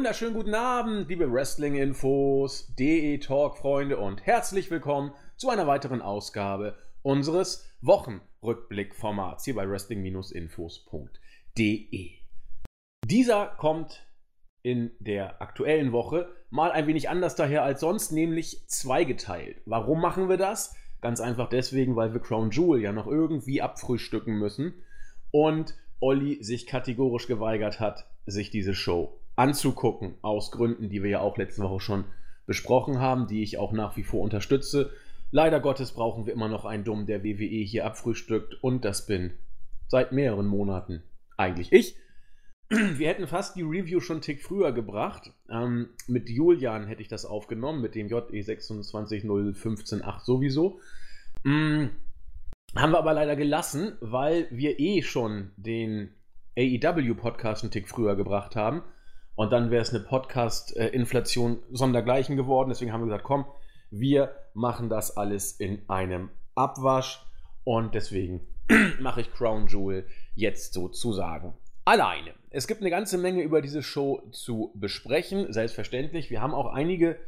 wunderschönen guten Abend, liebe Wrestling-Infos, DE-Talk-Freunde und herzlich willkommen zu einer weiteren Ausgabe unseres Wochenrückblick-Formats hier bei wrestling-infos.de. Dieser kommt in der aktuellen Woche mal ein wenig anders daher als sonst, nämlich zweigeteilt. Warum machen wir das? Ganz einfach deswegen, weil wir Crown Jewel ja noch irgendwie abfrühstücken müssen und Olli sich kategorisch geweigert hat, sich diese Show anzugucken, aus Gründen, die wir ja auch letzte Woche schon besprochen haben, die ich auch nach wie vor unterstütze. Leider Gottes brauchen wir immer noch einen Dumm, der WWE hier abfrühstückt, und das bin seit mehreren Monaten eigentlich ich. Wir hätten fast die Review schon einen Tick früher gebracht. Mit Julian hätte ich das aufgenommen, mit dem JE 2615158 sowieso. Haben wir aber leider gelassen, weil wir schon den AEW-Podcast einen Tick früher gebracht haben. Und dann wäre es eine Podcast-Inflation sondergleichen geworden. Deswegen haben wir gesagt, komm, wir machen das alles in einem Abwasch. Und deswegen mache ich Crown Jewel jetzt sozusagen alleine. Es gibt eine ganze Menge über diese Show zu besprechen, selbstverständlich. Wir haben auch einige,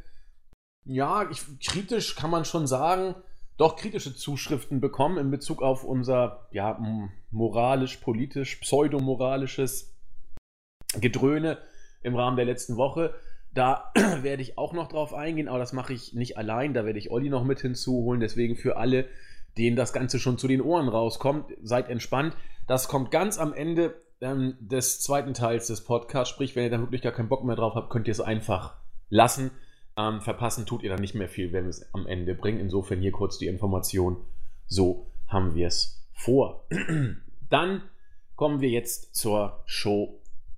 kritisch kann man schon sagen, doch kritische Zuschriften bekommen in Bezug auf unser moralisch-politisch, pseudomoralisches Gedröhne im Rahmen der letzten Woche. Da werde ich auch noch drauf eingehen, aber das mache ich nicht allein, da werde ich Olli noch mit hinzuholen. Deswegen für alle, denen das Ganze schon zu den Ohren rauskommt, seid entspannt. Das kommt ganz am Ende des zweiten Teils des Podcasts, sprich, wenn ihr dann wirklich gar keinen Bock mehr drauf habt, könnt ihr es einfach lassen. Verpassen tut ihr dann nicht mehr viel, wenn wir es am Ende bringen. Insofern hier kurz die Information. So haben wir es vor. Dann kommen wir jetzt zur Show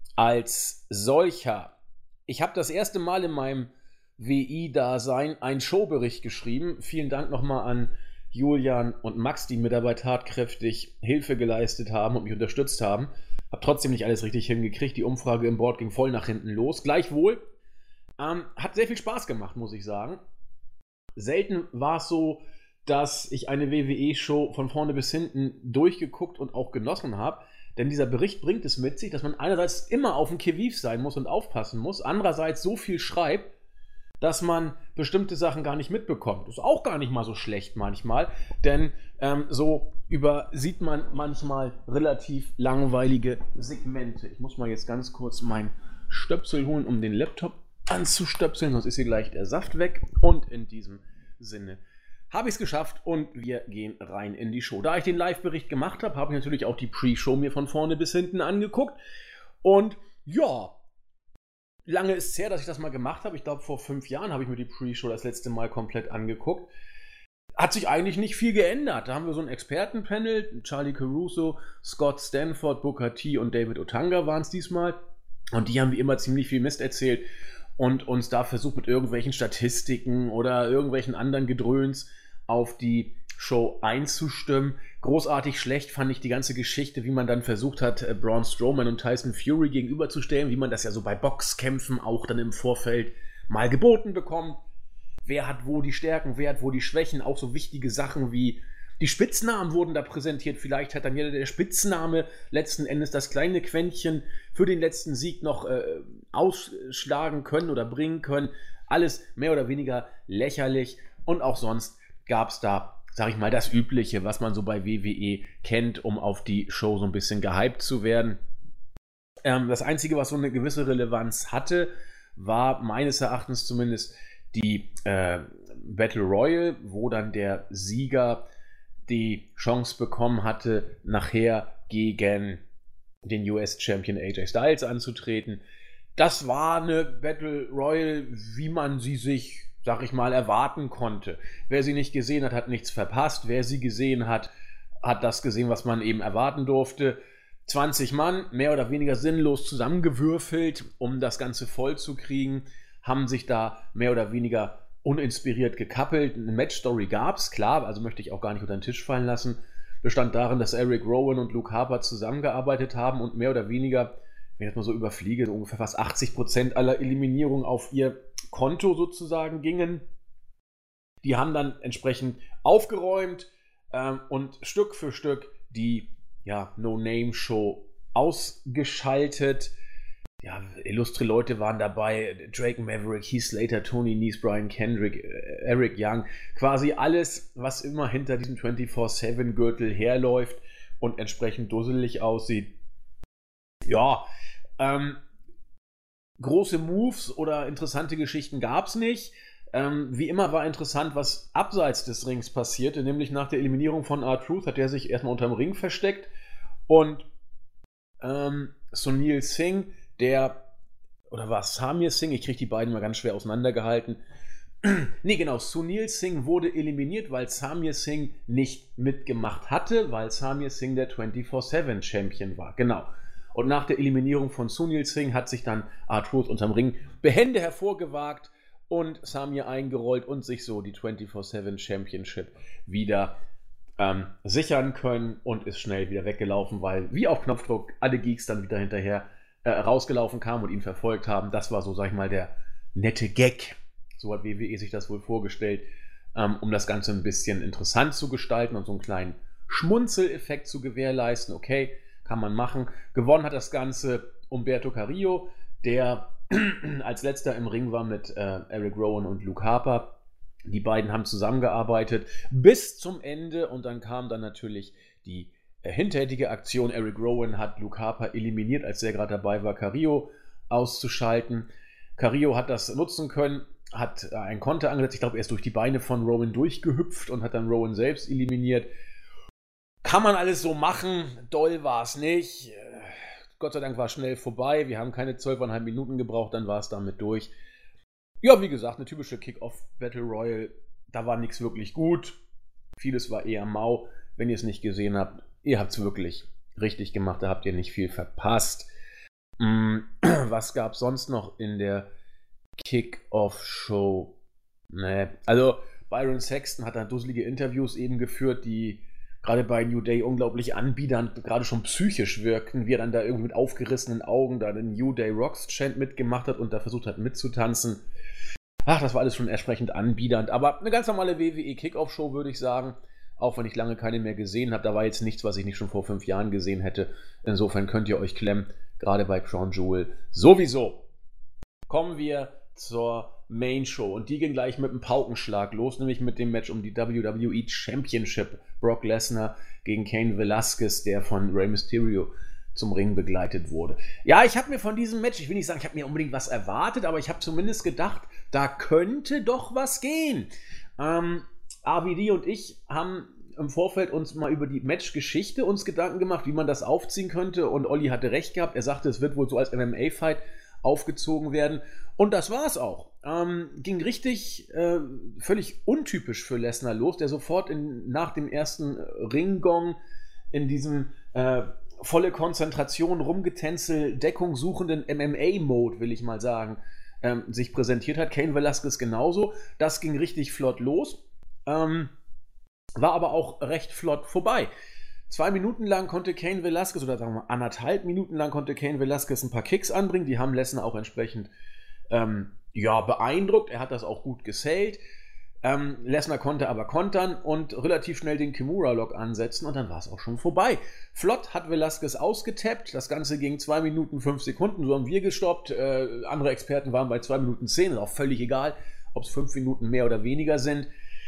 als solcher. Ich habe das erste Mal in meinem WI-Dasein einen Showbericht geschrieben. Vielen Dank nochmal an Julian und Max, die mir dabei tatkräftig Hilfe geleistet haben und mich unterstützt haben. Habe trotzdem nicht alles richtig hingekriegt. Die Umfrage im Board ging voll nach hinten los. Gleichwohl hat sehr viel Spaß gemacht, muss ich sagen. Selten war es so, dass ich eine WWE-Show von vorne bis hinten durchgeguckt und auch genossen habe. Denn dieser Bericht bringt es mit sich, dass man einerseits immer auf dem Qui-vive sein muss und aufpassen muss, andererseits so viel schreibt, dass man bestimmte Sachen gar nicht mitbekommt. Das ist auch gar nicht mal so schlecht manchmal, denn so übersieht man manchmal relativ langweilige Segmente. Ich muss mal jetzt ganz kurz meinen Stöpsel holen, um den Laptop anzustöpseln, sonst ist hier gleich der Saft weg. Und in diesem Sinne habe ich es geschafft und wir gehen rein in die Show. Da ich den Live-Bericht gemacht habe, habe ich natürlich auch die Pre-Show mir von vorne bis hinten angeguckt. Und ja, lange ist es her, dass ich das mal gemacht habe. Ich glaube, vor 5 Jahren habe ich mir die Pre-Show das letzte Mal komplett angeguckt. Hat sich eigentlich nicht viel geändert. Da haben wir so ein Expertenpanel. Charlie Caruso, Scott Stanford, Booker T und David Otunga waren es diesmal. Und die haben wie immer ziemlich viel Mist erzählt und uns da versucht, mit irgendwelchen Statistiken oder irgendwelchen anderen Gedröns auf die Show einzustimmen. Großartig schlecht fand ich die ganze Geschichte, wie man dann versucht hat, Braun Strowman und Tyson Fury gegenüberzustellen, wie man das ja so bei Boxkämpfen auch dann im Vorfeld mal geboten bekommt. Wer hat wo die Stärken, wer hat wo die Schwächen, auch so wichtige Sachen wie die Spitznamen wurden da präsentiert. Vielleicht hat dann jeder der Spitzname letzten Endes das kleine Quäntchen für den letzten Sieg noch ausschlagen können oder bringen können. Alles mehr oder weniger lächerlich. Und auch sonst gab es da, sag ich mal, das Übliche, was man so bei WWE kennt, um auf die Show so ein bisschen gehypt zu werden. Das Einzige, was so eine gewisse Relevanz hatte, war meines Erachtens zumindest die Battle Royal, wo dann der Sieger die Chance bekommen hatte, nachher gegen den US-Champion AJ Styles anzutreten. Das war eine Battle Royal, wie man sie sich, sag ich mal, erwarten konnte. Wer sie nicht gesehen hat, hat nichts verpasst. Wer sie gesehen hat, hat das gesehen, was man eben erwarten durfte. 20 Mann, mehr oder weniger sinnlos zusammengewürfelt, um das Ganze voll zu kriegen, haben sich da mehr oder weniger uninspiriert gekappelt. Eine Matchstory gab es, klar, also möchte ich auch gar nicht unter den Tisch fallen lassen. Bestand darin, dass Eric Rowan und Luke Harper zusammengearbeitet haben und mehr oder weniger, wenn ich das mal so überfliege, so ungefähr fast 80% aller Eliminierungen auf ihr Konto sozusagen gingen. Die haben dann entsprechend aufgeräumt und Stück für Stück die No-Name-Show ausgeschaltet. ja, illustre Leute waren dabei. Drake Maverick, Heath Slater, Tony Nese, Brian Kendrick, Eric Young. Quasi alles, was immer hinter diesem 24/7-Gürtel herläuft und entsprechend dusselig aussieht. Ja, große Moves oder interessante Geschichten gab es nicht. Wie immer war interessant, was abseits des Rings passierte, nämlich nach der Eliminierung von R-Truth hat er sich erstmal unterm Ring versteckt und Sunil Singh, oder war es Samir Singh? Ich kriege die beiden mal ganz schwer auseinandergehalten. Nee, genau, Sunil Singh wurde eliminiert, weil Samir Singh nicht mitgemacht hatte, weil Samir Singh der 24/7-Champion war. Genau. Und nach der Eliminierung von Sunil Singh hat sich dann R-Truth unterm Ring behende hervorgewagt und Samir eingerollt und sich so die 24/7 Championship wieder sichern können und ist schnell wieder weggelaufen, weil wie auf Knopfdruck alle Geeks dann wieder hinterher rausgelaufen kamen und ihn verfolgt haben. Das war so, sag ich mal, der nette Gag. So hat WWE sich das wohl vorgestellt, um das Ganze ein bisschen interessant zu gestalten und so einen kleinen Schmunzeleffekt zu gewährleisten. Okay, kann man machen. Gewonnen hat das Ganze Humberto Carrillo, der als letzter im Ring war mit Eric Rowan und Luke Harper. Die beiden haben zusammengearbeitet bis zum Ende und dann kam dann natürlich die hinterhältige Aktion. Eric Rowan hat Luke Harper eliminiert, als er gerade dabei war, Carrillo auszuschalten. Carrillo hat das nutzen können, hat einen Konter angesetzt. Ich glaube, er ist durch die Beine von Rowan durchgehüpft und hat dann Rowan selbst eliminiert. Kann man alles so machen, doll war es nicht. Gott sei Dank war es schnell vorbei. Wir haben keine 12,5 Minuten gebraucht, dann war es damit durch. Ja, wie gesagt, eine typische Kick-Off-Battle Royal. Da war nichts wirklich gut. Vieles war eher mau. Wenn ihr es nicht gesehen habt, ihr habt es wirklich richtig gemacht. Da habt ihr nicht viel verpasst. Was gab es sonst noch in der Kick-Off-Show? Also Byron Saxton hat da dusselige Interviews eben geführt, die gerade bei New Day unglaublich anbiedernd, gerade schon psychisch wirkten, wie er dann da irgendwie mit aufgerissenen Augen da den New Day Rocks Chant mitgemacht hat und da versucht hat mitzutanzen. Ach, das war alles schon entsprechend anbiedernd, aber eine ganz normale WWE Kickoff-Show, würde ich sagen, auch wenn ich lange keine mehr gesehen habe. Da war jetzt nichts, was ich nicht schon vor 5 Jahren gesehen hätte. Insofern könnt ihr euch klemmen, gerade bei Crown Jewel sowieso. Kommen wir zur Main Show und die ging gleich mit einem Paukenschlag los, nämlich mit dem Match um die WWE Championship. Brock Lesnar gegen Cain Velasquez, der von Rey Mysterio zum Ring begleitet wurde. Ja, ich habe mir von diesem Match, ich will nicht sagen, ich habe mir unbedingt was erwartet, aber ich habe zumindest gedacht, da könnte doch was gehen. RVD und ich haben im Vorfeld uns mal über die Matchgeschichte uns Gedanken gemacht, wie man das aufziehen könnte, und Olli hatte recht gehabt. Er sagte, es wird wohl so als MMA-Fight aufgezogen werden, und das war es auch. Ging richtig völlig untypisch für Lesnar los, der sofort nach dem ersten Ringgong in diesem volle Konzentration, Rumgetänzel, Deckung suchenden MMA-Mode, will ich mal sagen, sich präsentiert hat. Cain Velasquez genauso. Das ging richtig flott los. War aber auch recht flott vorbei. 2 Minuten lang konnte Cain Velasquez, oder sagen wir mal 1,5 Minuten lang konnte Cain Velasquez ein paar Kicks anbringen. Die haben Lesnar auch entsprechend beeindruckt. Er hat das auch gut gesellt. Lesnar konnte aber kontern und relativ schnell den Kimura-Lock ansetzen, und dann war es auch schon vorbei. Flott hat Velasquez ausgetappt. Das Ganze ging 2 Minuten 5 Sekunden, so haben wir gestoppt. Andere Experten waren bei 2 Minuten 10, ist auch völlig egal, ob es 5 Minuten mehr oder weniger sind.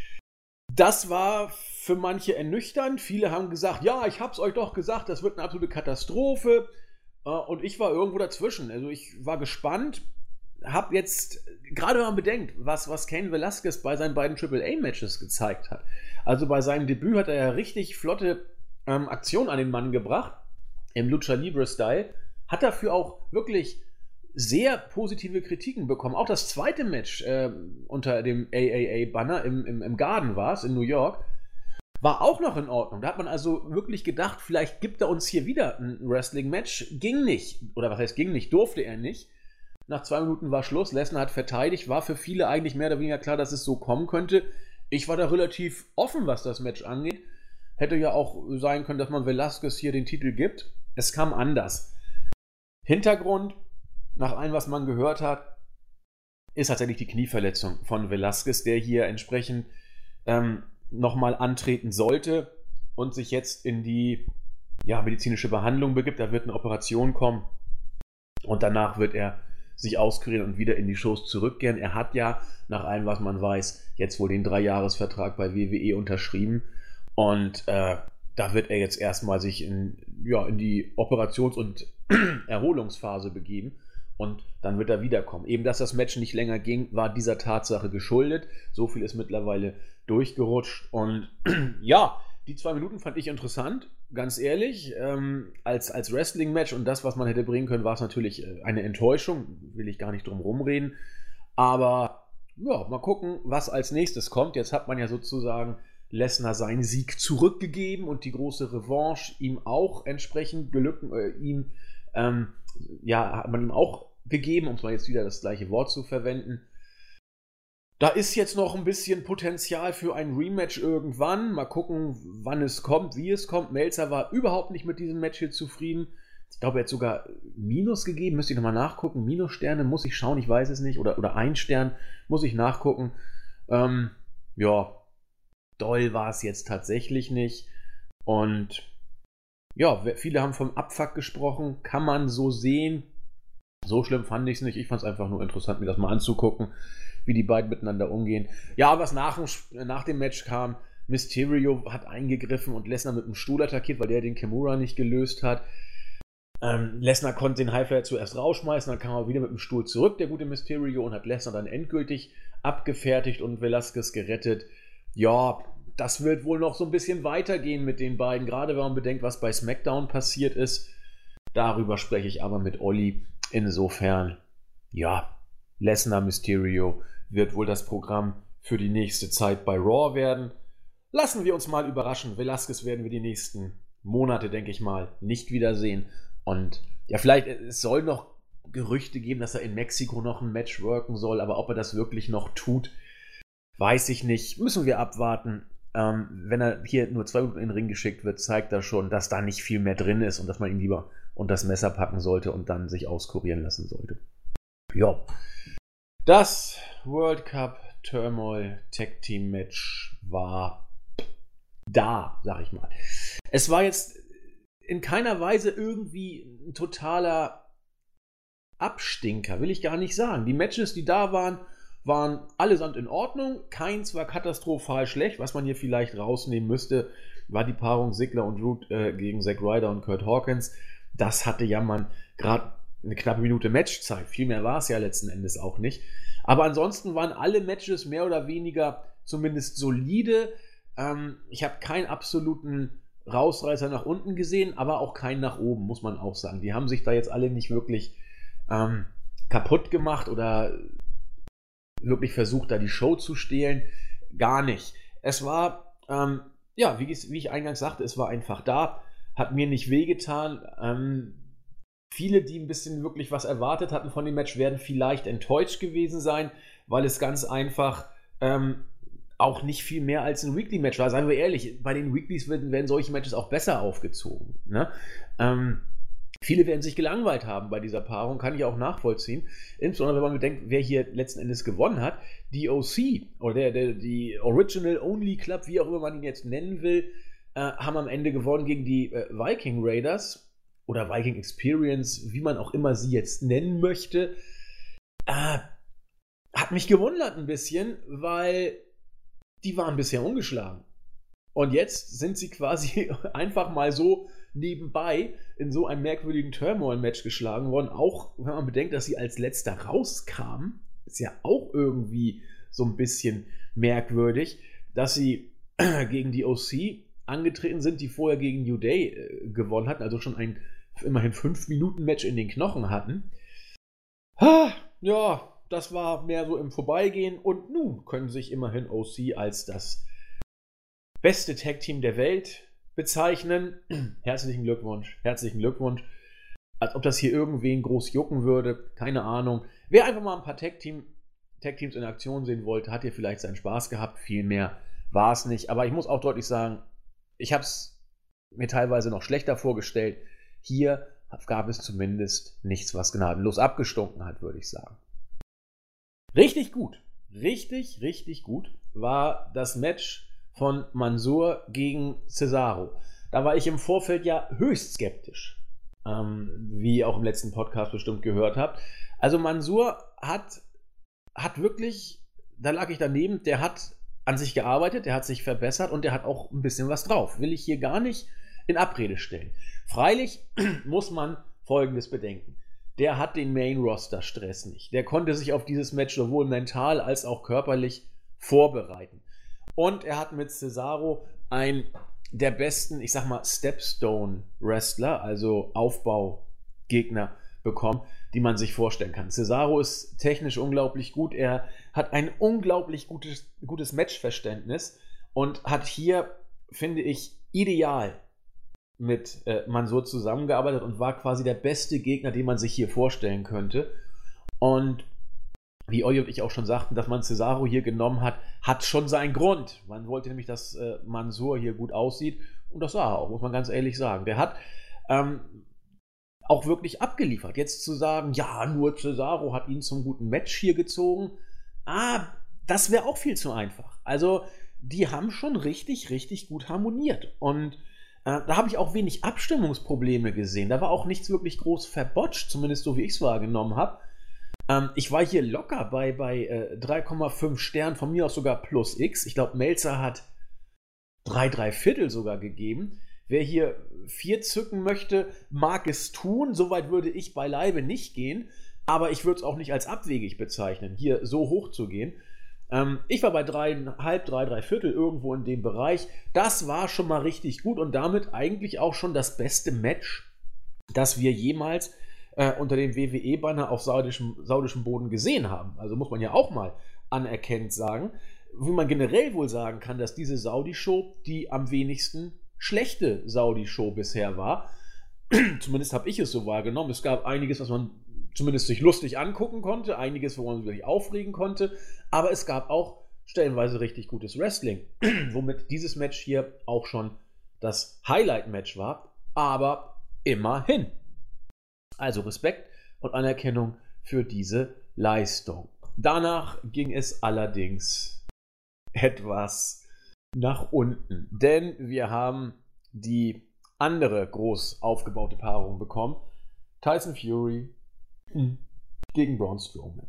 Das war für manche ernüchternd. Viele haben gesagt, ja, ich hab's euch doch gesagt, das wird eine absolute Katastrophe. Und ich war irgendwo dazwischen. Also ich war gespannt. Hab jetzt, gerade wenn man bedenkt, was Cain Velasquez bei seinen beiden AAA-Matches gezeigt hat. Also bei seinem Debüt hat er ja richtig flotte Aktionen an den Mann gebracht, im Lucha Libre-Style. Hat dafür auch wirklich sehr positive Kritiken bekommen. Auch das zweite Match unter dem AAA-Banner im Garden war es, in New York, war auch noch in Ordnung. Da hat man also wirklich gedacht, vielleicht gibt er uns hier wieder ein Wrestling-Match. Ging nicht. Oder was heißt ging nicht, durfte er nicht. Nach 2 Minuten war Schluss. Lesnar hat verteidigt. War für viele eigentlich mehr oder weniger klar, dass es so kommen könnte. Ich war da relativ offen, was das Match angeht. Hätte ja auch sein können, dass man Velasquez hier den Titel gibt. Es kam anders. Hintergrund, nach allem, was man gehört hat, ist tatsächlich die Knieverletzung von Velasquez, der hier entsprechend nochmal antreten sollte und sich jetzt in die medizinische Behandlung begibt. Da wird eine Operation kommen. Und danach wird er sich auskurieren und wieder in die Shows zurückkehren. Er hat ja, nach allem, was man weiß, jetzt wohl den 3-Jahres-Vertrag bei WWE unterschrieben. Und da wird er jetzt erstmal sich in die Operations- und Erholungsphase begeben. Und dann wird er wiederkommen. Eben, dass das Match nicht länger ging, war dieser Tatsache geschuldet. So viel ist mittlerweile durchgerutscht. Und ja, die 2 Minuten fand ich interessant, ganz ehrlich. Als Wrestling-Match und das, was man hätte bringen können, war es natürlich eine Enttäuschung. Will ich gar nicht drum rumreden. Aber ja, mal gucken, was als nächstes kommt. Jetzt hat man ja sozusagen Lesnar seinen Sieg zurückgegeben und die große Revanche ihm auch entsprechend hat man ihm auch gegeben, um mal jetzt wieder das gleiche Wort zu verwenden. Da ist jetzt noch ein bisschen Potenzial für ein Rematch irgendwann. Mal gucken, wann es kommt, wie es kommt. Meltzer war überhaupt nicht mit diesem Match hier zufrieden. Ich glaube, er hat sogar Minus gegeben. Müsste ich nochmal nachgucken. Minussterne muss ich schauen, ich weiß es nicht. Oder 1 Stern muss ich nachgucken. Doll war es jetzt tatsächlich nicht. Und ja, viele haben vom Abfuck gesprochen. Kann man so sehen. So schlimm fand ich es nicht. Ich fand es einfach nur interessant, mir das mal anzugucken, wie die beiden miteinander umgehen. Ja, was nach dem Match kam, Mysterio hat eingegriffen und Lesnar mit dem Stuhl attackiert, weil der den Kimura nicht gelöst hat. Lesnar konnte den Highflyer zuerst rausschmeißen, dann kam er wieder mit dem Stuhl zurück, der gute Mysterio, und hat Lesnar dann endgültig abgefertigt und Velasquez gerettet. Ja, das wird wohl noch so ein bisschen weitergehen mit den beiden, gerade wenn man bedenkt, was bei SmackDown passiert ist. Darüber spreche ich aber mit Olli. Insofern, ja, Lesnar Mysterio wird wohl das Programm für die nächste Zeit bei Raw werden. Lassen wir uns mal überraschen. Velasquez werden wir die nächsten Monate, denke ich mal, nicht wiedersehen. Und ja, vielleicht, es soll noch Gerüchte geben, dass er in Mexiko noch ein Match worken soll, aber ob er das wirklich noch tut, weiß ich nicht. Müssen wir abwarten. Wenn er hier nur 2 Minuten in den Ring geschickt wird, zeigt das schon, dass da nicht viel mehr drin ist und dass man ihn lieber unter das Messer packen sollte und dann sich auskurieren lassen sollte. Ja. Das World Cup Turmoil Tag Team Match war da, sag ich mal. Es war jetzt in keiner Weise irgendwie ein totaler Abstinker, will ich gar nicht sagen. Die Matches, die da waren allesamt in Ordnung. Keins war katastrophal schlecht. Was man hier vielleicht rausnehmen müsste, war die Paarung Ziggler und Root gegen Zack Ryder und Kurt Hawkins. Das hatte ja man gerade eine knappe Minute Matchzeit. Viel mehr war es ja letzten Endes auch nicht. Aber ansonsten waren alle Matches mehr oder weniger zumindest solide. Ich habe keinen absoluten Rausreißer nach unten gesehen, aber auch keinen nach oben, muss man auch sagen. Die haben sich da jetzt alle nicht wirklich kaputt gemacht oder wirklich versucht, da die Show zu stehlen. Gar nicht. Es war, wie ich eingangs sagte, es war einfach da. Hat mir nicht wehgetan. Viele, die ein bisschen wirklich was erwartet hatten von dem Match, werden vielleicht enttäuscht gewesen sein, weil es ganz einfach auch nicht viel mehr als ein Weekly-Match war. Seien wir ehrlich, bei den Weeklies werden solche Matches auch besser aufgezogen. Ne? Viele werden sich gelangweilt haben bei dieser Paarung, kann ich auch nachvollziehen. Insbesondere, wenn man bedenkt, wer hier letzten Endes gewonnen hat. Die OC oder die Original Only Club, wie auch immer man ihn jetzt nennen will, haben am Ende gewonnen gegen die Viking Raiders oder Viking Experience, wie man auch immer sie jetzt nennen möchte. Hat mich gewundert ein bisschen, weil die waren bisher ungeschlagen. Und jetzt sind sie quasi einfach mal so nebenbei in so einem merkwürdigen Turmoil-Match geschlagen worden. Auch wenn man bedenkt, dass sie als letzter rauskamen, ist ja auch irgendwie so ein bisschen merkwürdig, dass sie gegen die OC angetreten sind, die vorher gegen New Day gewonnen hatten, also schon ein immerhin 5-Minuten-Match in den Knochen hatten. Ja, das war mehr so im Vorbeigehen und nun können sich immerhin OC als das beste Tag-Team der Welt bezeichnen. Herzlichen Glückwunsch, herzlichen Glückwunsch. Als ob das hier irgendwen groß jucken würde, keine Ahnung. Wer einfach mal ein paar Tag-Teams in Aktion sehen wollte, hat hier vielleicht seinen Spaß gehabt. Viel mehr war es nicht. Aber ich muss auch deutlich sagen, ich habe es mir teilweise noch schlechter vorgestellt. Hier gab es zumindest nichts, was gnadenlos abgestunken hat, würde ich sagen. Richtig gut, richtig gut war das Match von Mansoor gegen Cesaro. Da war ich im Vorfeld ja höchst skeptisch. wie ihr auch im letzten Podcast bestimmt gehört habt. Also Mansour hat wirklich, da lag ich daneben, der hat an sich gearbeitet, der hat sich verbessert und der hat auch ein bisschen was drauf. Will ich hier gar nicht in Abrede stellen. Freilich muss man Folgendes bedenken. Der hat den Main-Roster-Stress nicht. Der konnte sich auf dieses Match sowohl mental als auch körperlich vorbereiten. Und er hat mit Cesaro einen der besten, ich sag mal, Stepstone-Wrestler, also Aufbaugegner bekommen, die man sich vorstellen kann. Cesaro ist technisch unglaublich gut. Er hat ein unglaublich gutes Matchverständnis und hat hier, finde ich, ideal mit Mansour zusammengearbeitet und war quasi der beste Gegner, den man sich hier vorstellen könnte. Und wie Olli und ich auch schon sagten, dass man Cesaro hier genommen hat, hat schon seinen Grund. Man wollte nämlich, dass Mansour hier gut aussieht und das sah er auch, muss man ganz ehrlich sagen. Der hat auch wirklich abgeliefert. Jetzt zu sagen, ja, nur Cesaro hat ihn zum guten Match hier gezogen, das wäre auch viel zu einfach. Also, die haben schon richtig, richtig gut harmoniert. Und da habe ich auch wenig Abstimmungsprobleme gesehen. Da war auch nichts wirklich groß verbotscht, zumindest so wie ich es wahrgenommen habe. Ich war hier locker bei 3,5 Sternen, von mir aus sogar plus X. Ich glaube, Melzer hat 3,75 sogar gegeben. Wer hier 4 zücken möchte, mag es tun. Soweit würde ich beileibe nicht gehen. Aber ich würde es auch nicht als abwegig bezeichnen, hier so hoch zu gehen. Ich war bei 3,5, 3,75 irgendwo in dem Bereich. Das war schon mal richtig gut und damit eigentlich auch schon das beste Match, das wir jemals unter dem WWE-Banner auf saudischem Boden gesehen haben. Also muss man ja auch mal anerkennend sagen, wie man generell wohl sagen kann, dass diese Saudi-Show die am wenigsten schlechte Saudi-Show bisher war. Zumindest habe ich es so wahrgenommen. Es gab einiges, was man zumindest sich lustig angucken konnte, einiges, wo man sich wirklich aufregen konnte, aber es gab auch stellenweise richtig gutes Wrestling, womit dieses Match hier auch schon das Highlight-Match war, aber immerhin. Also Respekt und Anerkennung für diese Leistung. Danach ging es allerdings etwas nach unten, denn wir haben die andere groß aufgebaute Paarung bekommen. Tyson Fury gegen Braun Strowman.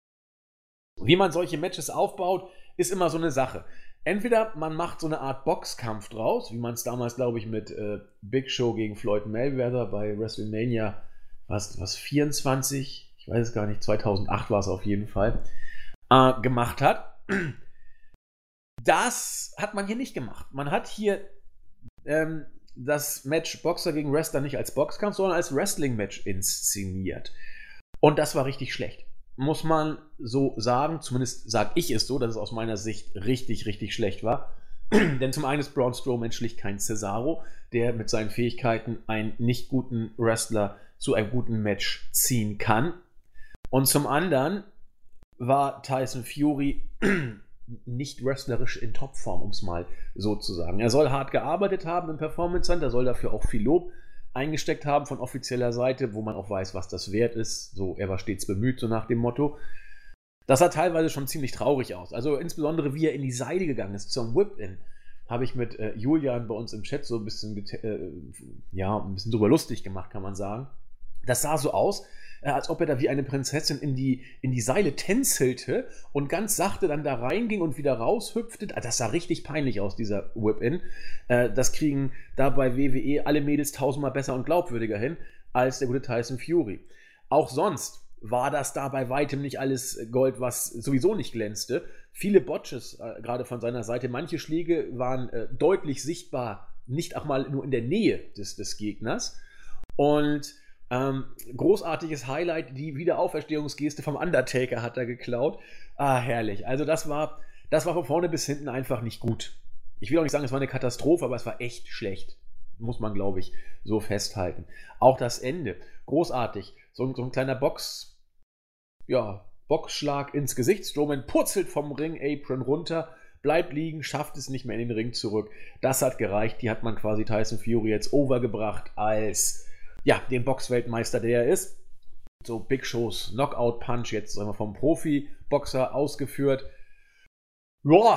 Wie man solche Matches aufbaut, ist immer so eine Sache. Entweder man macht so eine Art Boxkampf draus, wie man es damals, glaube ich, mit Big Show gegen Floyd Mayweather bei WrestleMania, was 24, ich weiß es gar nicht, 2008 war es auf jeden Fall, gemacht hat. Das hat man hier nicht gemacht. Man hat hier das Match Boxer gegen Wrestler nicht als Boxkampf, sondern als Wrestling-Match inszeniert. Und das war richtig schlecht. Muss man so sagen, zumindest sage ich es so, dass es aus meiner Sicht richtig, richtig schlecht war. Denn zum einen ist Braun Strowman schlicht kein Cesaro, der mit seinen Fähigkeiten einen nicht guten Wrestler zu einem guten Match ziehen kann. Und zum anderen war Tyson Fury nicht wrestlerisch in Topform, um es mal so zu sagen. Er soll hart gearbeitet haben im Performance Center, soll dafür auch viel Lob eingesteckt haben von offizieller Seite, wo man auch weiß, was das wert ist. So, er war stets bemüht, so nach dem Motto. Das sah teilweise schon ziemlich traurig aus. Also insbesondere, wie er in die Seile gegangen ist zum Whip-In, habe ich mit Julian bei uns im Chat so ein bisschen, ein bisschen drüber lustig gemacht, kann man sagen. Das sah so aus, als ob er da wie eine Prinzessin in die Seile tänzelte und ganz sachte dann da reinging und wieder raushüpfte. Das sah richtig peinlich aus, dieser Whip-In. Das kriegen da bei WWE alle Mädels tausendmal besser und glaubwürdiger hin als der gute Tyson Fury. Auch sonst war das da bei weitem nicht alles Gold, was sowieso nicht glänzte. Viele Botches, gerade von seiner Seite, manche Schläge waren deutlich sichtbar, nicht auch mal nur in der Nähe des Gegners. Und großartiges Highlight, die Wiederauferstehungsgeste vom Undertaker hat er geklaut. Herrlich. Also das war von vorne bis hinten einfach nicht gut. Ich will auch nicht sagen, es war eine Katastrophe, aber es war echt schlecht. Muss man, glaube ich, so festhalten. Auch das Ende. Großartig. So ein kleiner Boxschlag ins Gesicht. Strowman purzelt vom Ring-Apron runter, bleibt liegen, schafft es nicht mehr in den Ring zurück. Das hat gereicht. Die hat man quasi Tyson Fury jetzt overgebracht als den Boxweltmeister, der er ist. So Big Shows Knockout-Punch, jetzt sagen wir vom Profi-Boxer ausgeführt. Ja,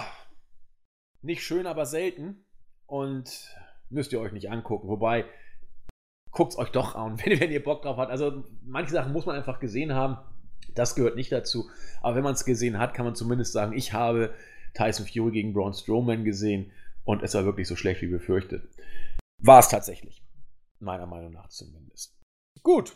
nicht schön, aber selten. Und müsst ihr euch nicht angucken. Wobei, guckt es euch doch an, wenn ihr Bock drauf habt. Also manche Sachen muss man einfach gesehen haben. Das gehört nicht dazu. Aber wenn man es gesehen hat, kann man zumindest sagen, ich habe Tyson Fury gegen Braun Strowman gesehen und es war wirklich so schlecht wie befürchtet. War es tatsächlich. Meiner Meinung nach zumindest. Gut.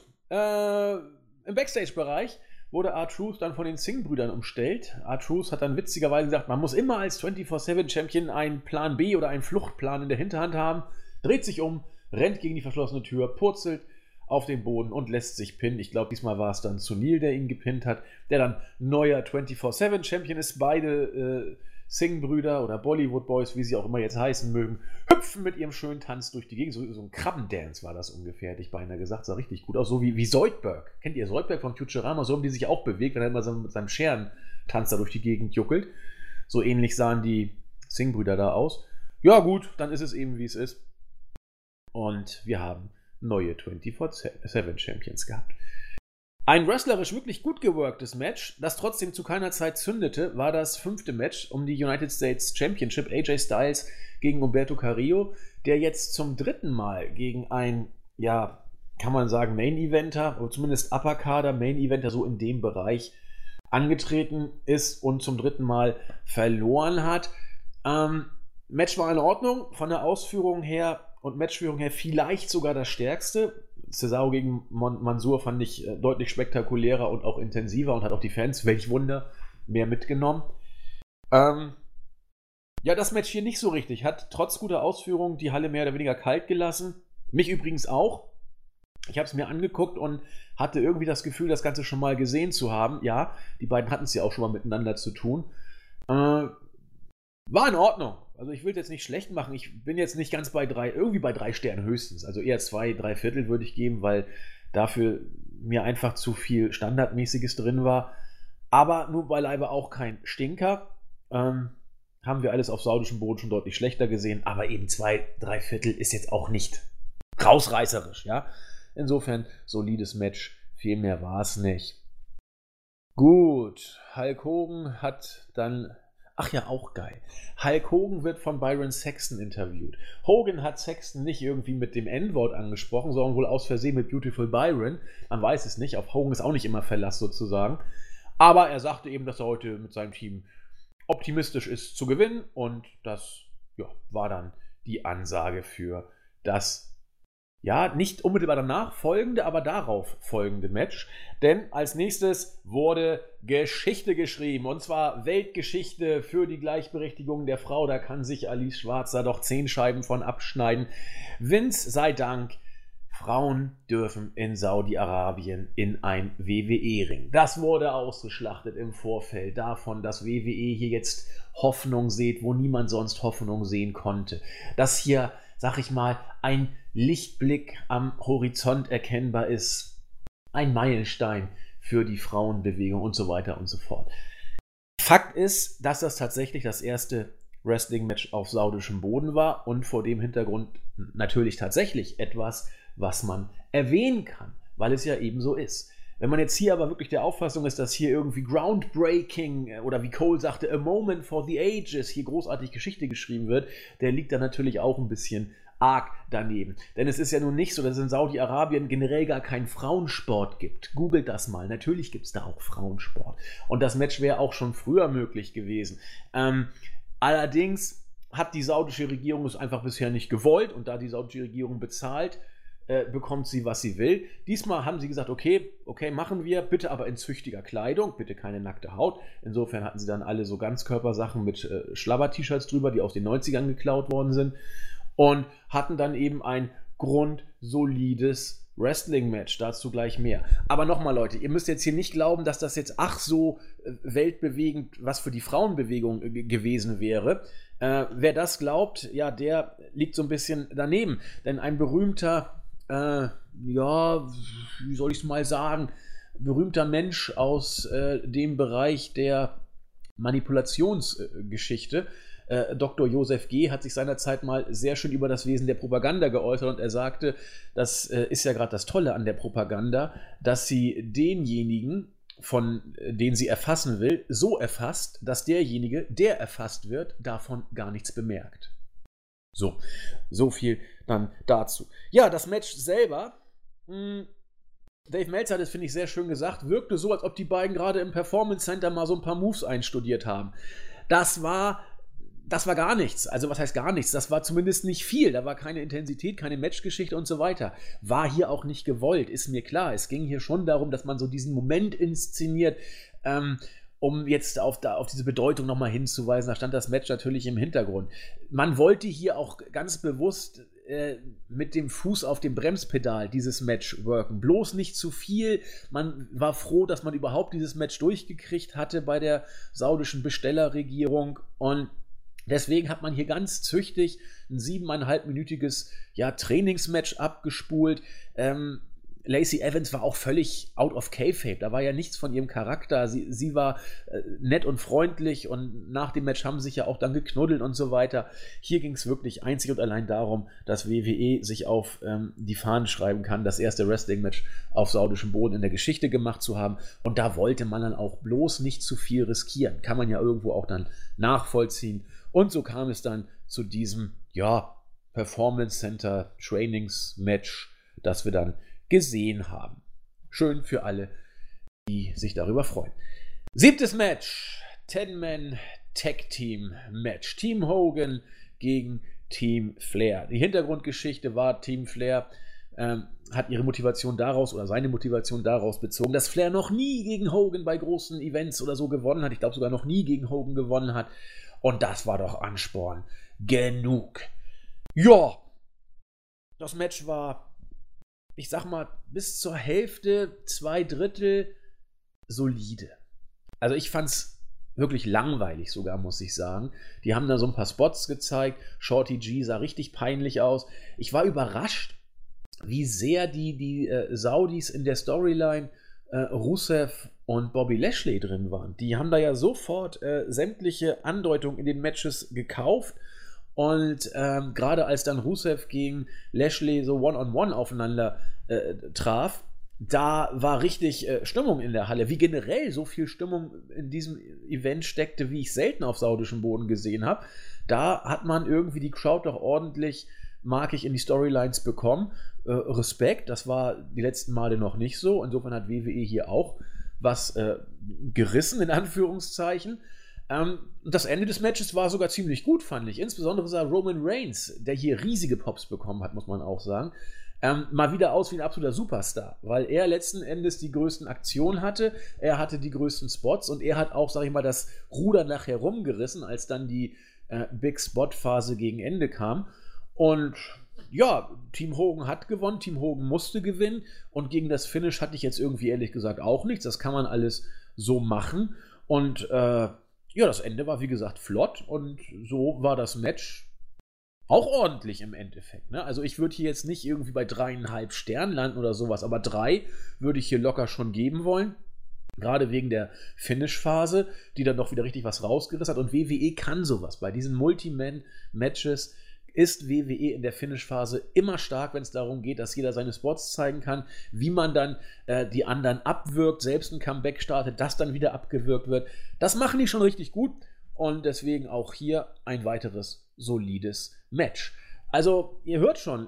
Im Backstage-Bereich wurde R-Truth dann von den Singh-Brüdern umstellt. R-Truth hat dann witzigerweise gesagt, man muss immer als 24/7-Champion einen Plan B oder einen Fluchtplan in der Hinterhand haben, dreht sich um, rennt gegen die verschlossene Tür, purzelt auf den Boden und lässt sich pinnen. Ich glaube, diesmal war es dann Sunil, der ihn gepinnt hat, der dann neuer 24/7-Champion ist. Beide Singh-Brüder oder Bollywood Boys, wie sie auch immer jetzt heißen mögen, hüpfen mit ihrem schönen Tanz durch die Gegend. So ein Krabbendance war das ungefähr, hätte ich beinahe gesagt. Sah richtig gut aus. So wie Zoidberg. Kennt ihr Zoidberg von Futurama? So haben die sich auch bewegt, wenn er immer mit seinem Scherentanz da durch die Gegend juckelt. So ähnlich sahen die Singh-Brüder da aus. Ja gut, dann ist es eben, wie es ist. Und wir haben neue 24/7-Champions gehabt. Ein wrestlerisch wirklich gut geworktes Match, das trotzdem zu keiner Zeit zündete, war das 5. Match um die United States Championship. AJ Styles gegen Humberto Carrillo, der jetzt zum 3. Mal gegen ein, ja, kann man sagen, Main-Eventer, oder zumindest Upper-Kader, Main-Eventer so in dem Bereich angetreten ist und zum 3. Mal verloren hat. Match war in Ordnung, von der Ausführung her und Matchführung her vielleicht sogar das stärkste. Cesaro gegen Mansoor fand ich deutlich spektakulärer und auch intensiver und hat auch die Fans, welch Wunder, mehr mitgenommen. Ja, das Match hier nicht so richtig. Hat trotz guter Ausführung die Halle mehr oder weniger kalt gelassen. Mich übrigens auch. Ich habe es mir angeguckt und hatte irgendwie das Gefühl, das Ganze schon mal gesehen zu haben. Ja, die beiden hatten es ja auch schon mal miteinander zu tun. War in Ordnung. Also ich will es jetzt nicht schlecht machen. Ich bin jetzt nicht ganz bei 3, irgendwie bei 3 Sternen höchstens. Also eher 2, 3/4 würde ich geben, weil dafür mir einfach zu viel Standardmäßiges drin war. Aber nur beileibe auch kein Stinker. Haben wir alles auf saudischem Boden schon deutlich schlechter gesehen. Aber eben 2, 3/4 ist jetzt auch nicht rausreißerisch. Ja? Insofern solides Match. Viel mehr war es nicht. Gut. Hulk Hogan hat dann... Ach ja, auch geil. Hulk Hogan wird von Byron Saxton interviewt. Hogan hat Saxton nicht irgendwie mit dem N-Wort angesprochen, sondern wohl aus Versehen mit Beautiful Byron. Man weiß es nicht. Auf Hogan ist auch nicht immer Verlass sozusagen. Aber er sagte eben, dass er heute mit seinem Team optimistisch ist zu gewinnen. Und das war dann die Ansage für das, ja, nicht unmittelbar danach folgende, aber darauf folgende Match. Denn als nächstes wurde Geschichte geschrieben. Und zwar Weltgeschichte für die Gleichberechtigung der Frau. Da kann sich Alice Schwarzer doch 10 Scheiben von abschneiden. Vince sei Dank, Frauen dürfen in Saudi-Arabien in ein WWE-Ring. Das wurde ausgeschlachtet im Vorfeld davon, dass WWE hier jetzt Hoffnung sieht, wo niemand sonst Hoffnung sehen konnte. Dass hier, sag ich mal, ein Lichtblick am Horizont erkennbar ist. Ein Meilenstein für die Frauenbewegung und so weiter und so fort. Fakt ist, dass das tatsächlich das erste Wrestling-Match auf saudischem Boden war und vor dem Hintergrund natürlich tatsächlich etwas, was man erwähnen kann, weil es ja eben so ist. Wenn man jetzt hier aber wirklich der Auffassung ist, dass hier irgendwie groundbreaking oder wie Cole sagte, a moment for the ages, hier großartig Geschichte geschrieben wird, der liegt da natürlich auch ein bisschen arg daneben. Denn es ist ja nun nicht so, dass es in Saudi-Arabien generell gar keinen Frauensport gibt. Googelt das mal. Natürlich gibt es da auch Frauensport. Und das Match wäre auch schon früher möglich gewesen. Allerdings hat die saudische Regierung es einfach bisher nicht gewollt. Und da die saudische Regierung bezahlt, bekommt sie, was sie will. Diesmal haben sie gesagt, okay, machen wir, bitte aber in züchtiger Kleidung, bitte keine nackte Haut. Insofern hatten sie dann alle so Ganzkörpersachen mit Schlabber-T-Shirts drüber, die aus den 90ern geklaut worden sind. Und hatten dann eben ein grundsolides Wrestling-Match. Dazu gleich mehr. Aber nochmal, Leute, ihr müsst jetzt hier nicht glauben, dass das jetzt so weltbewegend was für die Frauenbewegung gewesen wäre. Wer das glaubt, ja, der liegt so ein bisschen daneben. Denn ein berühmter, wie soll ich es mal sagen, berühmter Mensch aus dem Bereich der Manipulationsgeschichte, Dr. Josef G. hat sich seinerzeit mal sehr schön über das Wesen der Propaganda geäußert und er sagte, das ist ja gerade das Tolle an der Propaganda, dass sie denjenigen, von den sie erfassen will, so erfasst, dass derjenige, der erfasst wird, davon gar nichts bemerkt. So viel dann dazu. Ja, das Match selber, Dave Meltzer hat es, finde ich, sehr schön gesagt, wirkte so, als ob die beiden gerade im Performance Center mal so ein paar Moves einstudiert haben. Das war gar nichts. Also was heißt gar nichts? Das war zumindest nicht viel. Da war keine Intensität, keine Matchgeschichte und so weiter. War hier auch nicht gewollt, ist mir klar. Es ging hier schon darum, dass man so diesen Moment inszeniert, um jetzt auf diese Bedeutung nochmal hinzuweisen. Da stand das Match natürlich im Hintergrund. Man wollte hier auch ganz bewusst mit dem Fuß auf dem Bremspedal dieses Match worken. Bloß nicht zu viel. Man war froh, dass man überhaupt dieses Match durchgekriegt hatte bei der saudischen Bestellerregierung, und deswegen hat man hier ganz züchtig ein 7,5-minütiges Trainingsmatch abgespult. Lacey Evans war auch völlig out of Kayfabe. Da war ja nichts von ihrem Charakter. Sie war nett und freundlich, und nach dem Match haben sie sich ja auch dann geknuddelt und so weiter. Hier ging es wirklich einzig und allein darum, dass WWE sich auf die Fahnen schreiben kann, das erste Wrestling-Match auf saudischem Boden in der Geschichte gemacht zu haben. Und da wollte man dann auch bloß nicht zu viel riskieren. Kann man ja irgendwo auch dann nachvollziehen. Und so kam es dann zu diesem Performance Center Trainings-Match, das wir dann gesehen haben. Schön für alle, die sich darüber freuen. 7. Match, 10-Man Tag Team Match. Team Hogan gegen Team Flair. Die Hintergrundgeschichte war, Team Flair hat ihre Motivation daraus oder seine Motivation daraus bezogen, dass Flair noch nie gegen Hogan bei großen Events oder so gewonnen hat. Ich glaube sogar noch nie gegen Hogan gewonnen hat. Und das war doch Ansporn genug. Ja, das Match war, ich sag mal, bis zur Hälfte, 2/3 solide. Also ich fand's wirklich langweilig sogar, muss ich sagen. Die haben da so ein paar Spots gezeigt. Shorty G sah richtig peinlich aus. Ich war überrascht, wie sehr die Saudis in der Storyline Rusev und Bobby Lashley drin waren. Die haben da ja sofort sämtliche Andeutungen in den Matches gekauft. Und gerade als dann Rusev gegen Lashley so One-on-One aufeinander traf, da war richtig Stimmung in der Halle. Wie generell so viel Stimmung in diesem Event steckte, wie ich selten auf saudischem Boden gesehen habe. Da hat man irgendwie die Crowd doch ordentlich, mag ich, in die Storylines bekommen. Respekt, das war die letzten Male noch nicht so. Insofern hat WWE hier auch was gerissen, in Anführungszeichen. Das Ende des Matches war sogar ziemlich gut, fand ich. Insbesondere sah Roman Reigns, der hier riesige Pops bekommen hat, muss man auch sagen, mal wieder aus wie ein absoluter Superstar, weil er letzten Endes die größten Aktionen hatte, er hatte die größten Spots, und er hat auch, sag ich mal, das Ruder nachher rumgerissen, als dann die Big Spot-Phase gegen Ende kam. Und ja, Team Hogan hat gewonnen, Team Hogan musste gewinnen, und gegen das Finish hatte ich jetzt irgendwie ehrlich gesagt auch nichts. Das kann man alles so machen. Und das Ende war, wie gesagt, flott, und so war das Match auch ordentlich im Endeffekt. Ne? Also ich würde hier jetzt nicht irgendwie bei 3,5 Sternen landen oder sowas, aber 3 würde ich hier locker schon geben wollen. Gerade wegen der Finish-Phase, die dann doch wieder richtig was rausgerissen hat. Und WWE kann sowas. Bei diesen Multi-Man-Matches ist WWE in der Finish-Phase immer stark, wenn es darum geht, dass jeder seine Spots zeigen kann, wie man dann die anderen abwirkt, selbst ein Comeback startet, das dann wieder abgewürgt wird. Das machen die schon richtig gut, und deswegen auch hier ein weiteres solides Match. Also, ihr hört schon,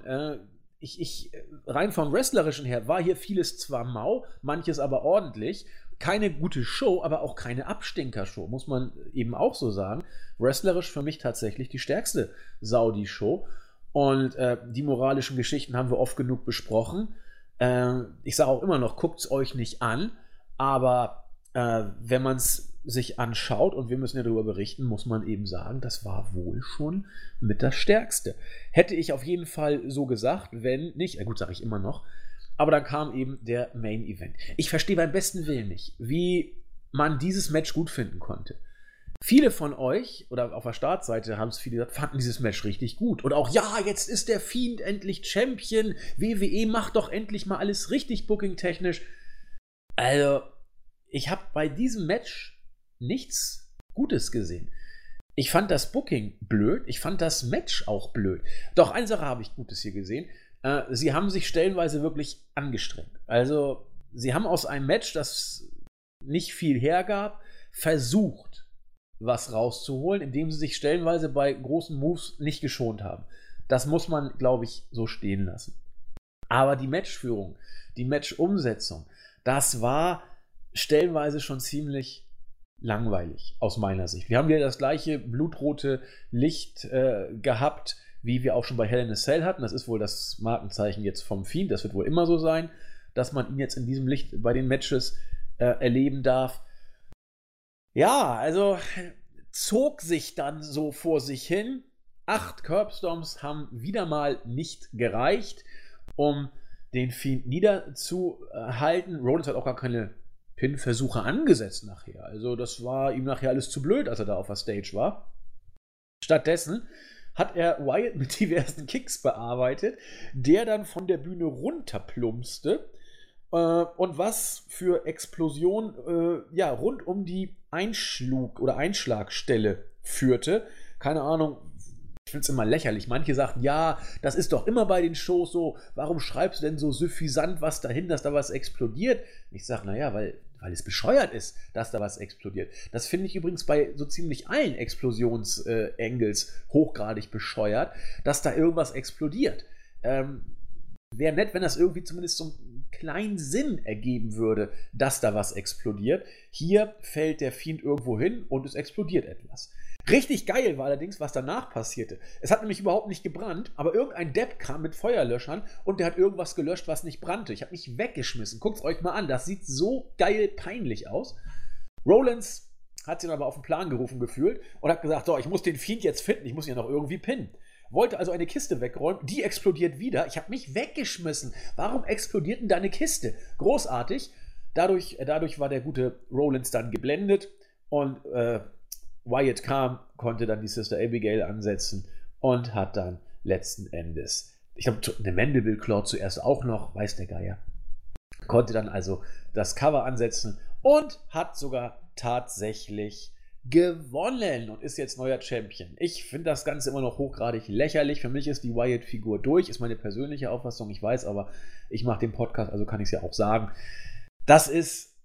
rein vom Wrestlerischen her war hier vieles zwar mau, manches aber ordentlich. Keine gute Show, aber auch keine Abstinker-Show, muss man eben auch so sagen. Wrestlerisch für mich tatsächlich die stärkste Saudi-Show. Und die moralischen Geschichten haben wir oft genug besprochen. Ich sage auch immer noch, guckt es euch nicht an. Aber wenn man es sich anschaut, und wir müssen ja darüber berichten, muss man eben sagen, das war wohl schon mit das Stärkste. Hätte ich auf jeden Fall so gesagt, wenn nicht, gut, sage ich immer noch. Aber dann kam eben der Main Event. Ich verstehe beim besten Willen nicht, wie man dieses Match gut finden konnte. Viele von euch, oder auf der Startseite haben es viele gesagt, fanden dieses Match richtig gut. Und auch, ja, jetzt ist der Fiend endlich Champion. WWE macht doch endlich mal alles richtig booking-technisch. Also, ich habe bei diesem Match nichts Gutes gesehen. Ich fand das Booking blöd. Ich fand das Match auch blöd. Doch, eine Sache habe ich Gutes hier gesehen. Sie haben sich stellenweise wirklich angestrengt. Also, sie haben aus einem Match, das nicht viel hergab, versucht, was rauszuholen, indem sie sich stellenweise bei großen Moves nicht geschont haben. Das muss man, glaube ich, so stehen lassen. Aber die Matchführung, die Matchumsetzung, das war stellenweise schon ziemlich langweilig aus meiner Sicht. Wir haben wieder das gleiche blutrote Licht gehabt, wie wir auch schon bei Hell in a Cell hatten. Das ist wohl das Markenzeichen jetzt vom Fiend. Das wird wohl immer so sein, dass man ihn jetzt in diesem Licht bei den Matches erleben darf. Ja, also zog sich dann so vor sich hin. 8 Curbstorms haben wieder mal nicht gereicht, um den Fiend niederzuhalten. Rollins hat auch gar keine Pin-Versuche angesetzt nachher. Also das war ihm nachher alles zu blöd, als er da auf der Stage war. Stattdessen hat er Wyatt mit diversen Kicks bearbeitet, der dann von der Bühne runterplumpste. Und was für Explosion rund um die Einschlagstelle führte. Keine Ahnung, ich finde es immer lächerlich. Manche sagten, ja, das ist doch immer bei den Shows so. Warum schreibst du denn so suffisant was dahin, dass da was explodiert? Ich sage, naja, weil es bescheuert ist, dass da was explodiert. Das finde ich übrigens bei so ziemlich allen Explosionsangles hochgradig bescheuert, dass da irgendwas explodiert. Wäre nett, wenn das irgendwie zumindest so einen kleinen Sinn ergeben würde, dass da was explodiert. Hier fällt der Fiend irgendwo hin und es explodiert etwas. Richtig geil war allerdings, was danach passierte. Es hat nämlich überhaupt nicht gebrannt, aber irgendein Depp kam mit Feuerlöschern und der hat irgendwas gelöscht, was nicht brannte. Ich habe mich weggeschmissen. Guckt es euch mal an. Das sieht so geil peinlich aus. Rollins hat sich dann aber auf den Plan gerufen gefühlt und hat gesagt, so, ich muss den Fiend jetzt finden. Ich muss ihn ja noch irgendwie pinnen. Wollte also eine Kiste wegräumen, die explodiert wieder. Ich habe mich weggeschmissen. Warum explodiert denn da eine Kiste? Großartig. Dadurch war der gute Rollins dann geblendet und Wyatt kam, konnte dann die Sister Abigail ansetzen und hat dann letzten Endes, ich glaube, eine Mandible Claw zuerst auch noch, weiß der Geier, konnte dann also das Cover ansetzen und hat sogar tatsächlich gewonnen und ist jetzt neuer Champion. Ich finde das Ganze immer noch hochgradig lächerlich. Für mich ist die Wyatt-Figur durch, ist meine persönliche Auffassung, ich weiß, aber ich mache den Podcast, also kann ich es ja auch sagen. Das ist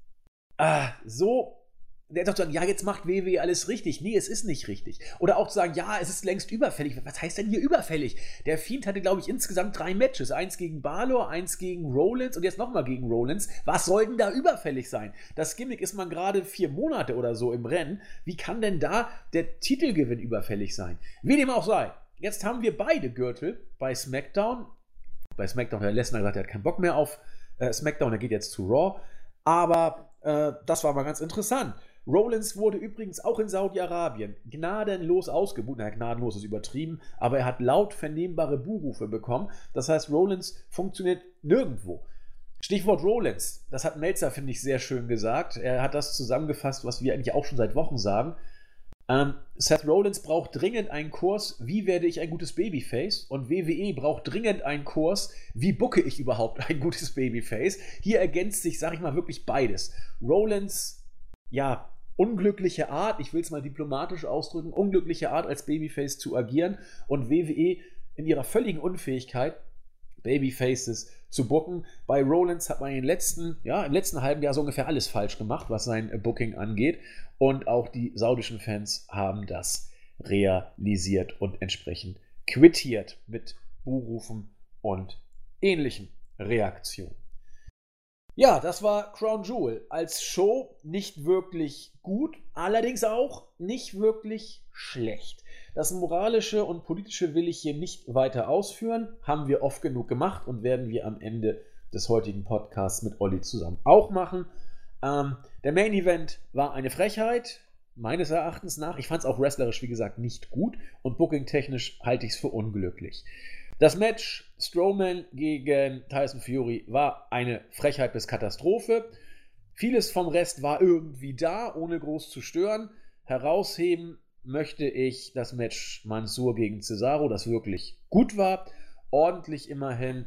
so. Der hat doch sagen, ja, jetzt macht WWE alles richtig. Nee, es ist nicht richtig. Oder auch zu sagen, ja, es ist längst überfällig. Was heißt denn hier überfällig? Der Fiend hatte, glaube ich, insgesamt 3 Matches. 1 gegen Balor, 1 gegen Rollins und jetzt nochmal gegen Rollins. Was soll denn da überfällig sein? Das Gimmick ist man gerade 4 Monate oder so im Rennen. Wie kann denn da der Titelgewinn überfällig sein? Wie dem auch sei. Jetzt haben wir beide Gürtel bei SmackDown. Bei SmackDown hat Lesnar gesagt, er hat keinen Bock mehr auf SmackDown. Er geht jetzt zu Raw. Aber das war mal ganz interessant. Rollins wurde übrigens auch in Saudi-Arabien gnadenlos ausgebucht. Na, gnadenlos ist übertrieben, aber er hat laut vernehmbare Buhrufe bekommen. Das heißt, Rollins funktioniert nirgendwo. Stichwort Rollins, das hat Meltzer, finde ich, sehr schön gesagt. Er hat das zusammengefasst, was wir eigentlich auch schon seit Wochen sagen. Seth Rollins braucht dringend einen Kurs, wie werde ich ein gutes Babyface? Und WWE braucht dringend einen Kurs, wie booke ich überhaupt ein gutes Babyface? Hier ergänzt sich, sag ich mal, wirklich beides. Rollins, ja, unglückliche Art, ich will es mal diplomatisch ausdrücken, unglückliche Art als Babyface zu agieren und WWE in ihrer völligen Unfähigkeit, Babyfaces zu booken. Bei Rollins hat man im letzten halben Jahr so ungefähr alles falsch gemacht, was sein Booking angeht. Und auch die saudischen Fans haben das realisiert und entsprechend quittiert mit Buhrufen und ähnlichen Reaktionen. Ja, das war Crown Jewel. Als Show nicht wirklich gut, allerdings auch nicht wirklich schlecht. Das Moralische und Politische will ich hier nicht weiter ausführen. Haben wir oft genug gemacht und werden wir am Ende des heutigen Podcasts mit Olli zusammen auch machen. Der Main Event war eine Frechheit, meines Erachtens nach. Ich fand es auch wrestlerisch, wie gesagt, nicht gut und booking-technisch halte ich es für unglücklich. Das Match Strowman gegen Tyson Fury war eine Frechheit bis Katastrophe. Vieles vom Rest war irgendwie da, ohne groß zu stören. Herausheben möchte ich das Match Mansoor gegen Cesaro, das wirklich gut war. Ordentlich immerhin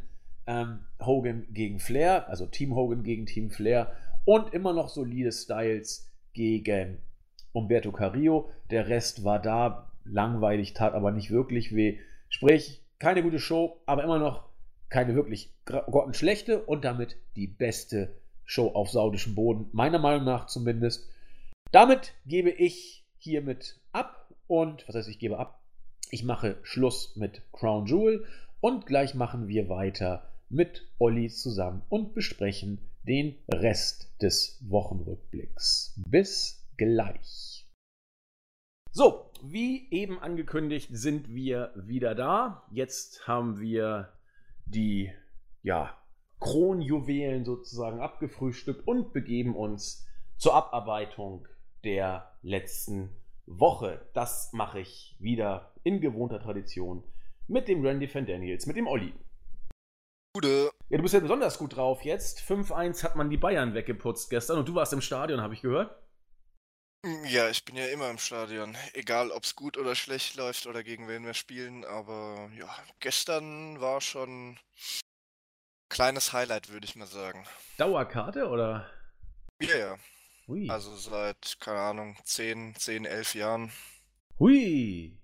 Hogan gegen Flair, also Team Hogan gegen Team Flair. Und immer noch solide Styles gegen Humberto Carrillo. Der Rest war da, langweilig, tat aber nicht wirklich weh. Sprich, keine gute Show, aber immer noch keine wirklich grottenschlechte und damit die beste Show auf saudischem Boden, meiner Meinung nach zumindest. Damit gebe ich hiermit ab und, was heißt, ich gebe ab? Ich mache Schluss mit Crown Jewel und gleich machen wir weiter mit Olli zusammen und besprechen den Rest des Wochenrückblicks. Bis gleich. So, wie eben angekündigt, sind wir wieder da. Jetzt haben wir die Kronjuwelen sozusagen abgefrühstückt und begeben uns zur Abarbeitung der letzten Woche. Das mache ich wieder in gewohnter Tradition mit dem Randy Van Daniels, mit dem Olli. Gute. Ja, du bist ja besonders gut drauf jetzt. 5-1 hat man die Bayern weggeputzt gestern und du warst im Stadion, habe ich gehört. Ja, ich bin ja immer im Stadion. Egal, ob es gut oder schlecht läuft oder gegen wen wir spielen. Aber ja, gestern war schon ein kleines Highlight, würde ich mal sagen. Dauerkarte oder? Ja. Hui. Also seit, keine Ahnung, 10, 11 Jahren. Hui.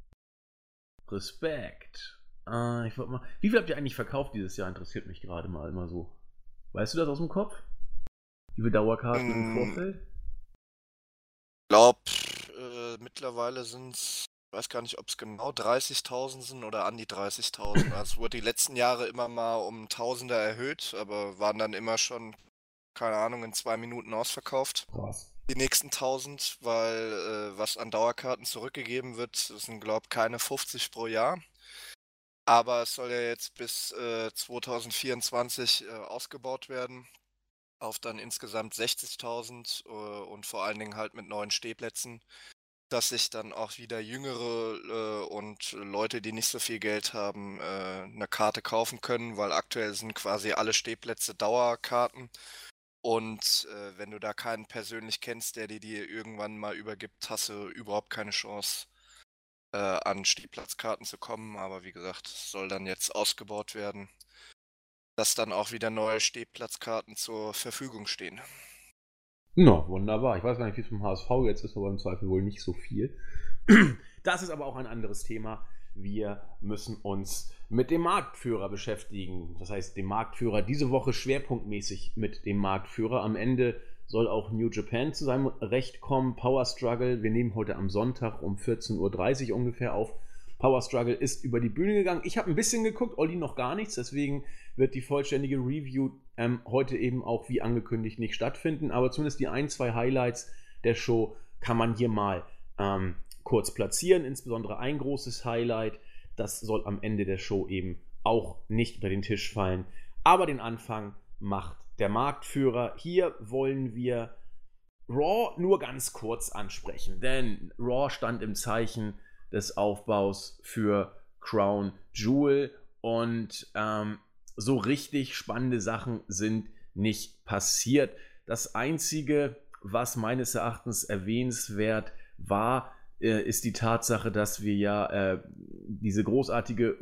Respekt. Ich wollte mal. Wie viel habt ihr eigentlich verkauft dieses Jahr? Interessiert mich gerade mal immer so. Weißt du das aus dem Kopf? Wie viele Dauerkarten im Vorfeld? Ich glaube, mittlerweile sind es, ich weiß gar nicht, ob es genau 30.000 sind oder an die 30.000. Also es wurde die letzten Jahre immer mal um Tausender erhöht, aber waren dann immer schon, keine Ahnung, in 2 Minuten ausverkauft. Krass. Die nächsten 1000, weil was an Dauerkarten zurückgegeben wird, das sind, glaube ich, keine 50 pro Jahr. Aber es soll ja jetzt bis 2024 ausgebaut werden auf dann insgesamt 60.000 und vor allen Dingen halt mit neuen Stehplätzen, dass sich dann auch wieder Jüngere und Leute, die nicht so viel Geld haben, eine Karte kaufen können, weil aktuell sind quasi alle Stehplätze Dauerkarten. Und wenn du da keinen persönlich kennst, der dir irgendwann mal übergibt, hast du überhaupt keine Chance, an Stehplatzkarten zu kommen. Aber wie gesagt, es soll dann jetzt ausgebaut werden, dass dann auch wieder neue Stehplatzkarten zur Verfügung stehen. Na, wunderbar. Ich weiß gar nicht, wie es vom HSV jetzt ist, aber im Zweifel wohl nicht so viel. Das ist aber auch ein anderes Thema. Wir müssen uns mit dem Marktführer beschäftigen. Das heißt, dem Marktführer diese Woche schwerpunktmäßig mit dem Marktführer. Am Ende soll auch New Japan zu seinem Recht kommen. Power Struggle. Wir nehmen heute am Sonntag um 14:30 Uhr ungefähr auf. Power Struggle ist über die Bühne gegangen. Ich habe ein bisschen geguckt, Olli noch gar nichts. Deswegen wird die vollständige Review heute eben auch wie angekündigt nicht stattfinden. Aber zumindest die 1-2 Highlights der Show kann man hier mal kurz platzieren. Insbesondere ein großes Highlight. Das soll am Ende der Show eben auch nicht unter den Tisch fallen. Aber den Anfang macht der Marktführer. Hier wollen wir Raw nur ganz kurz ansprechen. Denn Raw stand im Zeichen des Aufbaus für Crown Jewel und so richtig spannende Sachen sind nicht passiert. Das Einzige, was meines Erachtens erwähnenswert war, ist die Tatsache, dass wir ja diese großartige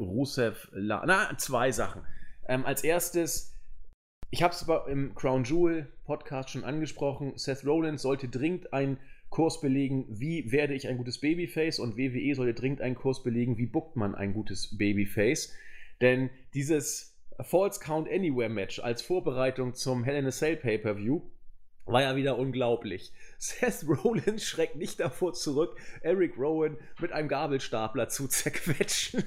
zwei Sachen. Als erstes, ich habe es im Crown Jewel Podcast schon angesprochen, Seth Rollins sollte dringend einen Kurs belegen, wie werde ich ein gutes Babyface, und WWE sollte dringend einen Kurs belegen, wie bookt man ein gutes Babyface. Denn dieses Falls Count Anywhere Match als Vorbereitung zum Hell in a Cell Pay-Per-View war ja wieder unglaublich. Seth Rollins schreckt nicht davor zurück, Eric Rowan mit einem Gabelstapler zu zerquetschen,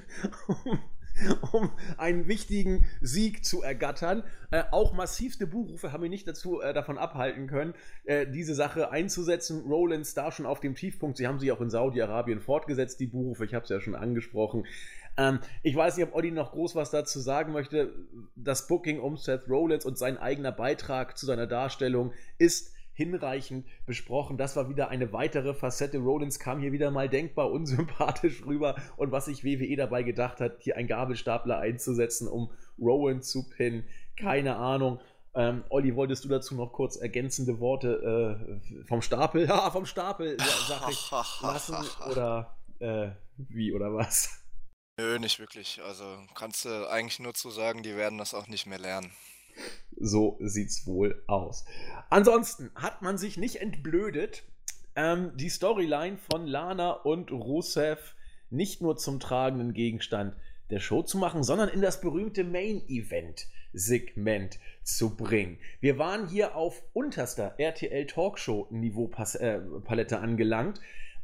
um einen wichtigen Sieg zu ergattern. Auch massivste Buhrufe haben ihn nicht davon abhalten können, diese Sache einzusetzen. Rollins da schon auf dem Tiefpunkt. Sie haben sich auch in Saudi-Arabien fortgesetzt, die Buhrufe. Ich habe es ja schon angesprochen. Ich weiß nicht, ob Olli noch groß was dazu sagen möchte. Das Booking um Seth Rollins und sein eigener Beitrag zu seiner Darstellung ist hinreichend besprochen. Das war wieder eine weitere Facette. Rollins kam hier wieder mal denkbar unsympathisch rüber, und was sich WWE dabei gedacht hat, hier einen Gabelstapler einzusetzen, um Rowan zu pinnen, keine Ahnung. Olli, wolltest du dazu noch kurz ergänzende Worte vom Stapel? Ja, vom Stapel, sag ich, lassen oder wie oder was? Nö, nicht wirklich. Also kannst du eigentlich nur zu sagen, die werden das auch nicht mehr lernen. So sieht's wohl aus. Ansonsten hat man sich nicht entblödet, die Storyline von Lana und Rusev nicht nur zum tragenden Gegenstand der Show zu machen, sondern in das berühmte Main-Event-Segment zu bringen. Wir waren hier auf unterster RTL-Talkshow-Niveau-Palette angelangt.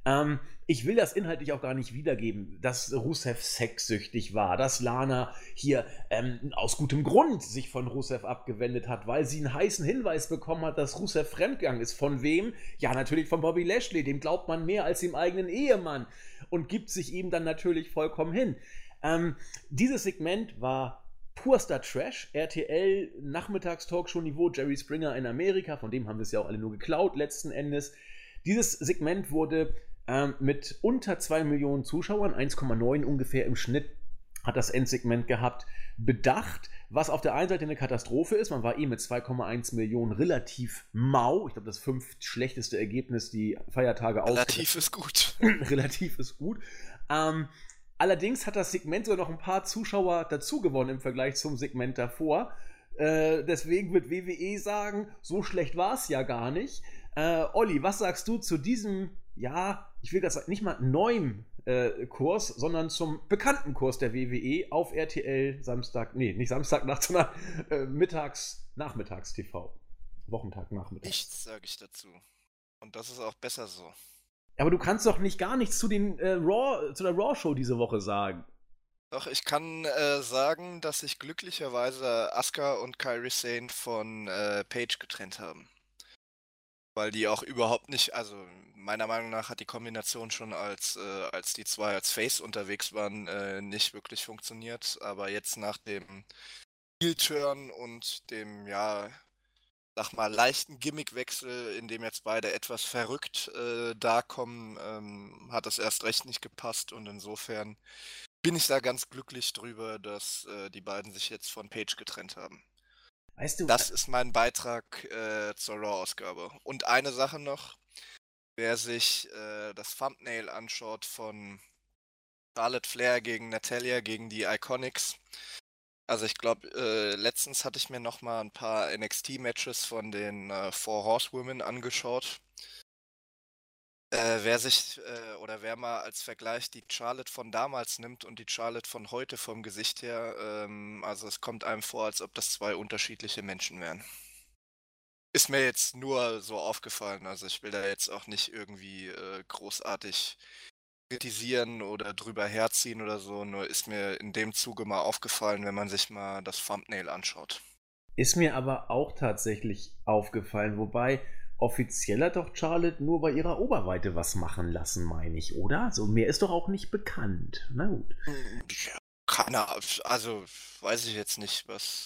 Ich will das inhaltlich auch gar nicht wiedergeben, dass Rusev sexsüchtig war, dass Lana hier aus gutem Grund sich von Rusev abgewendet hat, weil sie einen heißen Hinweis bekommen hat, dass Rusev fremdgegangen ist. Von wem? Ja, natürlich von Bobby Lashley. Dem glaubt man mehr als dem eigenen Ehemann und gibt sich ihm dann natürlich vollkommen hin. Dieses Segment war purster Trash. RTL, Nachmittagstalkshow-Niveau, Jerry Springer in Amerika, von dem haben wir es ja auch alle nur geklaut letzten Endes. Dieses Segment wurde mit unter 2 Millionen Zuschauern, 1,9 ungefähr im Schnitt, hat das Endsegment gehabt, bedacht, was auf der einen Seite eine Katastrophe ist. Man war mit 2,1 Millionen relativ mau. Ich glaube, das 5. schlechteste Ergebnis, die Feiertage aus. Relativ ist gut. Relativ ist gut. Allerdings hat das Segment sogar noch ein paar Zuschauer dazu gewonnen im Vergleich zum Segment davor. Deswegen wird WWE sagen, so schlecht war es ja gar nicht. Olli, was sagst du zu diesem, ja, ich will das nicht mal neuen Kurs, sondern zum bekannten Kurs der WWE auf RTL Samstag, nee, nicht Samstagnacht, sondern Nachmittags-TV. Wochentag-Nachmittag. Nichts sage ich dazu. Und das ist auch besser so. Aber du kannst doch nicht gar nichts zu der Raw-Show diese Woche sagen. Doch, ich kann sagen, dass sich glücklicherweise Asuka und Kairi Sane von Paige getrennt haben. Weil die auch überhaupt nicht, also meiner Meinung nach hat die Kombination schon als die zwei als Face unterwegs waren, nicht wirklich funktioniert. Aber jetzt nach dem Heel-Turn und dem, ja, sag mal, leichten Gimmickwechsel, in dem jetzt beide etwas verrückt dakommen, hat das erst recht nicht gepasst. Und insofern bin ich da ganz glücklich drüber, dass die beiden sich jetzt von Paige getrennt haben. Weißt du, das ist mein Beitrag zur Raw-Ausgabe. Und eine Sache noch, wer sich das Thumbnail anschaut von Charlotte Flair gegen Natalya, gegen die Iconics. Also ich glaube, letztens hatte ich mir noch mal ein paar NXT-Matches von den Four Horsewomen angeschaut. Wer mal als Vergleich die Charlotte von damals nimmt und die Charlotte von heute vom Gesicht her, also es kommt einem vor, als ob das zwei unterschiedliche Menschen wären. Ist mir jetzt nur so aufgefallen, also ich will da jetzt auch nicht irgendwie großartig kritisieren oder drüber herziehen oder so, nur ist mir in dem Zuge mal aufgefallen, wenn man sich mal das Thumbnail anschaut. Ist mir aber auch tatsächlich aufgefallen, wobei offiziell hat doch Charlotte nur bei ihrer Oberweite was machen lassen, meine ich, oder? So mehr ist doch auch nicht bekannt. Na gut. Ja, keine Ahnung, also weiß ich jetzt nicht,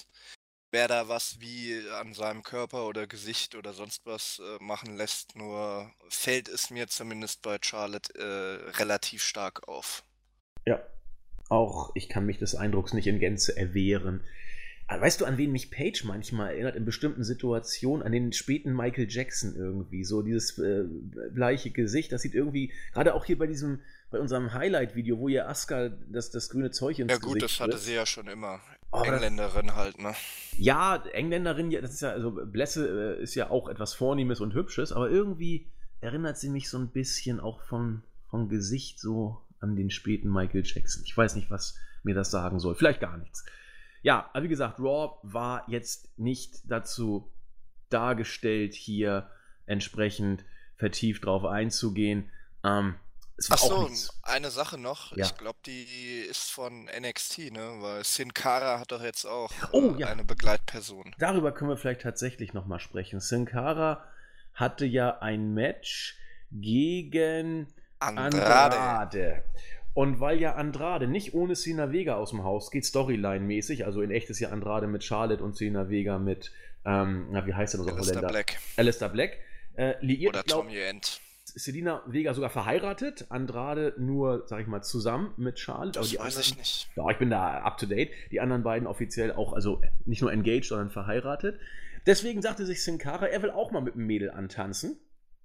wer da was wie an seinem Körper oder Gesicht oder sonst was machen lässt, nur fällt es mir zumindest bei Charlotte relativ stark auf. Ja, auch ich kann mich des Eindrucks nicht in Gänze erwehren. Aber weißt du, an wen mich Paige manchmal erinnert, in bestimmten Situationen, an den späten Michael Jackson irgendwie, so dieses bleiche Gesicht, das sieht irgendwie, gerade auch hier bei unserem Highlight-Video, wo ihr Asuka das grüne Zeug ins Gesicht Ja gut, das hatte sie ja schon immer. Engländerin halt, ne? Ja, Engländerin, das ist ja, also Blässe ist ja auch etwas Vornehmes und Hübsches, aber irgendwie erinnert sie mich so ein bisschen auch vom Gesicht so an den späten Michael Jackson. Ich weiß nicht, was mir das sagen soll. Vielleicht gar nichts. Ja, aber wie gesagt, Raw war jetzt nicht dazu dargestellt, hier entsprechend vertieft drauf einzugehen. Es war auch nichts. Eine Sache noch. Ja. Ich glaube, die ist von NXT, ne? Weil Sin Cara hat doch jetzt auch eine Begleitperson. Darüber können wir vielleicht tatsächlich nochmal sprechen. Sin Cara hatte ja ein Match gegen Andrade. Und weil ja Andrade nicht ohne Zelina Vega aus dem Haus geht, Storyline-mäßig, also in echt ist ja Andrade mit Charlotte und Zelina Vega mit, wie heißt denn unser Holländer? Alistair Black. Liiert. Oder Tommy End. Zelina Vega sogar verheiratet, Andrade nur, sag ich mal, zusammen mit Charlotte. Das weiß ich nicht. Ja, ich bin da up to date. Die anderen beiden offiziell auch, also nicht nur engaged, sondern verheiratet. Deswegen sagte sich Sin Cara, er will auch mal mit dem Mädel antanzen.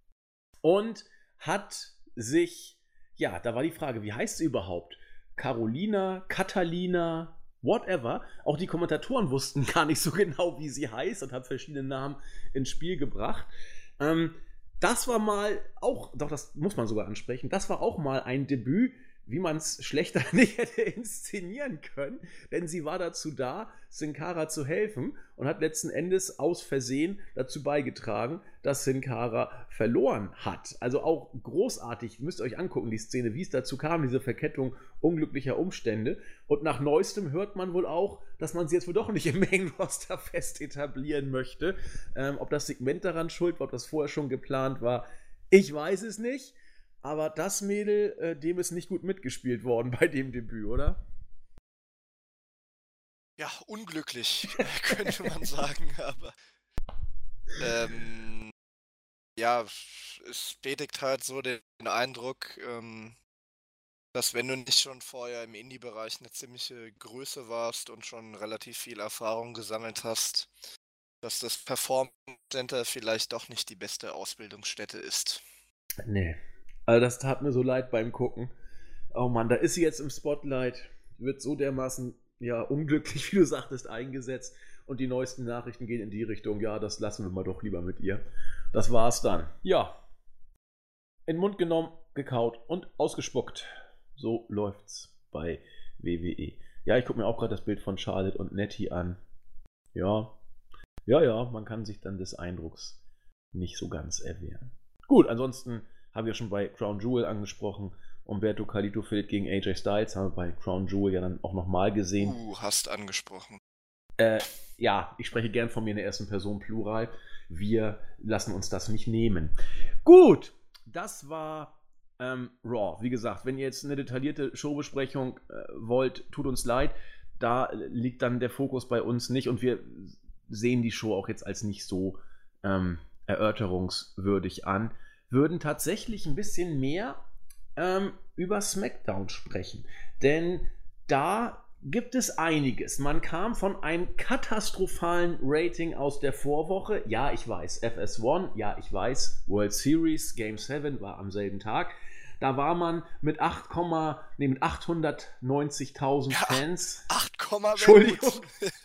Und hat sich, ja, da war die Frage, wie heißt sie überhaupt? Carolina, Catalina, whatever. Auch die Kommentatoren wussten gar nicht so genau, wie sie heißt und hat verschiedene Namen ins Spiel gebracht. Das war mal auch, doch das muss man sogar ansprechen, das war auch mal ein Debüt, wie man es schlechter nicht hätte inszenieren können, denn sie war dazu da, Sin Cara zu helfen und hat letzten Endes aus Versehen dazu beigetragen, dass Sin Cara verloren hat. Also auch großartig, müsst ihr euch angucken, die Szene, wie es dazu kam, diese Verkettung unglücklicher Umstände. Und nach Neuestem hört man wohl auch, dass man sie jetzt wohl doch nicht im Main-Roster fest etablieren möchte. Ob das Segment daran schuld war, ob das vorher schon geplant war, ich weiß es nicht. Aber das Mädel, dem ist nicht gut mitgespielt worden bei dem Debüt, oder? Ja, unglücklich, könnte man sagen, aber ja, es bestätigt halt so den Eindruck, dass wenn du nicht schon vorher im Indie-Bereich eine ziemliche Größe warst und schon relativ viel Erfahrung gesammelt hast, dass das Performance Center vielleicht doch nicht die beste Ausbildungsstätte ist. Nee. Also das tat mir so leid beim Gucken. Oh Mann, da ist sie jetzt im Spotlight, wird so dermaßen, ja, unglücklich, wie du sagtest, eingesetzt. Und die neuesten Nachrichten gehen in die Richtung, ja, das lassen wir mal doch lieber mit ihr. Das war's dann. Ja. In den Mund genommen, gekaut und ausgespuckt. So läuft's bei WWE. Ja, ich gucke mir auch gerade das Bild von Charlotte und Nettie an. Ja, man kann sich dann des Eindrucks nicht so ganz erwehren. Gut, ansonsten haben wir schon bei Crown Jewel angesprochen. Umberto Carlito verliert gegen AJ Styles, haben wir bei Crown Jewel ja dann auch nochmal gesehen. Hast angesprochen. Ja, ich spreche gern von mir in der ersten Person Plural. Wir lassen uns das nicht nehmen. Gut, das war Raw. Wie gesagt, wenn ihr jetzt eine detaillierte Showbesprechung wollt, tut uns leid. Da liegt dann der Fokus bei uns nicht und wir sehen die Show auch jetzt als nicht so erörterungswürdig an. Würden tatsächlich ein bisschen mehr über SmackDown sprechen. Denn da gibt es einiges. Man kam von einem katastrophalen Rating aus der Vorwoche. Ja, ich weiß, FS1, ja, ich weiß, World Series, Game 7 war am selben Tag. Da war man mit 890.000 Fans. 8, Entschuldigung.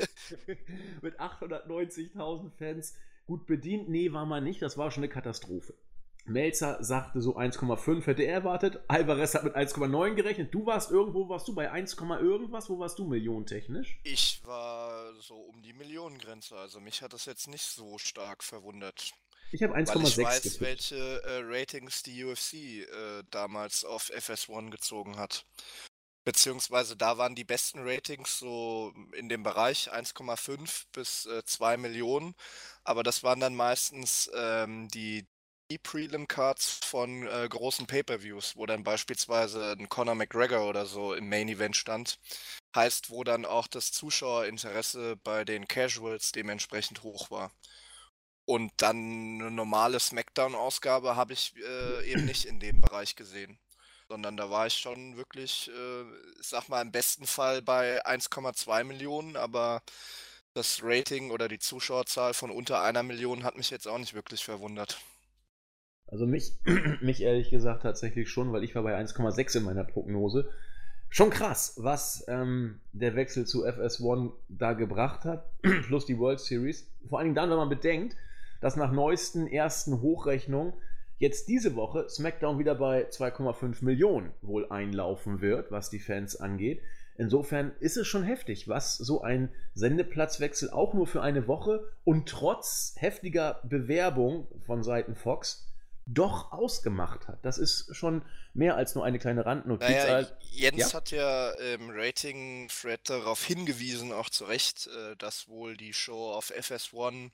Mit 890.000 Fans gut bedient. Nee, war man nicht. Das war schon eine Katastrophe. Melzer sagte so 1,5 hätte er erwartet. Alvarez hat mit 1,9 gerechnet. Du warst irgendwo, warst du bei 1, irgendwas? Wo warst du millionentechnisch? Ich war so um die Millionengrenze. Also mich hat das jetzt nicht so stark verwundert. Ich habe 1,6 Weil ich weiß, getippt. welche Ratings die UFC damals auf FS1 gezogen hat. Beziehungsweise da waren die besten Ratings so in dem Bereich 1,5 bis 2 Millionen. Aber das waren dann meistens die Prelim-Cards von großen Pay-Per-Views, wo dann beispielsweise ein Conor McGregor oder so im Main-Event stand. Heißt, wo dann auch das Zuschauerinteresse bei den Casuals dementsprechend hoch war. Und dann eine normale Smackdown-Ausgabe habe ich eben nicht in dem Bereich gesehen. Sondern da war ich schon wirklich, ich sag mal, im besten Fall bei 1,2 Millionen, aber das Rating oder die Zuschauerzahl von unter 1 Million hat mich jetzt auch nicht wirklich verwundert. Also mich ehrlich gesagt tatsächlich schon, weil ich war bei 1,6 in meiner Prognose. Schon krass, was der Wechsel zu FS1 da gebracht hat, plus die World Series. Vor allen Dingen dann, wenn man bedenkt, dass nach neuesten ersten Hochrechnungen jetzt diese Woche SmackDown wieder bei 2,5 Millionen wohl einlaufen wird, was die Fans angeht. Insofern ist es schon heftig, was so ein Sendeplatzwechsel auch nur für eine Woche und trotz heftiger Bewerbung von Seiten Fox doch ausgemacht hat. Das ist schon mehr als nur eine kleine Randnotiz. Naja, Jens hat ja im Rating-Thread darauf hingewiesen, auch zu Recht, dass wohl die Show auf FS1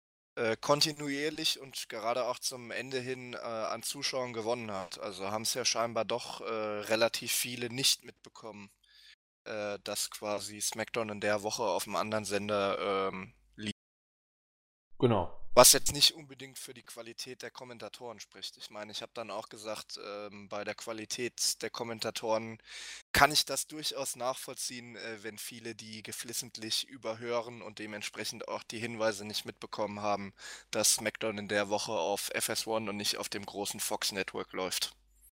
kontinuierlich und gerade auch zum Ende hin an Zuschauern gewonnen hat. Also haben es ja scheinbar doch relativ viele nicht mitbekommen, dass quasi SmackDown in der Woche auf einem anderen Sender lief. Genau. Was jetzt nicht unbedingt für die Qualität der Kommentatoren spricht. Ich meine, ich habe dann auch gesagt, bei der Qualität der Kommentatoren kann ich das durchaus nachvollziehen, wenn viele die geflissentlich überhören und dementsprechend auch die Hinweise nicht mitbekommen haben, dass SmackDown in der Woche auf FS1 und nicht auf dem großen Fox Network läuft.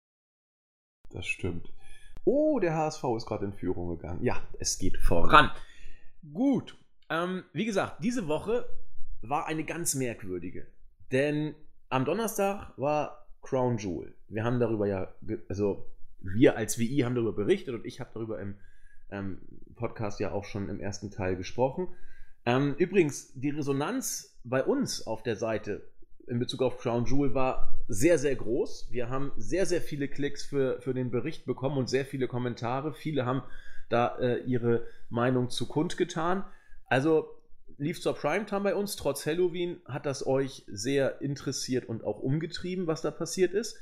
Das stimmt. Oh, der HSV ist gerade in Führung gegangen. Ja, es geht voran. Gut. Wie gesagt, diese Woche war eine ganz merkwürdige. Denn am Donnerstag war Crown Jewel. Wir haben darüber ja wir als WI haben darüber berichtet und ich habe darüber im Podcast ja auch schon im ersten Teil gesprochen. Übrigens, die Resonanz bei uns auf der Seite in Bezug auf Crown Jewel war sehr, sehr groß. Wir haben sehr, sehr viele Klicks für den Bericht bekommen und sehr viele Kommentare. Viele haben da ihre Meinung zu kundgetan. Also lief zur Primetime bei uns, trotz Halloween hat das euch sehr interessiert und auch umgetrieben, was da passiert ist.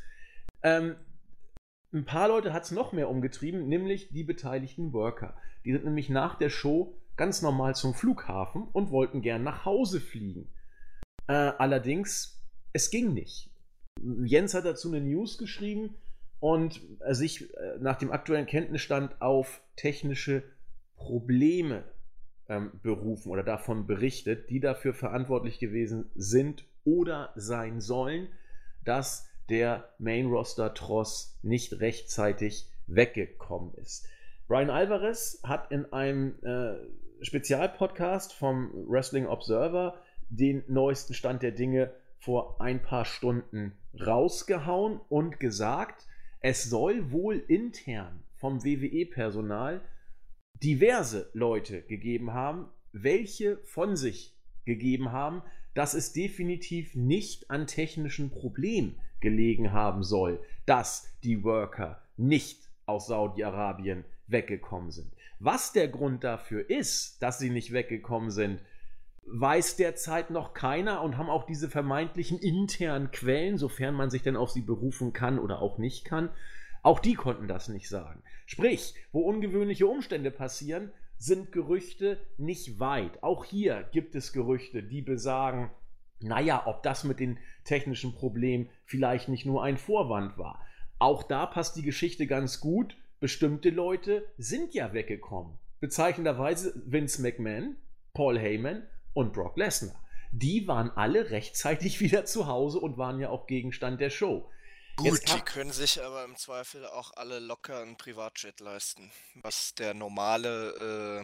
Ein paar Leute hat es noch mehr umgetrieben, nämlich die beteiligten Worker. Die sind nämlich nach der Show ganz normal zum Flughafen und wollten gern nach Hause fliegen. Allerdings, es ging nicht. Jens hat dazu eine News geschrieben und sich nach dem aktuellen Kenntnisstand auf technische Probleme berufen oder davon berichtet, die dafür verantwortlich gewesen sind oder sein sollen, dass der Main-Roster-Tross nicht rechtzeitig weggekommen ist. Brian Alvarez hat in einem Spezialpodcast vom Wrestling Observer den neuesten Stand der Dinge vor ein paar Stunden rausgehauen und gesagt, es soll wohl intern vom WWE-Personal diverse Leute gegeben haben, welche von sich gegeben haben, dass es definitiv nicht an technischen Problemen gelegen haben soll, dass die Worker nicht aus Saudi-Arabien weggekommen sind. Was der Grund dafür ist, dass sie nicht weggekommen sind, weiß derzeit noch keiner und haben auch diese vermeintlichen internen Quellen, sofern man sich denn auf sie berufen kann oder auch nicht kann, auch die konnten das nicht sagen. Sprich, wo ungewöhnliche Umstände passieren, sind Gerüchte nicht weit. Auch hier gibt es Gerüchte, die besagen, naja, ob das mit den technischen Problemen vielleicht nicht nur ein Vorwand war. Auch da passt die Geschichte ganz gut. Bestimmte Leute sind ja weggekommen. Bezeichnenderweise Vince McMahon, Paul Heyman und Brock Lesnar. Die waren alle rechtzeitig wieder zu Hause und waren ja auch Gegenstand der Show. Gut, die können sich aber im Zweifel auch alle locker einen Privatjet leisten, was der normale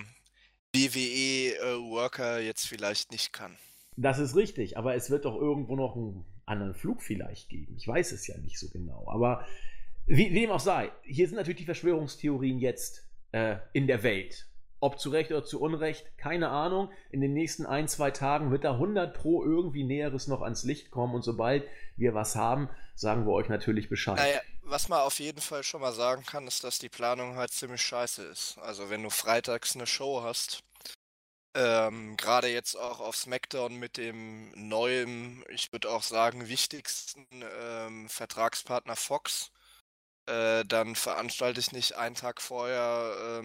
WWE-Worker jetzt vielleicht nicht kann. Das ist richtig, aber es wird doch irgendwo noch einen anderen Flug vielleicht geben. Ich weiß es ja nicht so genau, aber wie dem auch sei, hier sind natürlich die Verschwörungstheorien jetzt in der Welt. Ob zu Recht oder zu Unrecht, keine Ahnung. In den nächsten 1-2 Tagen wird da 100% irgendwie Näheres noch ans Licht kommen und sobald wir was haben, sagen wir euch natürlich Bescheid. Naja, was man auf jeden Fall schon mal sagen kann, ist, dass die Planung halt ziemlich scheiße ist. Also wenn du freitags eine Show hast, gerade jetzt auch auf SmackDown mit dem neuen, ich würde auch sagen, wichtigsten Vertragspartner Fox, dann veranstalte ich nicht einen Tag vorher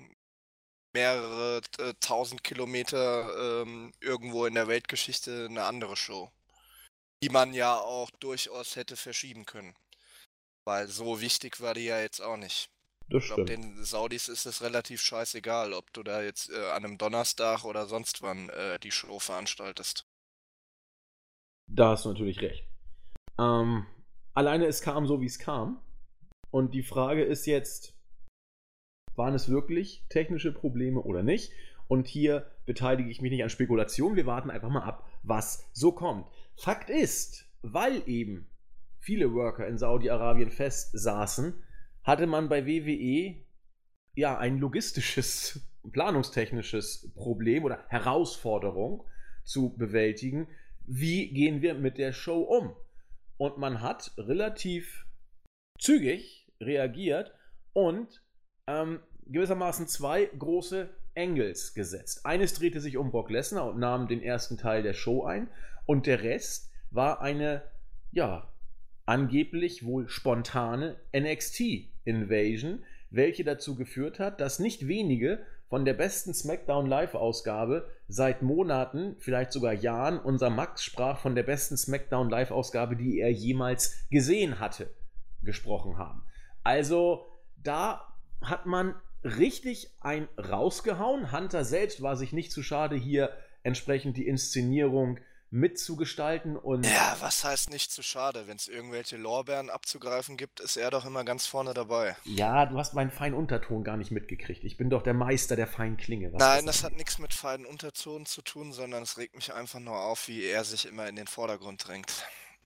mehrere 1000 Kilometer irgendwo in der Weltgeschichte eine andere Show, die man ja auch durchaus hätte verschieben können. Weil so wichtig war die ja jetzt auch nicht. Das Ich glaube, stimmt. den Saudis ist es relativ scheißegal, ob du da jetzt an einem Donnerstag oder sonst wann die Show veranstaltest. Da hast du natürlich recht. Alleine es kam so, wie es kam. Und die Frage ist jetzt, waren es wirklich technische Probleme oder nicht? Und hier beteilige ich mich nicht an Spekulationen. Wir warten einfach mal ab, was so kommt. Fakt ist, weil eben viele Worker in Saudi-Arabien festsaßen, hatte man bei WWE ja ein logistisches, planungstechnisches Problem oder Herausforderung zu bewältigen. Wie gehen wir mit der Show um? Und man hat relativ zügig reagiert und gewissermaßen 2 große Angles gesetzt. Eines drehte sich um Brock Lesnar und nahm den ersten Teil der Show ein und der Rest war eine, ja, angeblich wohl spontane NXT-Invasion, welche dazu geführt hat, dass nicht wenige von der besten SmackDown Live-Ausgabe seit Monaten, vielleicht sogar Jahren, unser Max sprach von der besten SmackDown Live-Ausgabe, die er jemals gesehen hatte, gesprochen haben. Also da hat man richtig ein rausgehauen. Hunter selbst war sich nicht zu schade, hier entsprechend die Inszenierung mitzugestalten. Und ja, was heißt nicht zu schade? Wenn es irgendwelche Lorbeeren abzugreifen gibt, ist er doch immer ganz vorne dabei. Ja, du hast meinen feinen Unterton gar nicht mitgekriegt. Ich bin doch der Meister der feinen Klinge. Nein, das hat nichts mit feinen Untertonen zu tun, sondern es regt mich einfach nur auf, wie er sich immer in den Vordergrund drängt.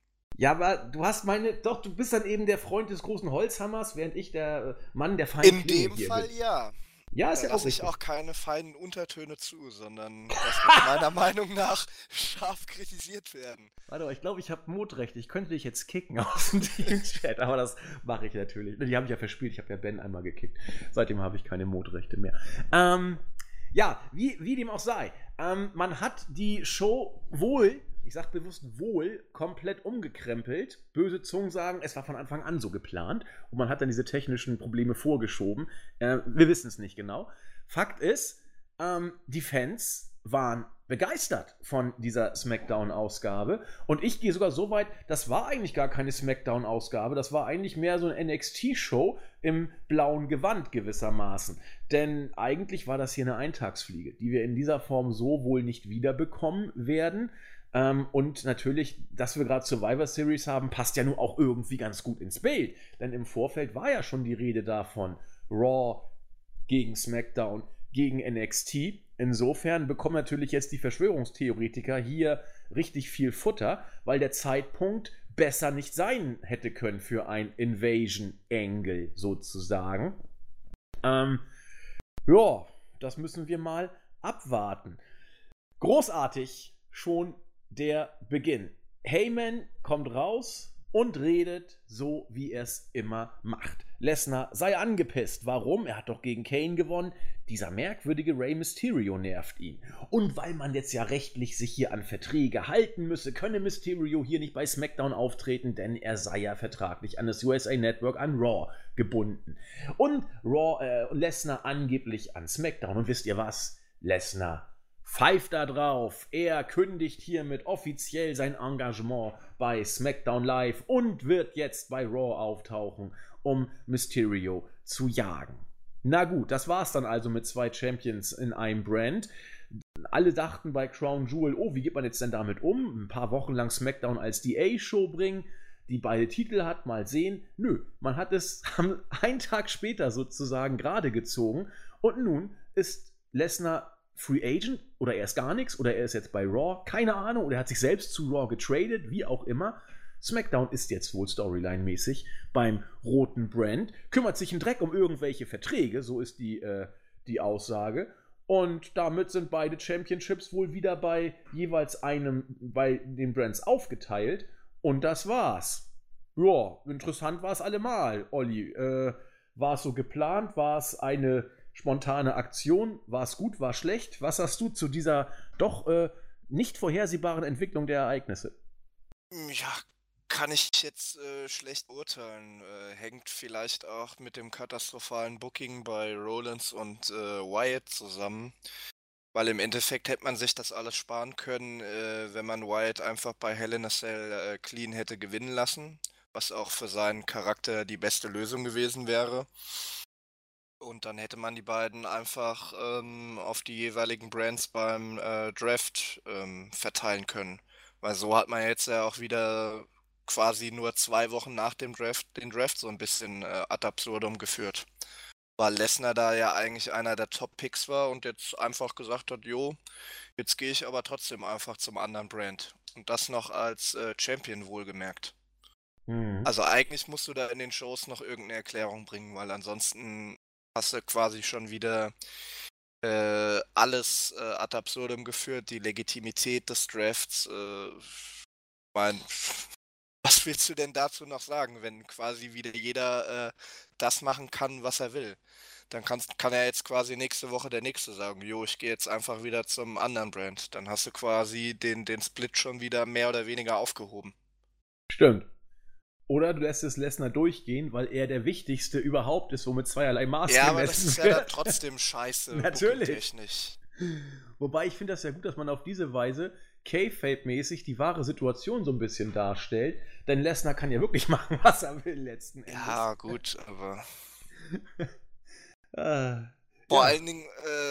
Ja, aber du bist dann eben der Freund des großen Holzhammers, während ich der Mann der feinen In Klinge dem hier Fall bin. ja. Ja, ist Da ja auch lasse ich richtig. auch keine feinen Untertöne zu, sondern das muss meiner Meinung nach scharf kritisiert werden. Warte mal, ich glaube, ich habe Modrechte. Ich könnte dich jetzt kicken aus dem Team-Chat, aber das mache ich natürlich. Die habe ich ja verspielt. Ich habe ja Ben einmal gekickt. Seitdem habe ich keine Modrechte mehr. Ja, wie dem auch sei. Man hat die Show wohl, ich sage bewusst wohl, komplett umgekrempelt. Böse Zungen sagen, es war von Anfang an so geplant. Und man hat dann diese technischen Probleme vorgeschoben. Wir wissen es nicht genau. Fakt ist, die Fans waren begeistert von dieser SmackDown-Ausgabe. Und ich gehe sogar so weit, das war eigentlich gar keine SmackDown-Ausgabe, das war eigentlich mehr so eine NXT-Show im blauen Gewand gewissermaßen. Denn eigentlich war das hier eine Eintagsfliege, die wir in dieser Form so wohl nicht wiederbekommen werden. Und natürlich, dass wir gerade Survivor Series haben, passt ja nun auch irgendwie ganz gut ins Bild. Denn im Vorfeld war ja schon die Rede davon, Raw gegen SmackDown gegen NXT. Insofern bekommen natürlich jetzt die Verschwörungstheoretiker hier richtig viel Futter, weil der Zeitpunkt besser nicht sein hätte können für ein Invasion-Angle sozusagen. Ja, das müssen wir mal abwarten. Großartig schon der Beginn. Heyman kommt raus und redet so, wie er es immer macht. Lesnar sei angepisst. Warum? Er hat doch gegen Kane gewonnen. Dieser merkwürdige Rey Mysterio nervt ihn. Und weil man jetzt ja rechtlich sich hier an Verträge halten müsse, könne Mysterio hier nicht bei SmackDown auftreten, denn er sei ja vertraglich an das USA Network, an Raw gebunden. Und Lesnar angeblich an SmackDown. Und wisst ihr was? Lesnar pfeift da drauf. Er kündigt hiermit offiziell sein Engagement bei SmackDown Live und wird jetzt bei Raw auftauchen, um Mysterio zu jagen. Na gut, das war's dann also mit 2 Champions in einem Brand. Alle dachten bei Crown Jewel, oh, wie geht man jetzt denn damit um? Ein paar Wochen lang SmackDown als DA-Show bringen, die beide Titel hat, mal sehen. Nö, man hat es einen Tag später sozusagen gerade gezogen und nun ist Lesnar Free Agent oder er ist gar nichts oder er ist jetzt bei Raw, keine Ahnung, oder er hat sich selbst zu Raw getradet, wie auch immer. SmackDown ist jetzt wohl Storyline-mäßig beim roten Brand, kümmert sich einen Dreck um irgendwelche Verträge, so ist die Aussage. Und damit sind beide Championships wohl wieder bei jeweils bei den Brands aufgeteilt. Und das war's. Ja, interessant war es allemal, Olli. War es so geplant? War es eine spontane Aktion? War es gut? War es schlecht? Was sagst du zu dieser doch nicht vorhersehbaren Entwicklung der Ereignisse? Ja, kann ich jetzt schlecht beurteilen. Hängt vielleicht auch mit dem katastrophalen Booking bei Rollins und Wyatt zusammen. Weil im Endeffekt hätte man sich das alles sparen können, wenn man Wyatt einfach bei Hell in a Cell clean hätte gewinnen lassen. Was auch für seinen Charakter die beste Lösung gewesen wäre. Und dann hätte man die beiden einfach auf die jeweiligen Brands beim Draft verteilen können. Weil so hat man jetzt ja auch wieder quasi nur 2 Wochen nach dem Draft den Draft so ein bisschen ad absurdum geführt. Weil Lesnar da ja eigentlich einer der Top-Picks war und jetzt einfach gesagt hat, jo, jetzt gehe ich aber trotzdem einfach zum anderen Brand. Und das noch als Champion wohlgemerkt. Mhm. Also eigentlich musst du da in den Shows noch irgendeine Erklärung bringen, weil ansonsten hast du quasi schon wieder alles ad absurdum geführt, die Legitimität des Drafts. Mein, was willst du denn dazu noch sagen, wenn quasi wieder jeder das machen kann, was er will? Dann kann er jetzt quasi nächste Woche der Nächste sagen, jo, ich gehe jetzt einfach wieder zum anderen Brand. Dann hast du quasi den Split schon wieder mehr oder weniger aufgehoben. Stimmt. Oder du lässt es Lesnar durchgehen, weil er der Wichtigste überhaupt ist, womit zweierlei Maß Ja, aber das gemessen ist ja dann wird. trotzdem scheiße, Natürlich. booking-technisch. Wobei ich finde das ja gut, dass man auf diese Weise Kayfabe-mäßig die wahre Situation so ein bisschen darstellt. Denn Lesnar kann ja wirklich machen, was er will letzten Endes. Ja, gut, aber ja. vor allen Dingen,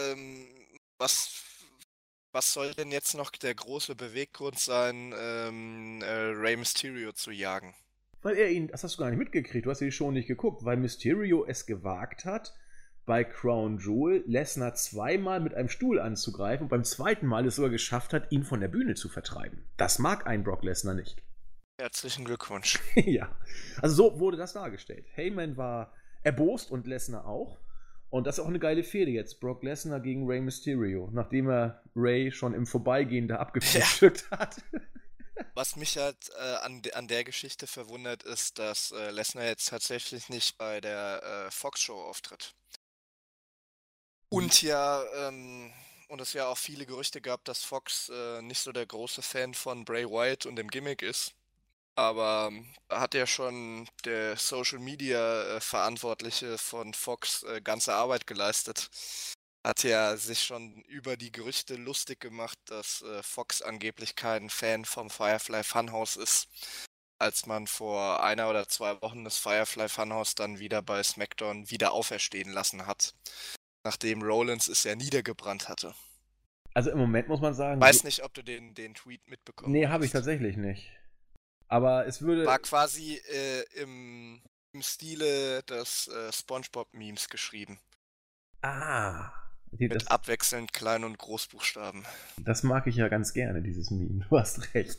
was soll denn jetzt noch der große Beweggrund sein, Rey Mysterio zu jagen? Weil er ihn, das hast du gar nicht mitgekriegt, du hast die Show nicht geguckt, weil Mysterio es gewagt hat, bei Crown Jewel Lesnar zweimal mit einem Stuhl anzugreifen und beim zweiten Mal es sogar geschafft hat, ihn von der Bühne zu vertreiben. Das mag ein Brock Lesnar nicht. Herzlichen Glückwunsch. Ja, also so wurde das dargestellt. Heyman war erbost und Lesnar auch. Und das ist auch eine geile Fehde jetzt. Brock Lesnar gegen Rey Mysterio, nachdem er Rey schon im Vorbeigehen da abgefrühstückt hat. Was mich halt an der Geschichte verwundert, ist, dass Lesnar jetzt tatsächlich nicht bei der Fox-Show auftritt. Und und es ja auch viele Gerüchte gab, dass Fox nicht so der große Fan von Bray Wyatt und dem Gimmick ist. Aber da hat ja schon der Social Media Verantwortliche von Fox ganze Arbeit geleistet. Hat ja sich schon über die Gerüchte lustig gemacht, dass Fox angeblich kein Fan vom Firefly Funhouse ist, als man vor 1 oder 2 Wochen das Firefly Funhouse dann wieder bei SmackDown wieder auferstehen lassen hat, nachdem Rollins es ja niedergebrannt hatte. Also im Moment muss man sagen. Weiß nicht, ob du den Tweet mitbekommen Nee, habe ich hast. tatsächlich nicht. Aber es würde. War quasi im Stile des SpongeBob-Memes geschrieben. Mit abwechselnd Klein- und Großbuchstaben. Das mag ich ja ganz gerne, dieses Meme. Du hast recht.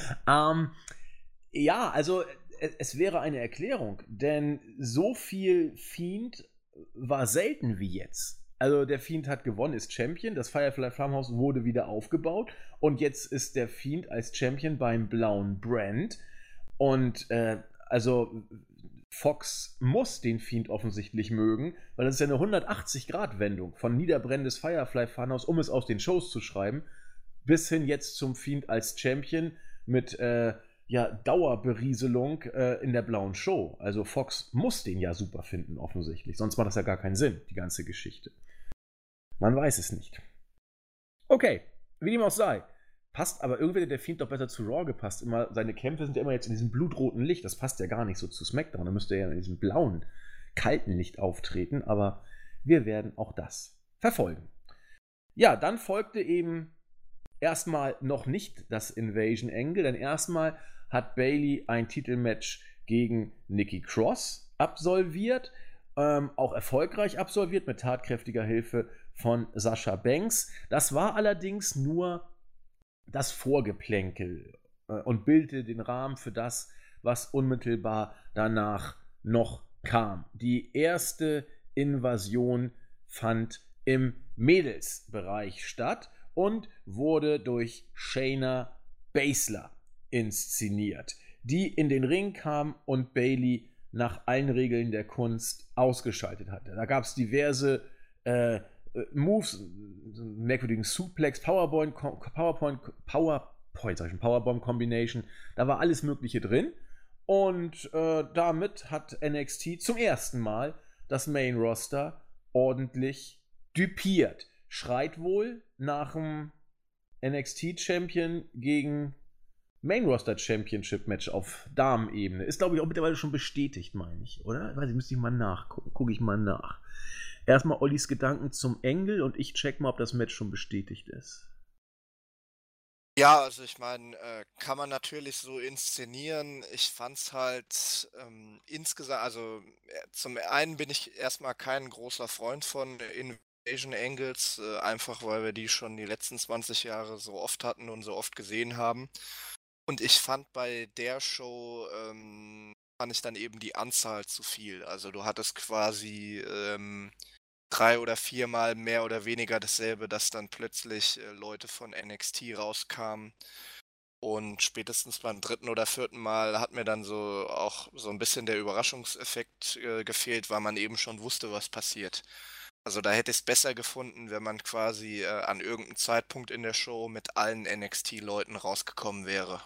Ja, also es wäre eine Erklärung, denn so viel Fiend war selten wie jetzt. Also der Fiend hat gewonnen, ist Champion, das Firefly Farmhouse wurde wieder aufgebaut und jetzt ist der Fiend als Champion beim blauen Brand und also Fox muss den Fiend offensichtlich mögen, weil das ist ja eine 180-Grad-Wendung von niederbrennendes Firefly Farmhouse, um es aus den Shows zu schreiben, bis hin jetzt zum Fiend als Champion mit Dauerberieselung in der blauen Show. Also Fox muss den ja super finden, offensichtlich. Sonst macht das ja gar keinen Sinn, die ganze Geschichte. Man weiß es nicht. Okay, wie dem auch sei. Passt aber irgendwie hätte der Fiend doch besser zu Raw gepasst. Immer, seine Kämpfe sind ja immer jetzt in diesem blutroten Licht. Das passt ja gar nicht so zu SmackDown. Da müsste er ja in diesem blauen, kalten Licht auftreten. Aber wir werden auch das verfolgen. Ja, dann folgte eben erstmal noch nicht das Invasion Angle, denn erstmal hat Bayley ein Titelmatch gegen Nikki Cross absolviert, auch erfolgreich absolviert mit tatkräftiger Hilfe von Sasha Banks. Das war allerdings nur das Vorgeplänkel und bildete den Rahmen für das, was unmittelbar danach noch kam. Die erste Invasion fand im Mädelsbereich statt und wurde durch Shayna Baszler inszeniert, die in den Ring kam und Bayley nach allen Regeln der Kunst ausgeschaltet hatte. Da gab es diverse Moves, merkwürdigen Suplex, Powerbomb-Combination, da war alles Mögliche drin und damit hat NXT zum ersten Mal das Main Roster ordentlich düpiert. Schreit wohl nach dem NXT-Champion gegen Main Roster Championship Match auf Damenebene. Ist, glaube ich, auch mittlerweile schon bestätigt, meine ich, oder? Weiß ich, müsste ich mal nachgucken. Gucke ich mal nach. Erstmal Ollis Gedanken zum Engel und ich check mal, ob das Match schon bestätigt ist. Ja, also ich meine, kann man natürlich so inszenieren. Ich fand's halt insgesamt, also zum einen bin ich erstmal kein großer Freund von Invasion Angles, einfach weil wir die schon die letzten 20 Jahre so oft hatten und so oft gesehen haben. Und ich fand bei der Show, fand ich dann eben die Anzahl zu viel. Also du hattest quasi 3 oder 4 Mal mehr oder weniger dasselbe, dass dann plötzlich Leute von NXT rauskamen. Und spätestens beim 3. oder 4. Mal hat mir dann so auch so ein bisschen der Überraschungseffekt gefehlt, weil man eben schon wusste, was passiert. Also da hätte ich es besser gefunden, wenn man quasi an irgendeinem Zeitpunkt in der Show mit allen NXT-Leuten rausgekommen wäre.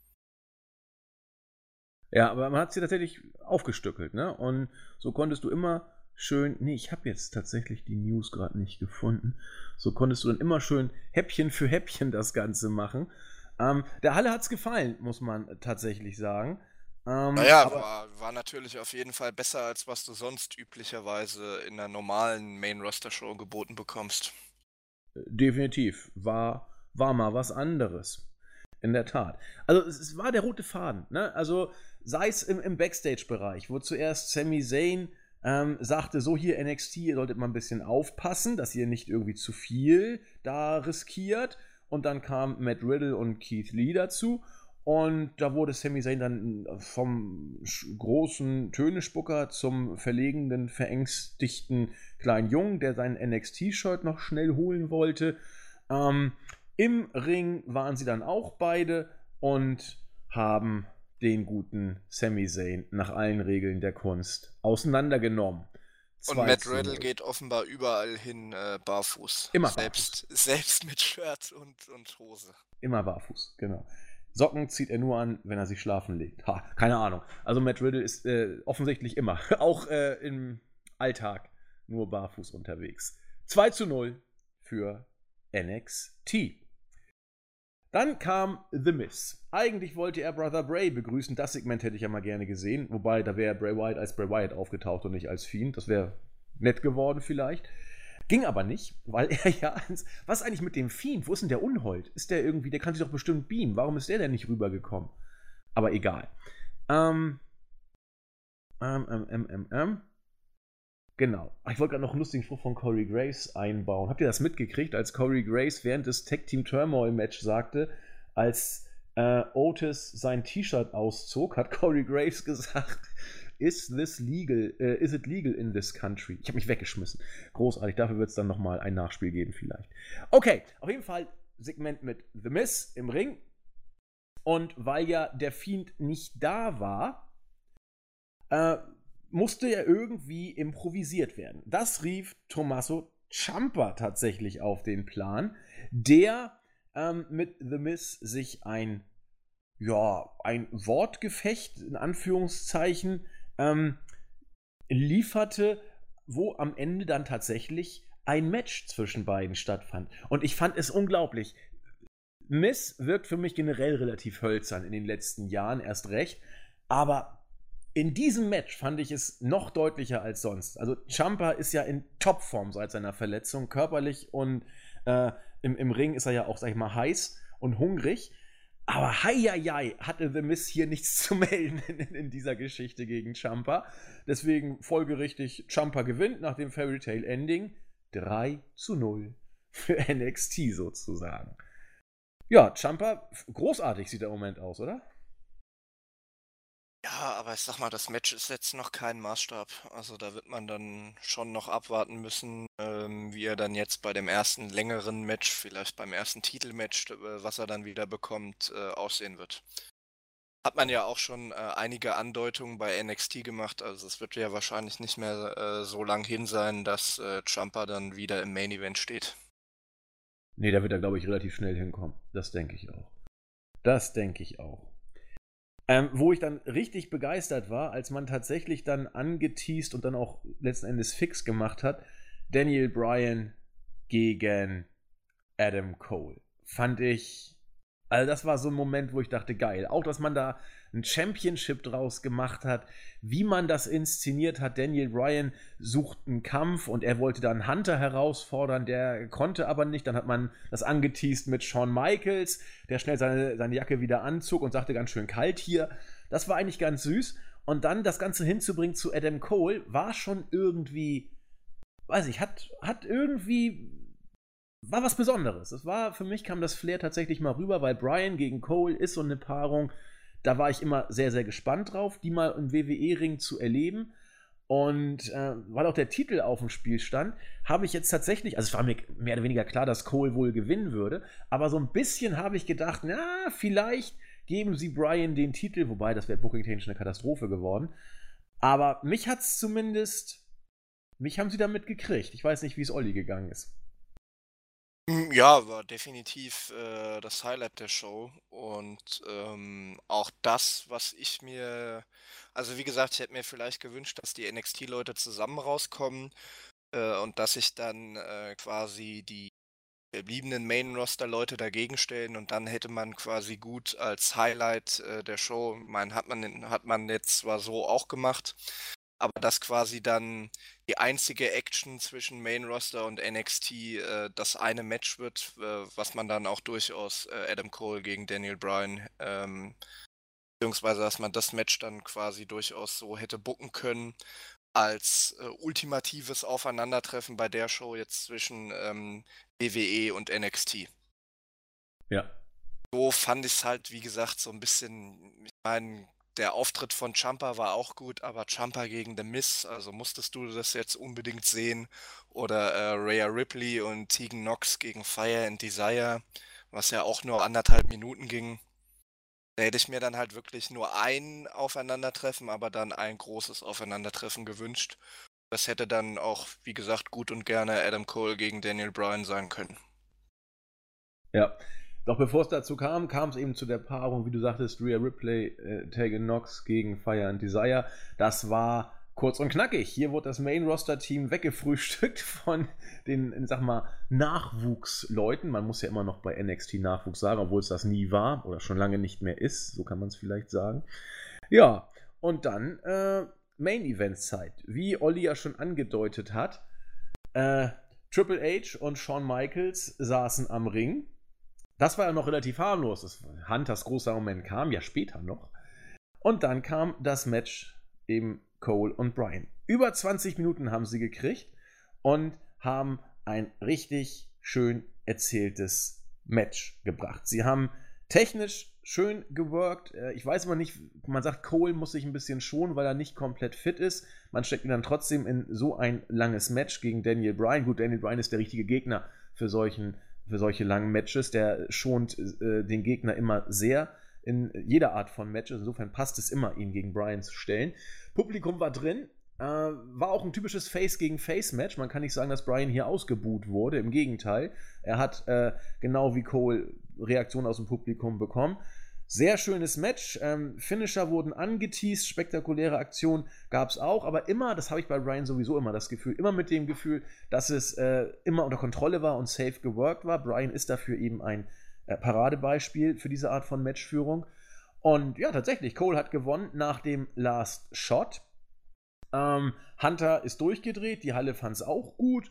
Ja, aber man hat sie tatsächlich aufgestückelt, ne? Und so konntest du immer schön, nee, ich habe jetzt tatsächlich die News gerade nicht gefunden. So konntest du dann immer schön Häppchen für Häppchen das Ganze machen. Der Halle hat's gefallen, muss man tatsächlich sagen. Naja, war natürlich auf jeden Fall besser, als was du sonst üblicherweise in einer normalen Main-Roster-Show geboten bekommst. Definitiv. War mal was anderes. In der Tat. Also es war der rote Faden. Ne? Also sei es im Backstage-Bereich, wo zuerst Sami Zayn sagte, so hier NXT, ihr solltet mal ein bisschen aufpassen, dass ihr nicht irgendwie zu viel da riskiert. Und dann kam Matt Riddle und Keith Lee dazu. Und da wurde Sami Zayn dann vom großen Tönespucker zum verlegenen, verängstigten kleinen Jungen, der sein NXT-Shirt noch schnell holen wollte. Im Ring waren sie dann auch beide und haben den guten Sami Zayn nach allen Regeln der Kunst auseinandergenommen. Und Matt Riddle geht offenbar überall hin barfuß. Immer barfuß. Selbst mit Shirt und Hose. Immer barfuß, genau. Socken zieht er nur an, wenn er sich schlafen legt. Ha, keine Ahnung. Also Matt Riddle ist offensichtlich immer, auch im Alltag, nur barfuß unterwegs. 2:0 für NXT. Dann kam The Miz. Eigentlich wollte er Brother Bray begrüßen. Das Segment hätte ich ja mal gerne gesehen. Wobei, da wäre Bray Wyatt als Bray Wyatt aufgetaucht und nicht als Fiend. Das wäre nett geworden vielleicht. Ging aber nicht, weil er ja... Was ist eigentlich mit dem Fiend? Wo ist denn der Unhold? Ist der irgendwie... Der kann sich doch bestimmt beamen. Warum ist der denn nicht rübergekommen? Aber egal. Genau. Ich wollte gerade noch einen lustigen Spruch von Corey Graves einbauen. Habt ihr das mitgekriegt, als Corey Graves während des Tag Team Turmoil Match sagte, als Otis sein T-Shirt auszog, hat Corey Graves gesagt, is it legal in this country? Ich habe mich weggeschmissen. Großartig, dafür wird es dann nochmal ein Nachspiel geben vielleicht. Okay, auf jeden Fall Segment mit The Miz im Ring. Und weil ja der Fiend nicht da war, musste ja irgendwie improvisiert werden. Das rief Tommaso Ciampa tatsächlich auf den Plan, der mit The Miz sich ein Wortgefecht, in Anführungszeichen, lieferte, wo am Ende dann tatsächlich ein Match zwischen beiden stattfand. Und ich fand es unglaublich. Miz wirkt für mich generell relativ hölzern in den letzten Jahren, erst recht, aber in diesem Match fand ich es noch deutlicher als sonst. Also Ciampa ist ja in Topform seit seiner Verletzung, körperlich und im Ring ist er ja auch, sag ich mal, heiß und hungrig. Aber heieiei, hatte The Miz hier nichts zu melden in dieser Geschichte gegen Ciampa. Deswegen folgerichtig, Ciampa gewinnt nach dem Fairy Tale Ending 3:0 für NXT sozusagen. Ja, Ciampa, großartig sieht der Moment aus, oder? Ja, aber ich sag mal, das Match ist jetzt noch kein Maßstab. Also da wird man dann schon noch abwarten müssen, wie er dann jetzt bei dem ersten längeren Match, vielleicht beim ersten Titelmatch, was er dann wieder bekommt, aussehen wird. Hat man ja auch schon einige Andeutungen bei NXT gemacht. Also es wird ja wahrscheinlich nicht mehr so lang hin sein, dass Ciampa dann wieder im Main Event steht. Nee, da wird er, glaube ich, relativ schnell hinkommen. Das denke ich auch. Das denke ich auch. Wo ich dann richtig begeistert war, als man tatsächlich dann angeteased und dann auch letzten Endes fix gemacht hat, Daniel Bryan gegen Adam Cole. Fand ich, also das war so ein Moment, wo ich dachte, geil. Auch, dass man da ein Championship draus gemacht hat, wie man das inszeniert hat. Daniel Bryan sucht einen Kampf und er wollte dann Hunter herausfordern, der konnte aber nicht. Dann hat man das angeteased mit Shawn Michaels, der schnell seine Jacke wieder anzog und sagte, ganz schön kalt hier. Das war eigentlich ganz süß. Und dann das Ganze hinzubringen zu Adam Cole war schon irgendwie, weiß ich, hat irgendwie, war was Besonderes. Es war, für mich kam das Flair tatsächlich mal rüber, weil Bryan gegen Cole ist so eine Paarung, da war ich immer sehr, sehr gespannt drauf, die mal im WWE-Ring zu erleben. Und weil auch der Titel auf dem Spiel stand, habe ich jetzt tatsächlich, also es war mir mehr oder weniger klar, dass Cole wohl gewinnen würde, aber so ein bisschen habe ich gedacht, na, vielleicht geben sie Bryan den Titel, wobei das wäre booking-technisch eine Katastrophe geworden. Aber mich haben sie damit gekriegt. Ich weiß nicht, wie es Olli gegangen ist. Ja, war definitiv das Highlight der Show und auch das, was ich mir, also wie gesagt, ich hätte mir vielleicht gewünscht, dass die NXT-Leute zusammen rauskommen und dass sich dann quasi die verbliebenen Main-Roster-Leute dagegen stellen und dann hätte man quasi gut als Highlight der Show, hat man jetzt zwar so auch gemacht, aber dass quasi dann die einzige Action zwischen Main Roster und NXT das eine Match wird, was man dann auch durchaus Adam Cole gegen Daniel Bryan, beziehungsweise dass man das Match dann quasi durchaus so hätte booken können als ultimatives Aufeinandertreffen bei der Show jetzt zwischen WWE und NXT. Ja. so fand ich es halt, wie gesagt, so ein bisschen, ich meine, der Auftritt von Ciampa war auch gut, aber Ciampa gegen The Miz, also musstest du das jetzt unbedingt sehen? Oder, Rhea Ripley und Tegan Nox gegen Fire and Desire, was ja auch nur 1,5 Minuten ging. Da hätte ich mir dann halt wirklich nur ein Aufeinandertreffen, aber dann ein großes Aufeinandertreffen gewünscht. Das hätte dann auch, wie gesagt, gut und gerne Adam Cole gegen Daniel Bryan sein können. Ja. Doch bevor es dazu kam, kam es eben zu der Paarung, wie du sagtest, Rhea Ripley, Tegan Nox gegen Fire and Desire. Das war kurz und knackig. Hier wurde das Main-Roster-Team weggefrühstückt von den, sag mal, Nachwuchsleuten. Man muss ja immer noch bei NXT Nachwuchs sagen, obwohl es das nie war oder schon lange nicht mehr ist. So kann man es vielleicht sagen. Ja, und dann Main-Event-Zeit. Wie Olli ja schon angedeutet hat, Triple H und Shawn Michaels saßen am Ring. Das war ja noch relativ harmlos. Hunters großer Moment kam ja später noch. Und dann kam das Match eben Cole und Bryan. Über 20 Minuten haben sie gekriegt und haben ein richtig schön erzähltes Match gebracht. Sie haben technisch schön geworkt. Ich weiß immer nicht, man sagt, Cole muss sich ein bisschen schonen, weil er nicht komplett fit ist. Man steckt ihn dann trotzdem in so ein langes Match gegen Daniel Bryan. Gut, Daniel Bryan ist der richtige Gegner für solche langen Matches. Der schont den Gegner immer sehr in jeder Art von Matches. Insofern passt es immer, ihn gegen Bryan zu stellen. Publikum war drin. War auch ein typisches Face-gegen-Face-Match. Man kann nicht sagen, dass Bryan hier ausgebuht wurde. Im Gegenteil. Er hat genau wie Cole Reaktionen aus dem Publikum bekommen. Sehr schönes Match. Finisher wurden angeteased. Spektakuläre Aktionen gab es auch. Aber immer, das habe ich bei Bryan sowieso immer das Gefühl, immer mit dem Gefühl, dass es immer unter Kontrolle war und safe geworkt war. Bryan ist dafür eben ein Paradebeispiel für diese Art von Matchführung. Und ja, tatsächlich, Cole hat gewonnen nach dem Last Shot. Hunter ist durchgedreht, die Halle fand es auch gut.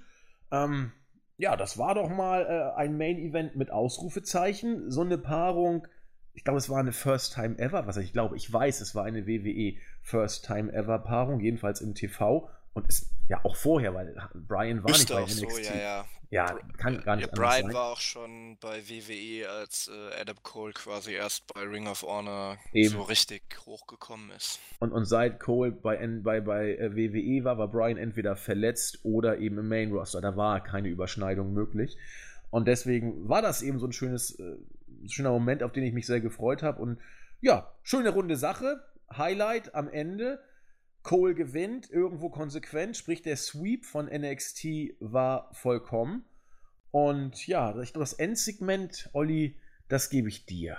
Ja, das war doch mal ein Main-Event mit Ausrufezeichen. So eine Paarung, ich glaube, es war eine First Time Ever, ich weiß, es war eine WWE First Time Ever Paarung, jedenfalls im TV. Und ist ja auch vorher, weil Bryan war nicht bei NXT. So, ja. Ja, kann gar nicht anders Bryan sein. war auch schon bei WWE, als Adam Cole quasi erst bei Ring of Honor Eben. so richtig hochgekommen ist. Und seit Cole bei WWE war Bryan entweder verletzt oder eben im Main Roster. Da war keine Überschneidung möglich. Und deswegen war das eben so ein schöner Moment, auf den ich mich sehr gefreut habe. Und ja, schöne runde Sache. Highlight am Ende. Cole gewinnt, irgendwo konsequent, sprich der Sweep von NXT war vollkommen. Und ja, ich glaube, das Endsegment, Olli, das gebe ich dir.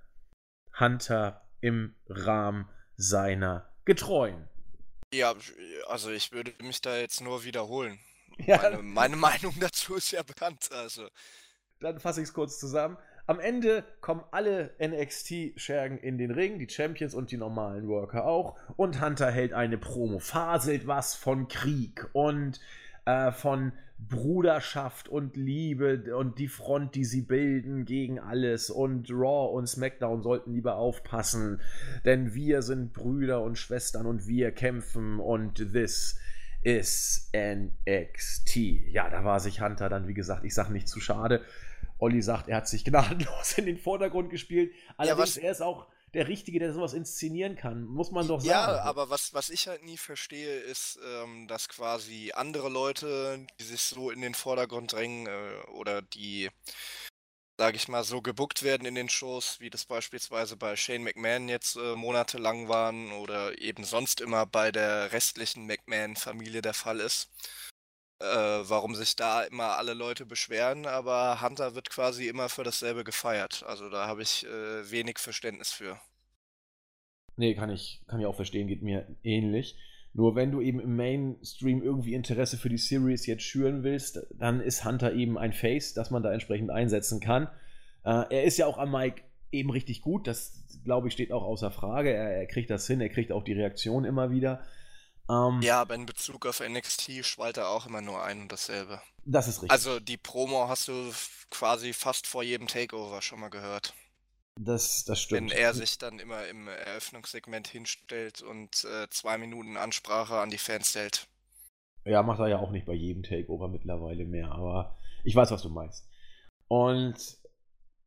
Hunter im Rahmen seiner Getreuen. Ja, also ich würde mich da jetzt nur wiederholen. Ja. Meine Meinung dazu ist ja bekannt. Also. Dann fasse ich es kurz zusammen. Am Ende kommen alle NXT-Schergen in den Ring, die Champions und die normalen Worker auch. Und Hunter hält eine Promo, faselt was von Krieg und von Bruderschaft und Liebe und die Front, die sie bilden gegen alles. Und Raw und SmackDown sollten lieber aufpassen, denn wir sind Brüder und Schwestern und wir kämpfen und this is NXT. Ja, da war sich Hunter dann, wie gesagt, ich sage nicht zu schade. Olli sagt, er hat sich gnadenlos in den Vordergrund gespielt. Allerdings, er ist auch der Richtige, der sowas inszenieren kann, muss man doch sagen. Ja, aber was ich halt nie verstehe, ist, dass quasi andere Leute, die sich so in den Vordergrund drängen oder die, sage ich mal, so gebuckt werden in den Shows, wie das beispielsweise bei Shane McMahon jetzt monatelang waren oder eben sonst immer bei der restlichen McMahon-Familie der Fall ist. Warum sich da immer alle Leute beschweren, aber Hunter wird quasi immer für dasselbe gefeiert. Also da habe ich wenig Verständnis für. Nee, kann ich auch verstehen, geht mir ähnlich. Nur wenn du eben im Mainstream irgendwie Interesse für die Series jetzt schüren willst, dann ist Hunter eben ein Face, das man da entsprechend einsetzen kann. Er ist ja auch am Mic eben richtig gut, das glaube ich steht auch außer Frage. Er kriegt das hin, er kriegt auch die Reaktion immer wieder. Ja, aber in Bezug auf NXT schwallt er auch immer nur ein und dasselbe. Das ist richtig. Also die Promo hast du quasi fast vor jedem Takeover schon mal gehört. Das stimmt. Wenn er sich dann immer im Eröffnungssegment hinstellt und 2 Minuten Ansprache an die Fans hält. Ja, macht er ja auch nicht bei jedem Takeover mittlerweile mehr, aber ich weiß, was du meinst. Und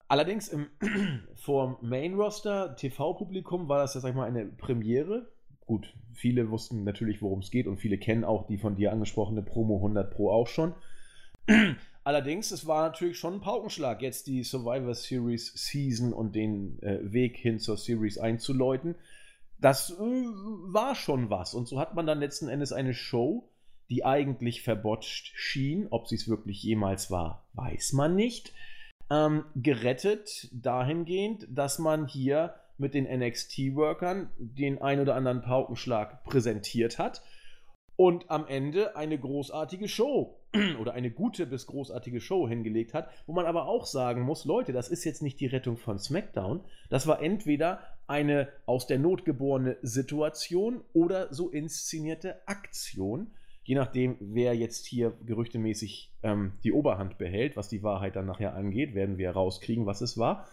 Allerdings vor Main-Roster, TV-Publikum war das ja, sag ich mal, eine Premiere. Gut, viele wussten natürlich, worum es geht und viele kennen auch die von dir angesprochene Promo 100 Pro auch schon. Allerdings, es war natürlich schon ein Paukenschlag, jetzt die Survivor Series Season und den Weg hin zur Series einzuläuten. Das war schon was. Und so hat man dann letzten Endes eine Show, die eigentlich verbotscht schien. Ob sie es wirklich jemals war, weiß man nicht. Gerettet dahingehend, dass man hier mit den NXT-Workern den ein oder anderen Paukenschlag präsentiert hat und am Ende eine großartige Show oder eine gute bis großartige Show hingelegt hat, wo man aber auch sagen muss, Leute, das ist jetzt nicht die Rettung von SmackDown, das war entweder eine aus der Not geborene Situation oder so inszenierte Aktion, je nachdem, wer jetzt hier gerüchtemäßig die Oberhand behält, was die Wahrheit dann nachher angeht, werden wir rauskriegen, was es war.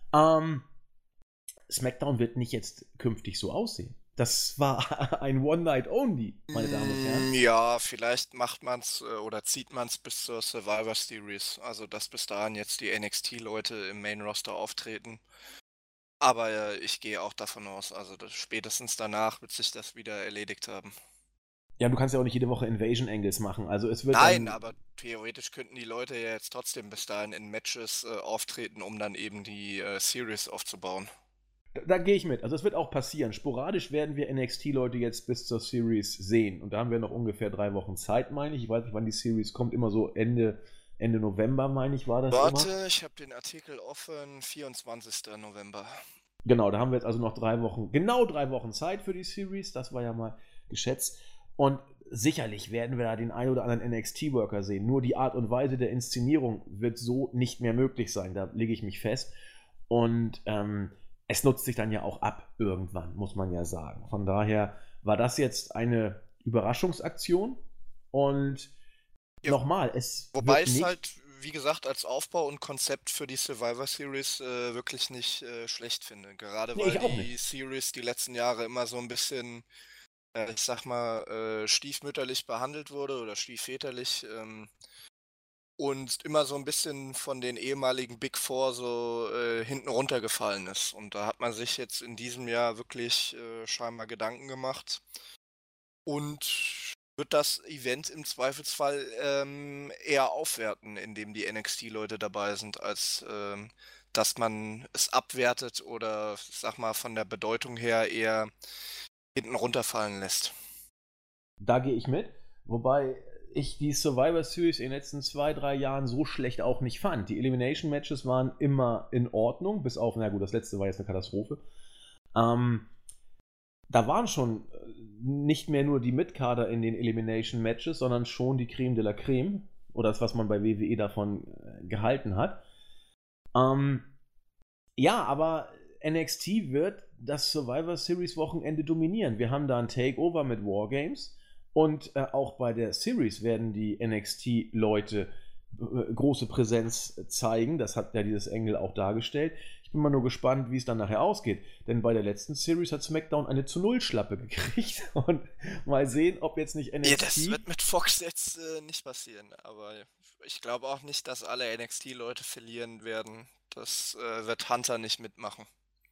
SmackDown wird nicht jetzt künftig so aussehen. Das war ein One-Night-Only, meine Damen und Herren. Ja, vielleicht macht man es oder zieht man es bis zur Survivor Series. Also, dass bis dahin jetzt die NXT-Leute im Main-Roster auftreten. Aber ich gehe auch davon aus, also spätestens danach wird sich das wieder erledigt haben. Ja, du kannst ja auch nicht jede Woche Invasion Angles machen. Also es wird Nein, aber theoretisch könnten die Leute ja jetzt trotzdem bis dahin in Matches auftreten, um dann eben die Series aufzubauen. Da gehe ich mit. Also es wird auch passieren. Sporadisch werden wir NXT-Leute jetzt bis zur Series sehen. Und da haben wir noch ungefähr 3 Wochen Zeit, meine ich. Ich weiß nicht, wann die Series kommt. Immer so Ende November, meine ich, war das Warte, ich habe den Artikel offen. 24. November. Genau, da haben wir jetzt also noch 3 Wochen, genau 3 Wochen Zeit für die Series. Das war ja mal geschätzt. Und sicherlich werden wir da den ein oder anderen NXT-Worker sehen. Nur die Art und Weise der Inszenierung wird so nicht mehr möglich sein. Da lege ich mich fest. Und es nutzt sich dann ja auch ab irgendwann, muss man ja sagen. Von daher war das jetzt eine Überraschungsaktion. Und ja, nochmal, es wobei wird es nicht halt, wie gesagt, als Aufbau und Konzept für die Survivor Series wirklich nicht schlecht finde. Gerade Nee, weil ich auch die nicht. Series die letzten Jahre immer so ein bisschen, ich sag mal, stiefmütterlich behandelt wurde oder stiefväterlich. Und immer so ein bisschen von den ehemaligen Big Four so hinten runtergefallen ist. Und da hat man sich jetzt in diesem Jahr wirklich scheinbar Gedanken gemacht und wird das Event im Zweifelsfall eher aufwerten, indem die NXT-Leute dabei sind, als dass man es abwertet oder, sag mal, von der Bedeutung her eher hinten runterfallen lässt. Da gehe ich mit. Wobei ich die Survivor Series in den letzten 2, 3 Jahren so schlecht auch nicht fand. Die Elimination Matches waren immer in Ordnung, bis auf, na gut, das letzte war jetzt eine Katastrophe. Da waren schon nicht mehr nur die Mitkader in den Elimination Matches, sondern schon die Creme de la Creme. Oder das, was man bei WWE davon gehalten hat. Ja, aber NXT wird das Survivor Series Wochenende dominieren. Wir haben da ein Takeover mit Wargames und auch bei der Series werden die NXT-Leute große Präsenz zeigen. Das hat ja dieses Engel auch dargestellt. Ich bin mal nur gespannt, wie es dann nachher ausgeht. Denn bei der letzten Series hat SmackDown eine zu Null Schlappe gekriegt. Und mal sehen, ob jetzt nicht NXT... Ja, das wird mit Fox jetzt nicht passieren. Aber ich glaube auch nicht, dass alle NXT-Leute verlieren werden. Das wird Hunter nicht mitmachen.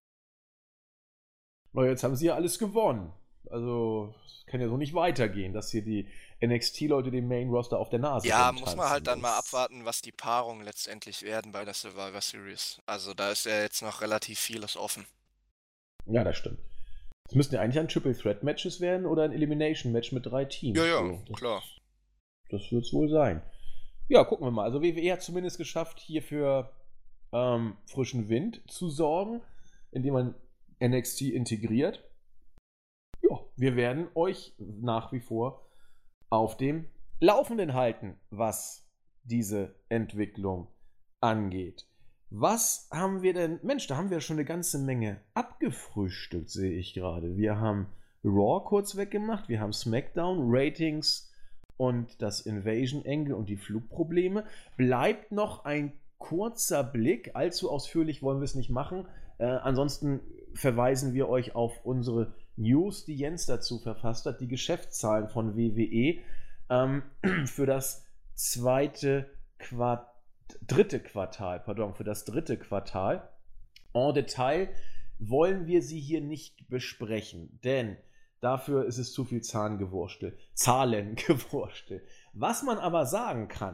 Na, jetzt haben sie ja alles gewonnen. Also, es kann ja so nicht weitergehen, dass hier die NXT-Leute den Main-Roster auf der Nase Ja, rumtanzen. muss man halt dann mal abwarten, was die Paarungen letztendlich werden bei der Survivor Series. Also da ist ja jetzt noch relativ vieles offen. Ja, das stimmt. Es müssten ja eigentlich ein Triple Threat Matches werden oder ein Elimination Match mit 3 Teams. Ja, So, klar. Das wird es wohl sein. Ja, gucken wir mal. Also WWE hat zumindest geschafft, hier für frischen Wind zu sorgen, indem man NXT integriert. Ja, wir werden euch nach wie vor auf dem Laufenden halten, was diese Entwicklung angeht. Was haben wir denn? Mensch, da haben wir schon eine ganze Menge abgefrühstückt, sehe ich gerade. Wir haben Raw kurz weggemacht, wir haben SmackDown, Ratings und das Invasion Angle und die Flugprobleme. Bleibt noch ein kurzer Blick, allzu ausführlich wollen wir es nicht machen. Ansonsten verweisen wir euch auf unsere News, die Jens dazu verfasst hat, die Geschäftszahlen von WWE für das zweite Quartal dritte Quartal, für das dritte Quartal. En Detail wollen wir sie hier nicht besprechen, denn dafür ist es zu viel Zahlengewurstel. Was man aber sagen kann,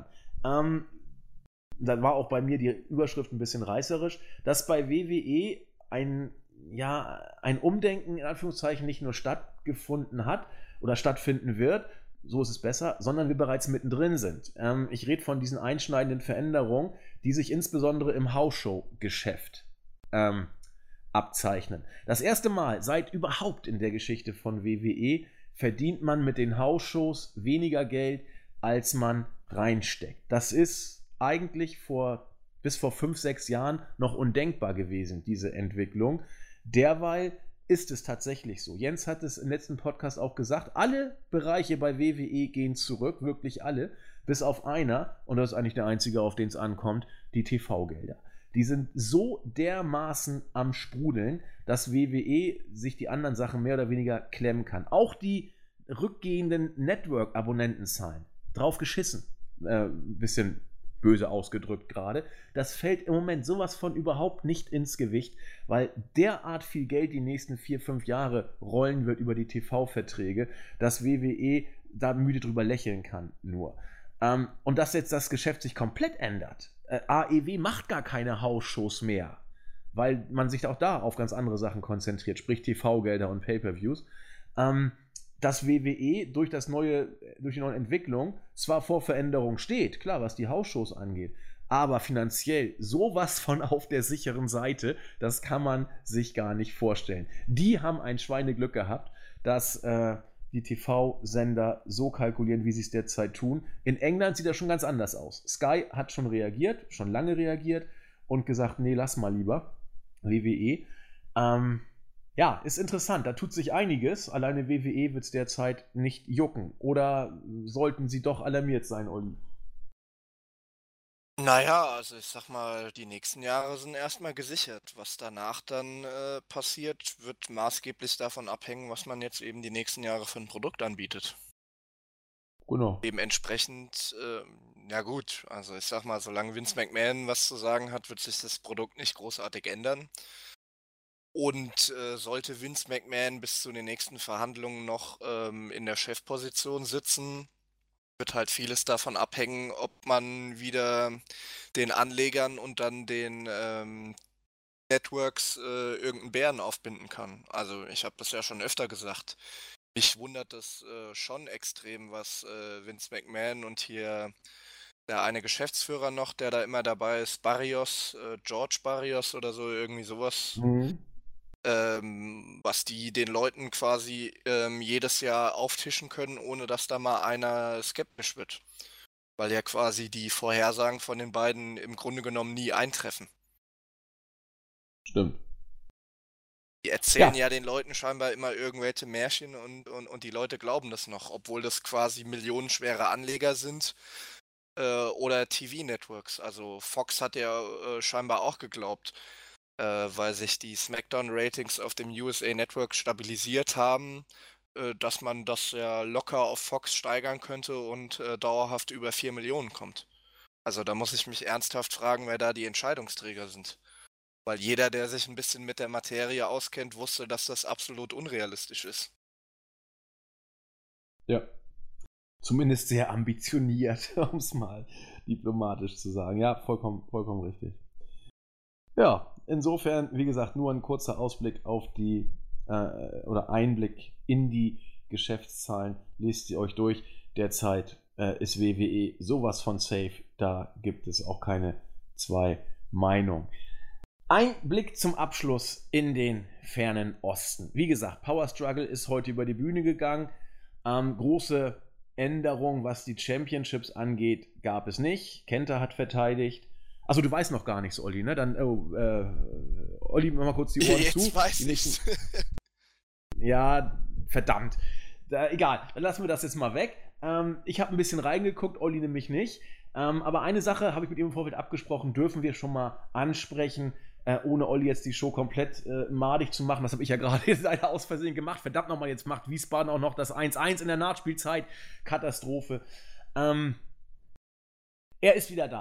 da war auch bei mir die Überschrift ein bisschen reißerisch, dass bei WWE ein Umdenken in Anführungszeichen nicht nur stattgefunden hat oder stattfinden wird, so ist es besser, sondern wir bereits mittendrin sind. Ich rede von diesen einschneidenden Veränderungen, die sich insbesondere im House-Show-Geschäft abzeichnen. Das erste Mal seit überhaupt in der Geschichte von WWE verdient man mit den House-Shows weniger Geld, als man reinsteckt. Das ist eigentlich bis vor 5, 6 Jahren noch undenkbar gewesen, diese Entwicklung. Derweil ist es tatsächlich so. Jens hat es im letzten Podcast auch gesagt, alle Bereiche bei WWE gehen zurück, wirklich alle, bis auf einer, und das ist eigentlich der einzige, auf den es ankommt, die TV-Gelder. Die sind so dermaßen am Sprudeln, dass WWE sich die anderen Sachen mehr oder weniger klemmen kann. Auch die rückgehenden Network-Abonnentenzahlen, drauf geschissen, bisschen böse ausgedrückt gerade, das fällt im Moment sowas von überhaupt nicht ins Gewicht, weil derart viel Geld die nächsten 4, 5 Jahre rollen wird über die TV-Verträge, dass WWE da müde drüber lächeln kann nur. Und dass jetzt das Geschäft sich komplett ändert. AEW macht gar keine House-Shows mehr, weil man sich auch da auf ganz andere Sachen konzentriert, sprich TV-Gelder und Pay-Per-Views. Dass WWE durch die neue Entwicklung zwar vor Veränderung steht, klar, was die House-Shows angeht, aber finanziell sowas von auf der sicheren Seite, das kann man sich gar nicht vorstellen. Die haben ein Schweineglück gehabt, dass die TV-Sender so kalkulieren, wie sie es derzeit tun. In England sieht das schon ganz anders aus. Sky hat schon lange reagiert und gesagt, nee, lass mal lieber, WWE. Ja, ist interessant, da tut sich einiges. Alleine WWE wird es derzeit nicht jucken. Oder sollten sie doch alarmiert sein, Olli? Naja, also ich sag mal, die nächsten Jahre sind erstmal gesichert. Was danach dann passiert, wird maßgeblich davon abhängen, was man jetzt eben die nächsten Jahre für ein Produkt anbietet. Genau. Dementsprechend, ja gut, also ich sag mal, solange Vince McMahon was zu sagen hat, wird sich das Produkt nicht großartig ändern. Und sollte Vince McMahon bis zu den nächsten Verhandlungen noch in der Chefposition sitzen, wird halt vieles davon abhängen, ob man wieder den Anlegern und dann den Networks irgendeinen Bären aufbinden kann. Also ich habe das ja schon öfter gesagt. Mich wundert das schon extrem, was Vince McMahon und hier der eine Geschäftsführer noch, der da immer dabei ist, Barrios, George Barrios oder so, irgendwie sowas. Was die den Leuten quasi jedes Jahr auftischen können, ohne dass da mal einer skeptisch wird. Weil ja quasi die Vorhersagen von den beiden im Grunde genommen nie eintreffen. Stimmt. Die erzählen ja den Leuten scheinbar immer irgendwelche Märchen und die Leute glauben das noch, obwohl das quasi millionenschwere Anleger sind oder TV-Networks. Also Fox hat ja scheinbar auch geglaubt, weil sich die SmackDown-Ratings auf dem USA Network stabilisiert haben, dass man das ja locker auf Fox steigern könnte und dauerhaft über 4 Millionen kommt. Also da muss ich mich ernsthaft fragen, wer da die Entscheidungsträger sind. Weil jeder, der sich ein bisschen mit der Materie auskennt, wusste, dass das absolut unrealistisch ist. Ja. Zumindest sehr ambitioniert, um es mal diplomatisch zu sagen. Ja, vollkommen richtig. Ja, insofern, wie gesagt, nur ein kurzer Ausblick auf die oder Einblick in die Geschäftszahlen. Lest sie euch durch. Derzeit ist WWE sowas von safe. Da gibt es auch keine zwei Meinungen. Ein Blick zum Abschluss in den fernen Osten. Wie gesagt, Power Struggle ist heute über die Bühne gegangen. Große Änderungen, was die Championships angeht, gab es nicht. Kenta hat verteidigt. Achso, du weißt noch gar nichts, Olli, ne? Dann, Olli, mach mal kurz die Ohren zu. Jetzt weiß ich's. Ja, verdammt. Egal, dann lassen wir das jetzt mal weg. Ich habe ein bisschen reingeguckt, Olli nämlich nicht. Aber eine Sache habe ich mit ihm im Vorfeld abgesprochen, dürfen wir schon mal ansprechen, ohne Olli jetzt die Show komplett madig zu machen. Das habe ich ja gerade leider aus Versehen gemacht. Verdammt nochmal, jetzt macht Wiesbaden auch noch das 1-1 in der Nachspielzeit. Katastrophe. Er ist wieder da.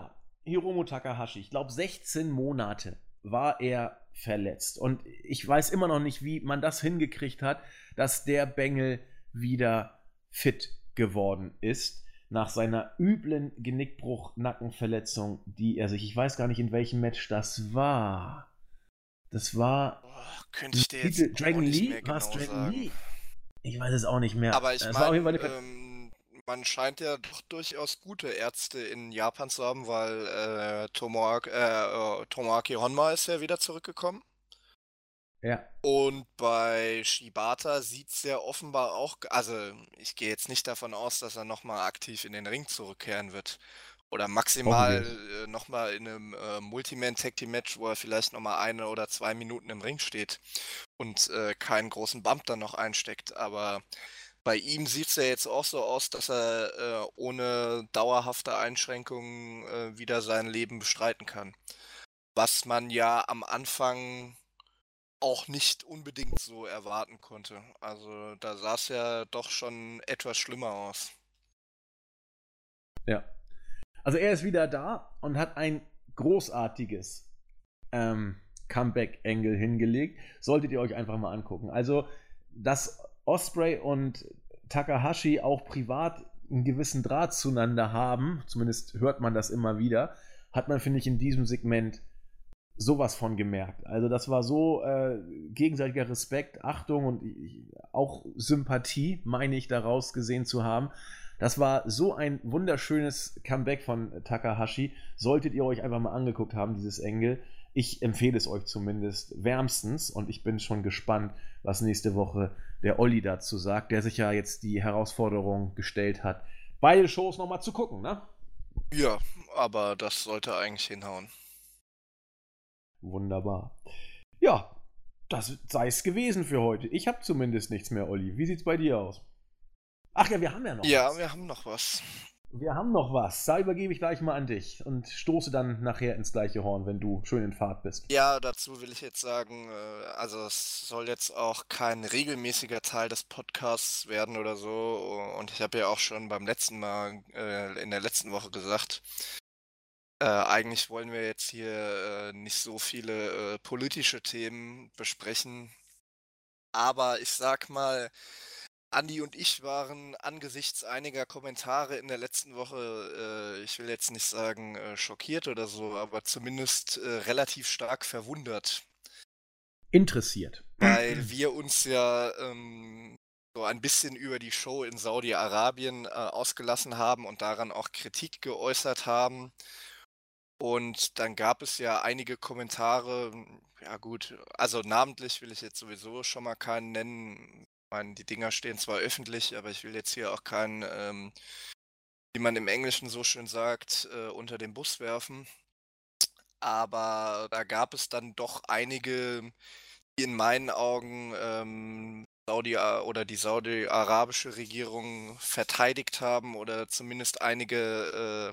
Hiromu Takahashi, ich glaube 16 Monate war er verletzt. Und ich weiß immer noch nicht, wie man das hingekriegt hat, dass der Bengel wieder fit geworden ist. Nach seiner üblen Genickbruch-Nackenverletzung, die er sich, ich weiß gar nicht, in welchem Match das war. Das war Könnte ich dir jetzt Titel auch Dragon nicht Lee? mehr War es genau Dragon sagen. Lee? Ich weiß es auch nicht mehr. Aber ich Es war auf jeden Fall meine, eine man scheint ja doch durchaus gute Ärzte in Japan zu haben, weil Tomoaki Honma ist ja wieder zurückgekommen. ja. Und bei Shibata sieht es ja offenbar auch, also ich gehe jetzt nicht davon aus, dass er nochmal aktiv in den Ring zurückkehren wird. Oder Hoffen wir maximal es. nochmal in einem Multiman-Tag-Team-Match, wo er vielleicht nochmal 1 oder 2 Minuten im Ring steht und keinen großen Bump dann noch einsteckt. Aber bei ihm sieht es ja jetzt auch so aus, dass er ohne dauerhafte Einschränkungen wieder sein Leben bestreiten kann. Was man ja am Anfang auch nicht unbedingt so erwarten konnte. Also da sah es ja doch schon etwas schlimmer aus. Ja. Also er ist wieder da und hat ein großartiges Comeback-Angle hingelegt. Solltet ihr euch einfach mal angucken. Also, dass Osprey und Takahashi auch privat einen gewissen Draht zueinander haben, zumindest hört man das immer wieder, hat man, finde ich, in diesem Segment sowas von gemerkt. Also das war so gegenseitiger Respekt, Achtung und auch Sympathie, meine ich, daraus gesehen zu haben. Das war so ein wunderschönes Comeback von Takahashi. Solltet ihr euch einfach mal angeguckt haben, dieses Angle. Ich empfehle es euch zumindest wärmstens und ich bin schon gespannt, was nächste Woche der Olli dazu sagt, der sich ja jetzt die Herausforderung gestellt hat, beide Shows nochmal zu gucken, ne? Ja, aber das sollte eigentlich hinhauen. Wunderbar. Ja, das sei es gewesen für heute. Ich habe zumindest nichts mehr, Olli. Wie sieht's bei dir aus? Ach ja, wir haben ja noch Ja, was. wir haben noch was. Wir haben noch was. Da übergebe ich gleich mal an dich und stoße dann nachher ins gleiche Horn, wenn du schön in Fahrt bist. Ja, dazu will ich jetzt sagen, also es soll jetzt auch kein regelmäßiger Teil des Podcasts werden oder so. Und ich habe ja auch schon beim letzten Mal, in der letzten Woche gesagt, eigentlich wollen wir jetzt hier nicht so viele politische Themen besprechen. Aber ich sag mal, Andi und ich waren angesichts einiger Kommentare in der letzten Woche, ich will jetzt nicht sagen schockiert oder so, aber zumindest relativ stark verwundert, Interessiert. weil wir uns ja so ein bisschen über die Show in Saudi-Arabien ausgelassen haben und daran auch Kritik geäußert haben. Und dann gab es ja einige Kommentare, ja gut, also namentlich will ich jetzt sowieso schon mal keinen nennen. Ich meine, die Dinger stehen zwar öffentlich, aber ich will jetzt hier auch keinen, wie man im Englischen so schön sagt, unter den Bus werfen. Aber da gab es dann doch einige, die in meinen Augen die saudi-arabische Regierung verteidigt haben oder zumindest einige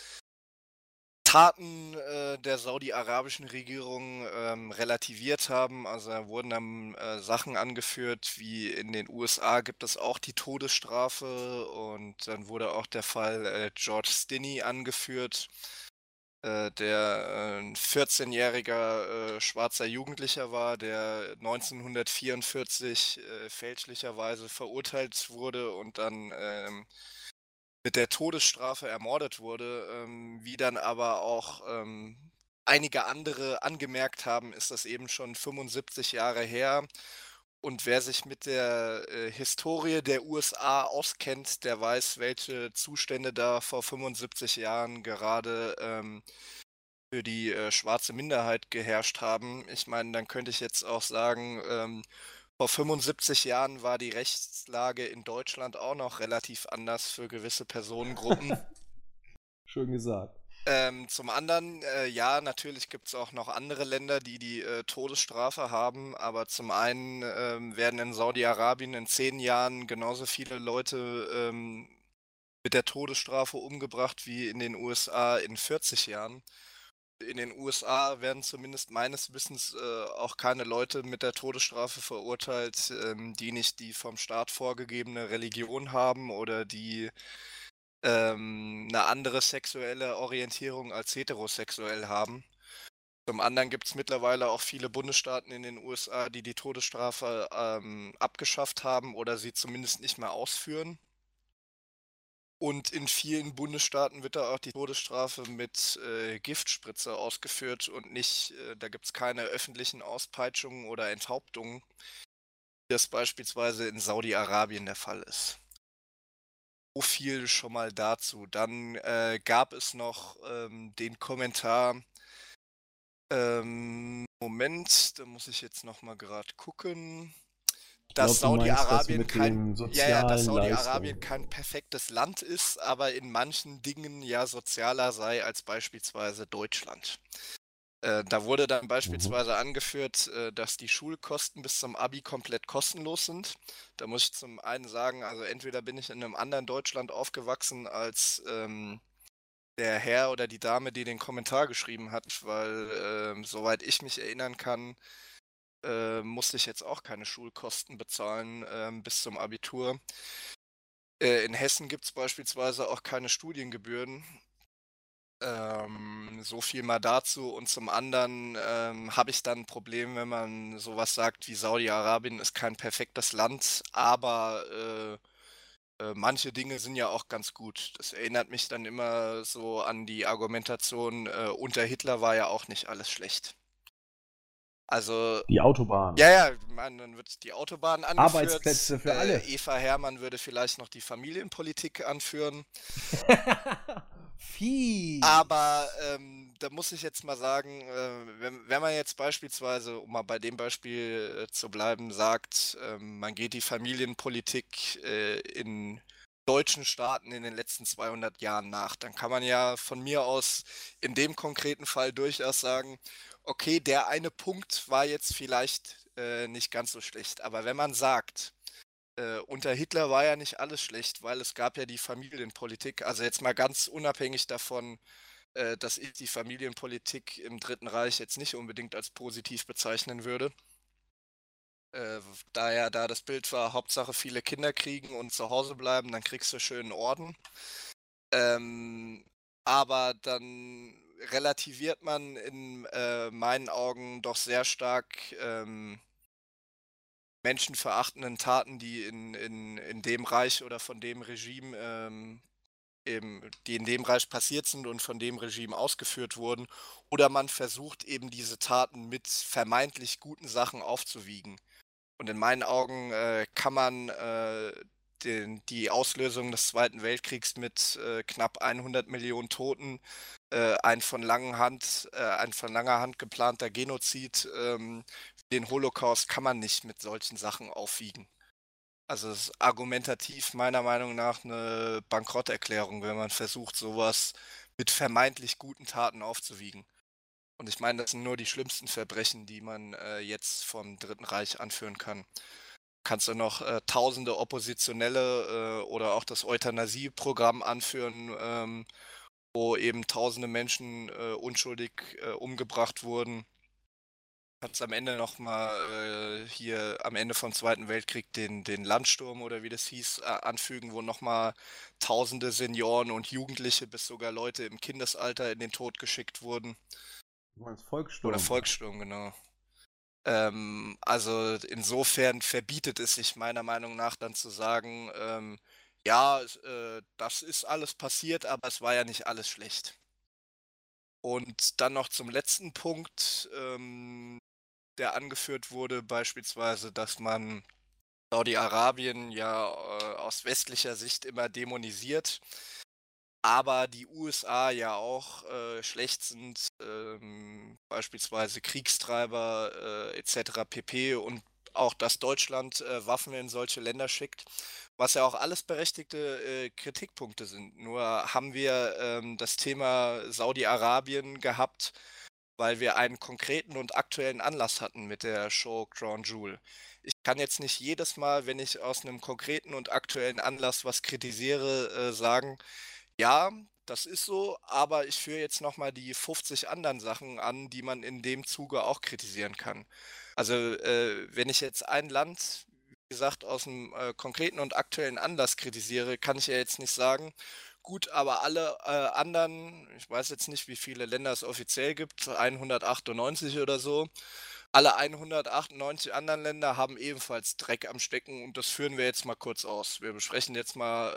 Taten der saudi-arabischen Regierung relativiert haben. Also da wurden dann Sachen angeführt, wie in den USA gibt es auch die Todesstrafe und dann wurde auch der Fall George Stinney angeführt, der ein 14-jähriger schwarzer Jugendlicher war, der 1944 fälschlicherweise verurteilt wurde und dann mit der Todesstrafe ermordet wurde, wie dann aber auch einige andere angemerkt haben, ist das eben schon 75 Jahre her. Und wer sich mit der Historie der USA auskennt, der weiß, welche Zustände da vor 75 Jahren gerade für die schwarze Minderheit geherrscht haben. Ich meine, dann könnte ich jetzt auch sagen, vor 75 Jahren war die Rechtslage in Deutschland auch noch relativ anders für gewisse Personengruppen. Schön gesagt. Zum anderen, ja, natürlich gibt es auch noch andere Länder, die die Todesstrafe haben, aber zum einen werden in Saudi-Arabien in 10 Jahren genauso viele Leute mit der Todesstrafe umgebracht wie in den USA in 40 Jahren. In den USA werden zumindest meines Wissens auch keine Leute mit der Todesstrafe verurteilt, die nicht die vom Staat vorgegebene Religion haben oder die eine andere sexuelle Orientierung als heterosexuell haben. Zum anderen gibt es mittlerweile auch viele Bundesstaaten in den USA, die die Todesstrafe abgeschafft haben oder sie zumindest nicht mehr ausführen. Und in vielen Bundesstaaten wird da auch die Todesstrafe mit Giftspritze ausgeführt und nicht, da gibt es keine öffentlichen Auspeitschungen oder Enthauptungen, wie das beispielsweise in Saudi-Arabien der Fall ist. So viel schon mal dazu. Dann gab es noch den Kommentar, Moment, da muss ich jetzt noch mal gerade gucken, Ich dass glaube, du meinst das Saudi-Arabien mit kein, den dass sozialen Saudi-Arabien Leistungen. kein perfektes Land ist, aber in manchen Dingen ja sozialer sei als beispielsweise Deutschland. Da wurde dann Mhm. beispielsweise angeführt, dass die Schulkosten bis zum Abi komplett kostenlos sind. Da muss ich zum einen sagen, also entweder bin ich in einem anderen Deutschland aufgewachsen als der Herr oder die Dame, die den Kommentar geschrieben hat, weil soweit ich mich erinnern kann, musste ich jetzt auch keine Schulkosten bezahlen bis zum Abitur. In Hessen gibt es beispielsweise auch keine Studiengebühren. So viel mal dazu. Und zum anderen habe ich dann ein Problem, wenn man sowas sagt wie Saudi-Arabien ist kein perfektes Land, aber manche Dinge sind ja auch ganz gut. Das erinnert mich dann immer so an die Argumentation, unter Hitler war ja auch nicht alles schlecht. Also, Die Autobahn. ja, ja, ich meine, dann wird die Autobahn angeführt. Arbeitsplätze für alle. Eva Herrmann würde vielleicht noch die Familienpolitik anführen. Fies. Aber da muss ich jetzt mal sagen, wenn man jetzt beispielsweise, um mal bei dem Beispiel zu bleiben, sagt, man geht die Familienpolitik in deutschen Staaten in den letzten 200 Jahren nach, dann kann man ja von mir aus in dem konkreten Fall durchaus sagen, okay, der eine Punkt war jetzt vielleicht nicht ganz so schlecht. Aber wenn man sagt, unter Hitler war ja nicht alles schlecht, weil es gab ja die Familienpolitik. Also jetzt mal ganz unabhängig davon, dass ich die Familienpolitik im Dritten Reich jetzt nicht unbedingt als positiv bezeichnen würde. Da ja da das Bild war, Hauptsache viele Kinder kriegen und zu Hause bleiben, dann kriegst du schönen Orden. Aber dann relativiert man in meinen Augen doch sehr stark menschenverachtenden Taten, die in dem Reich oder von dem Regime die in dem Reich passiert sind und von dem Regime ausgeführt wurden, oder man versucht eben diese Taten mit vermeintlich guten Sachen aufzuwiegen. Und in meinen Augen kann man die Auslösung des Zweiten Weltkriegs mit knapp 100 Millionen Toten, ein von langer Hand geplanter Genozid, den Holocaust kann man nicht mit solchen Sachen aufwiegen. Also es ist argumentativ meiner Meinung nach eine Bankrotterklärung, wenn man versucht, sowas mit vermeintlich guten Taten aufzuwiegen. Und ich meine, das sind nur die schlimmsten Verbrechen, die man jetzt vom Dritten Reich anführen kann. Kannst du noch tausende Oppositionelle oder auch das Euthanasie-Programm anführen, wo eben tausende Menschen unschuldig umgebracht wurden. Kannst am Ende noch mal hier am Ende vom Zweiten Weltkrieg den Landsturm oder wie das hieß, anfügen, wo noch mal tausende Senioren und Jugendliche bis sogar Leute im Kindesalter in den Tod geschickt wurden. Du meinst Oder Volkssturm. Volkssturm, genau. Also insofern verbietet es sich meiner Meinung nach dann zu sagen, ja, das ist alles passiert, aber es war ja nicht alles schlecht. Und dann noch zum letzten Punkt, der angeführt wurde, beispielsweise, dass man Saudi-Arabien ja aus westlicher Sicht immer dämonisiert, aber die USA ja auch schlecht sind, beispielsweise Kriegstreiber etc. pp. Und auch, dass Deutschland Waffen in solche Länder schickt, was ja auch alles berechtigte Kritikpunkte sind. Nur haben wir das Thema Saudi-Arabien gehabt, weil wir einen konkreten und aktuellen Anlass hatten mit der Show Crown Jewel. Ich kann jetzt nicht jedes Mal, wenn ich aus einem konkreten und aktuellen Anlass was kritisiere, sagen, ja, das ist so, aber ich führe jetzt noch mal die 50 anderen Sachen an, die man in dem Zuge auch kritisieren kann. Also, wenn ich jetzt ein Land, wie gesagt, aus einem konkreten und aktuellen Anlass kritisiere, kann ich ja jetzt nicht sagen: Gut, aber alle anderen, ich weiß jetzt nicht, wie viele Länder es offiziell gibt, 198 oder so. Alle 198 anderen Länder haben ebenfalls Dreck am Stecken und das führen wir jetzt mal kurz aus. Wir besprechen jetzt mal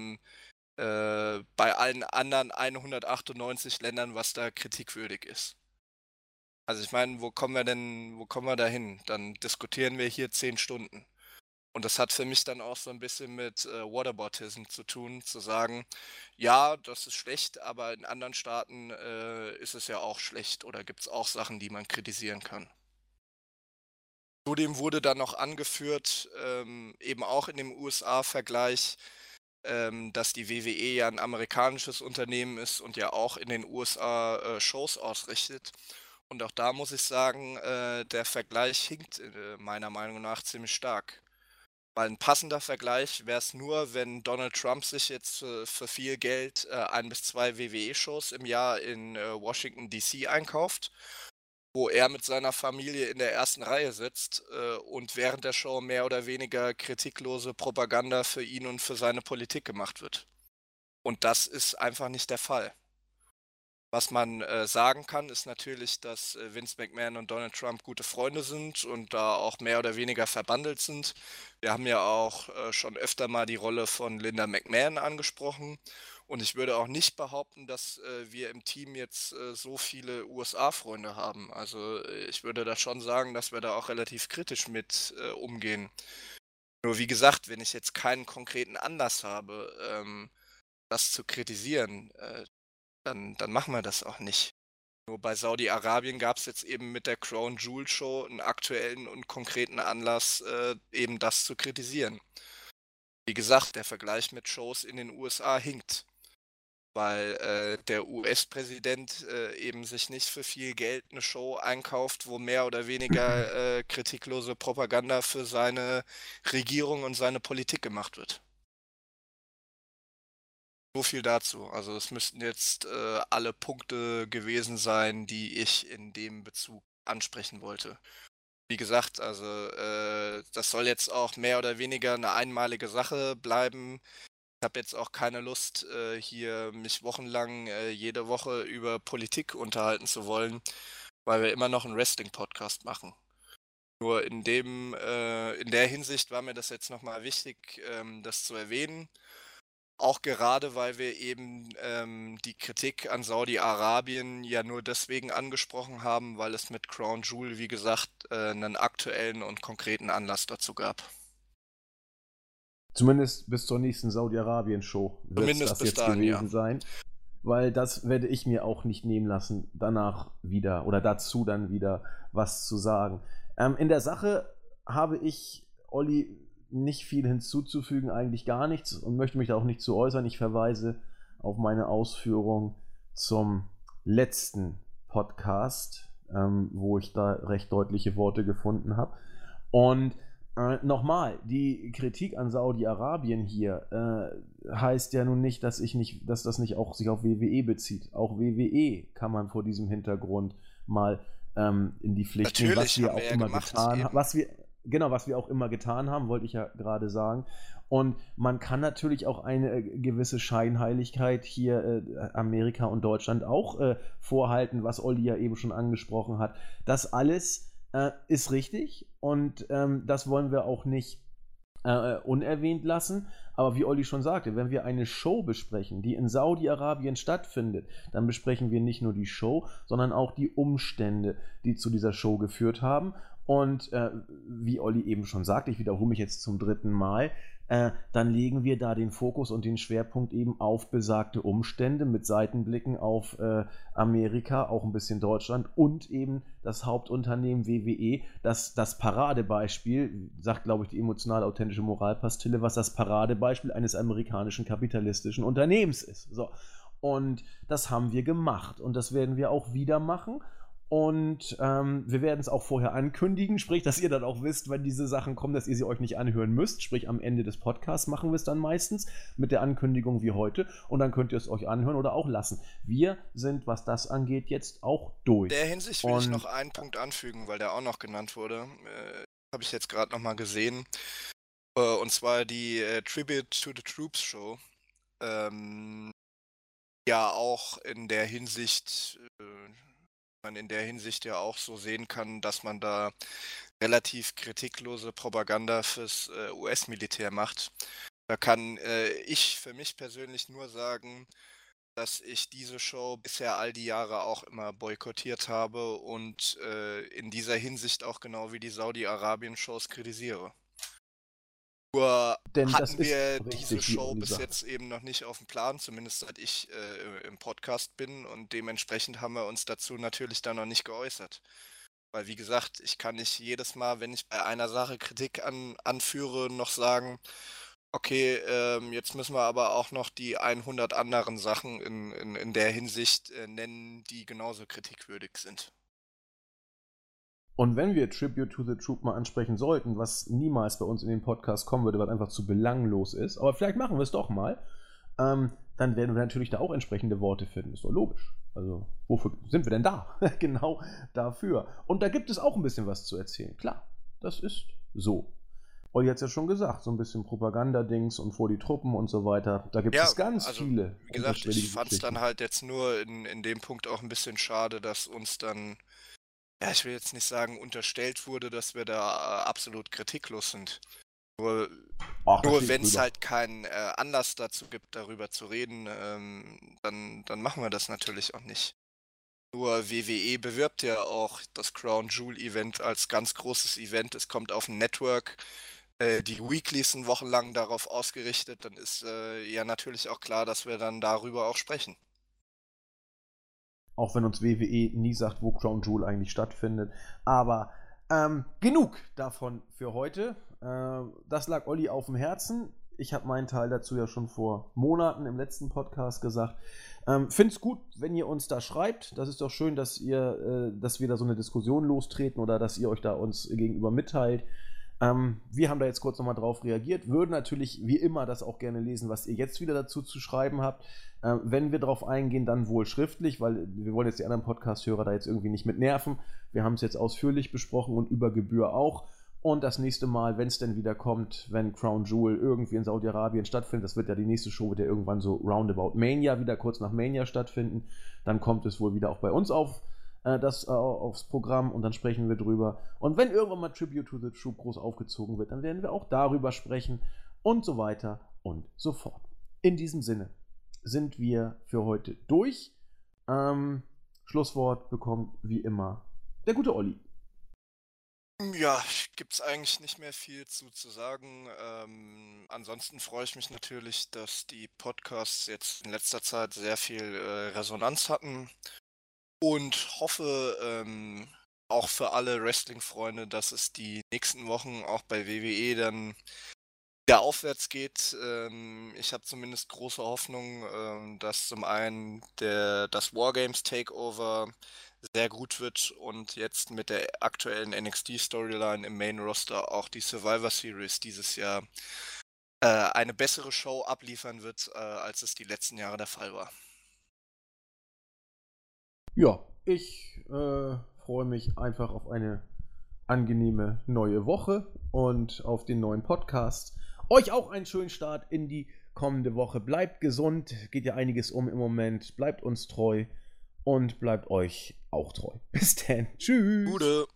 bei allen anderen 198 Ländern, was da kritikwürdig ist. Also ich meine, wo kommen wir da hin? Dann diskutieren wir hier 10 Stunden. Und das hat für mich dann auch so ein bisschen mit Whataboutism zu tun, zu sagen, ja, das ist schlecht, aber in anderen Staaten ist es ja auch schlecht oder gibt es auch Sachen, die man kritisieren kann. Zudem wurde dann noch angeführt, eben auch in dem USA-Vergleich, dass die WWE ja ein amerikanisches Unternehmen ist und ja auch in den USA Shows ausrichtet. Und auch da muss ich sagen, der Vergleich hinkt meiner Meinung nach ziemlich stark. Weil ein passender Vergleich wäre es nur, wenn Donald Trump sich jetzt für viel Geld 1 bis 2 WWE-Shows im Jahr in Washington DC einkauft, wo er mit seiner Familie in der ersten Reihe sitzt und während der Show mehr oder weniger kritiklose Propaganda für ihn und für seine Politik gemacht wird. Und das ist einfach nicht der Fall. Was man sagen kann, ist natürlich, dass Vince McMahon und Donald Trump gute Freunde sind und da auch mehr oder weniger verbandelt sind. Wir haben ja auch schon öfter mal die Rolle von Linda McMahon angesprochen. Und ich würde auch nicht behaupten, dass wir im Team jetzt so viele USA-Freunde haben. Also ich würde da schon sagen, dass wir da auch relativ kritisch mit umgehen. Nur wie gesagt, wenn ich jetzt keinen konkreten Anlass habe, das zu kritisieren, dann machen wir das auch nicht. Nur bei Saudi-Arabien gab es jetzt eben mit der Crown Jewel Show einen aktuellen und konkreten Anlass, eben das zu kritisieren. Wie gesagt, der Vergleich mit Shows in den USA hinkt, weil der US-Präsident eben sich nicht für viel Geld eine Show einkauft, wo mehr oder weniger kritiklose Propaganda für seine Regierung und seine Politik gemacht wird. So viel dazu. Also es müssten jetzt alle Punkte gewesen sein, die ich in dem Bezug ansprechen wollte. Wie gesagt, also das soll jetzt auch mehr oder weniger eine einmalige Sache bleiben. Ich habe jetzt auch keine Lust, hier mich wochenlang jede Woche über Politik unterhalten zu wollen, weil wir immer noch einen Wrestling-Podcast machen. Nur in der Hinsicht war mir das jetzt nochmal wichtig, das zu erwähnen. Auch gerade, weil wir eben die Kritik an Saudi-Arabien ja nur deswegen angesprochen haben, weil es mit Crown Jewel, wie gesagt, einen aktuellen und konkreten Anlass dazu gab. Zumindest bis zur nächsten Saudi-Arabien-Show wird Zumindest das bis jetzt dahin, gewesen ja. sein. Weil das werde ich mir auch nicht nehmen lassen, danach wieder oder dazu dann wieder was zu sagen. In der Sache habe ich, Olli, nicht viel hinzuzufügen, eigentlich gar nichts und möchte mich da auch nicht zu äußern. Ich verweise auf meine Ausführung zum letzten Podcast, wo ich da recht deutliche Worte gefunden habe. Und nochmal, die Kritik an Saudi-Arabien hier heißt ja nun nicht, dass das nicht auch sich auf WWE bezieht. Auch WWE kann man vor diesem Hintergrund mal in die Pflicht nehmen, was wir auch immer getan haben. Was wir auch immer getan haben, wollte ich ja gerade sagen. Und man kann natürlich auch eine gewisse Scheinheiligkeit hier Amerika und Deutschland auch vorhalten, was Olli ja eben schon angesprochen hat. Das alles ist richtig und das wollen wir auch nicht unerwähnt lassen. Aber wie Olli schon sagte, wenn wir eine Show besprechen, die in Saudi-Arabien stattfindet, dann besprechen wir nicht nur die Show, sondern auch die Umstände, die zu dieser Show geführt haben. Und wie Olli eben schon sagte, ich wiederhole mich jetzt zum 3. Mal, dann legen wir da den Fokus und den Schwerpunkt eben auf besagte Umstände mit Seitenblicken auf Amerika, auch ein bisschen Deutschland und eben das Hauptunternehmen WWE, das Paradebeispiel, sagt glaube ich die emotional authentische Moralpastille, was das Paradebeispiel eines amerikanischen kapitalistischen Unternehmens ist. So. Und das haben wir gemacht und das werden wir auch wieder machen. Und wir werden es auch vorher ankündigen, sprich, dass ihr dann auch wisst, wenn diese Sachen kommen, dass ihr sie euch nicht anhören müsst. Sprich, am Ende des Podcasts machen wir es dann meistens mit der Ankündigung wie heute. Und dann könnt ihr es euch anhören oder auch lassen. Wir sind, was das angeht, jetzt auch durch. In der Hinsicht will ich noch einen Punkt anfügen, weil der auch noch genannt wurde. Habe ich jetzt gerade nochmal gesehen. Und zwar die Tribute to the Troops Show. ja auch in der Hinsicht, man in der Hinsicht ja auch so sehen kann, dass man da relativ kritiklose Propaganda fürs US-Militär macht. Da kann ich für mich persönlich nur sagen, dass ich diese Show bisher all die Jahre auch immer boykottiert habe und in dieser Hinsicht auch genau wie die Saudi-Arabien-Shows kritisiere. Nur Denn das hatten ist wir diese richtig, wie Show Olli bis sagt. jetzt eben noch nicht auf dem Plan, zumindest seit ich im Podcast bin, und dementsprechend haben wir uns dazu natürlich dann noch nicht geäußert. Weil wie gesagt, ich kann nicht jedes Mal, wenn ich bei einer Sache Kritik anführe, noch sagen, okay, jetzt müssen wir aber auch noch die 100 anderen Sachen in der Hinsicht nennen, die genauso kritikwürdig sind. Und wenn wir Tribute to the Troop mal ansprechen sollten, was niemals bei uns in den Podcast kommen würde, weil einfach zu belanglos ist, aber vielleicht machen wir es doch mal, dann werden wir natürlich da auch entsprechende Worte finden. Ist doch logisch. Also, wofür sind wir denn da? Genau dafür. Und da gibt es auch ein bisschen was zu erzählen. Klar, das ist so. Olli hat es ja schon gesagt, so ein bisschen Propagandadings und vor die Truppen und so weiter. Da gibt Ja, es ganz also viele wie gesagt, ich unterschwellige fand es dann Geschichten. halt jetzt nur in dem Punkt auch ein bisschen schade, dass uns dann, ja, ich will jetzt nicht sagen, unterstellt wurde, dass wir da absolut kritiklos sind. Nur, Ach, da nur stehe ich wenn es drüber. halt keinen Anlass dazu gibt, darüber zu reden, dann machen wir das natürlich auch nicht. Nur WWE bewirbt ja auch das Crown Jewel Event als ganz großes Event. Es kommt auf ein Network. Die Weeklies sind wochenlang darauf ausgerichtet. Dann ist ja natürlich auch klar, dass wir dann darüber auch sprechen. Auch wenn uns WWE nie sagt, wo Crown Jewel eigentlich stattfindet. Aber genug davon für heute. Das lag Olli auf dem Herzen. Ich habe meinen Teil dazu ja schon vor Monaten im letzten Podcast gesagt. Find's gut, wenn ihr uns da schreibt. Das ist doch schön, dass wir da so eine Diskussion lostreten oder dass ihr euch da uns gegenüber mitteilt. Wir haben da jetzt kurz nochmal drauf reagiert, würden natürlich wie immer das auch gerne lesen, was ihr jetzt wieder dazu zu schreiben habt. Wenn wir drauf eingehen, dann wohl schriftlich, weil wir wollen jetzt die anderen Podcast-Hörer da jetzt irgendwie nicht mit nerven. Wir haben es jetzt ausführlich besprochen und über Gebühr auch. Und das nächste Mal, wenn es denn wieder kommt, wenn Crown Jewel irgendwie in Saudi-Arabien stattfindet, das wird ja die nächste Show, wird ja irgendwann so roundabout Mania, wieder kurz nach Mania stattfinden, dann kommt es wohl wieder auch bei uns aufs Programm und dann sprechen wir drüber. Und wenn irgendwann mal Tribute to the Troop groß aufgezogen wird, dann werden wir auch darüber sprechen und so weiter und so fort. In diesem Sinne sind wir für heute durch. Schlusswort bekommt wie immer der gute Olli. Ja, gibt's eigentlich nicht mehr viel zu sagen. Ansonsten freue ich mich natürlich, dass die Podcasts jetzt in letzter Zeit sehr viel Resonanz hatten und hoffe auch für alle Wrestling-Freunde, dass es die nächsten Wochen auch bei WWE dann wieder aufwärts geht. Ich habe zumindest große Hoffnung, dass zum einen das Wargames Takeover sehr gut wird und jetzt mit der aktuellen NXT-Storyline im Main Roster auch die Survivor Series dieses Jahr eine bessere Show abliefern wird, als es die letzten Jahre der Fall war. Ja, ich freue mich einfach auf eine angenehme neue Woche und auf den neuen Podcast. Euch auch einen schönen Start in die kommende Woche. Bleibt gesund, geht ja einiges im Moment. Bleibt uns treu und bleibt euch auch treu. Bis dann. Tschüss. Gute.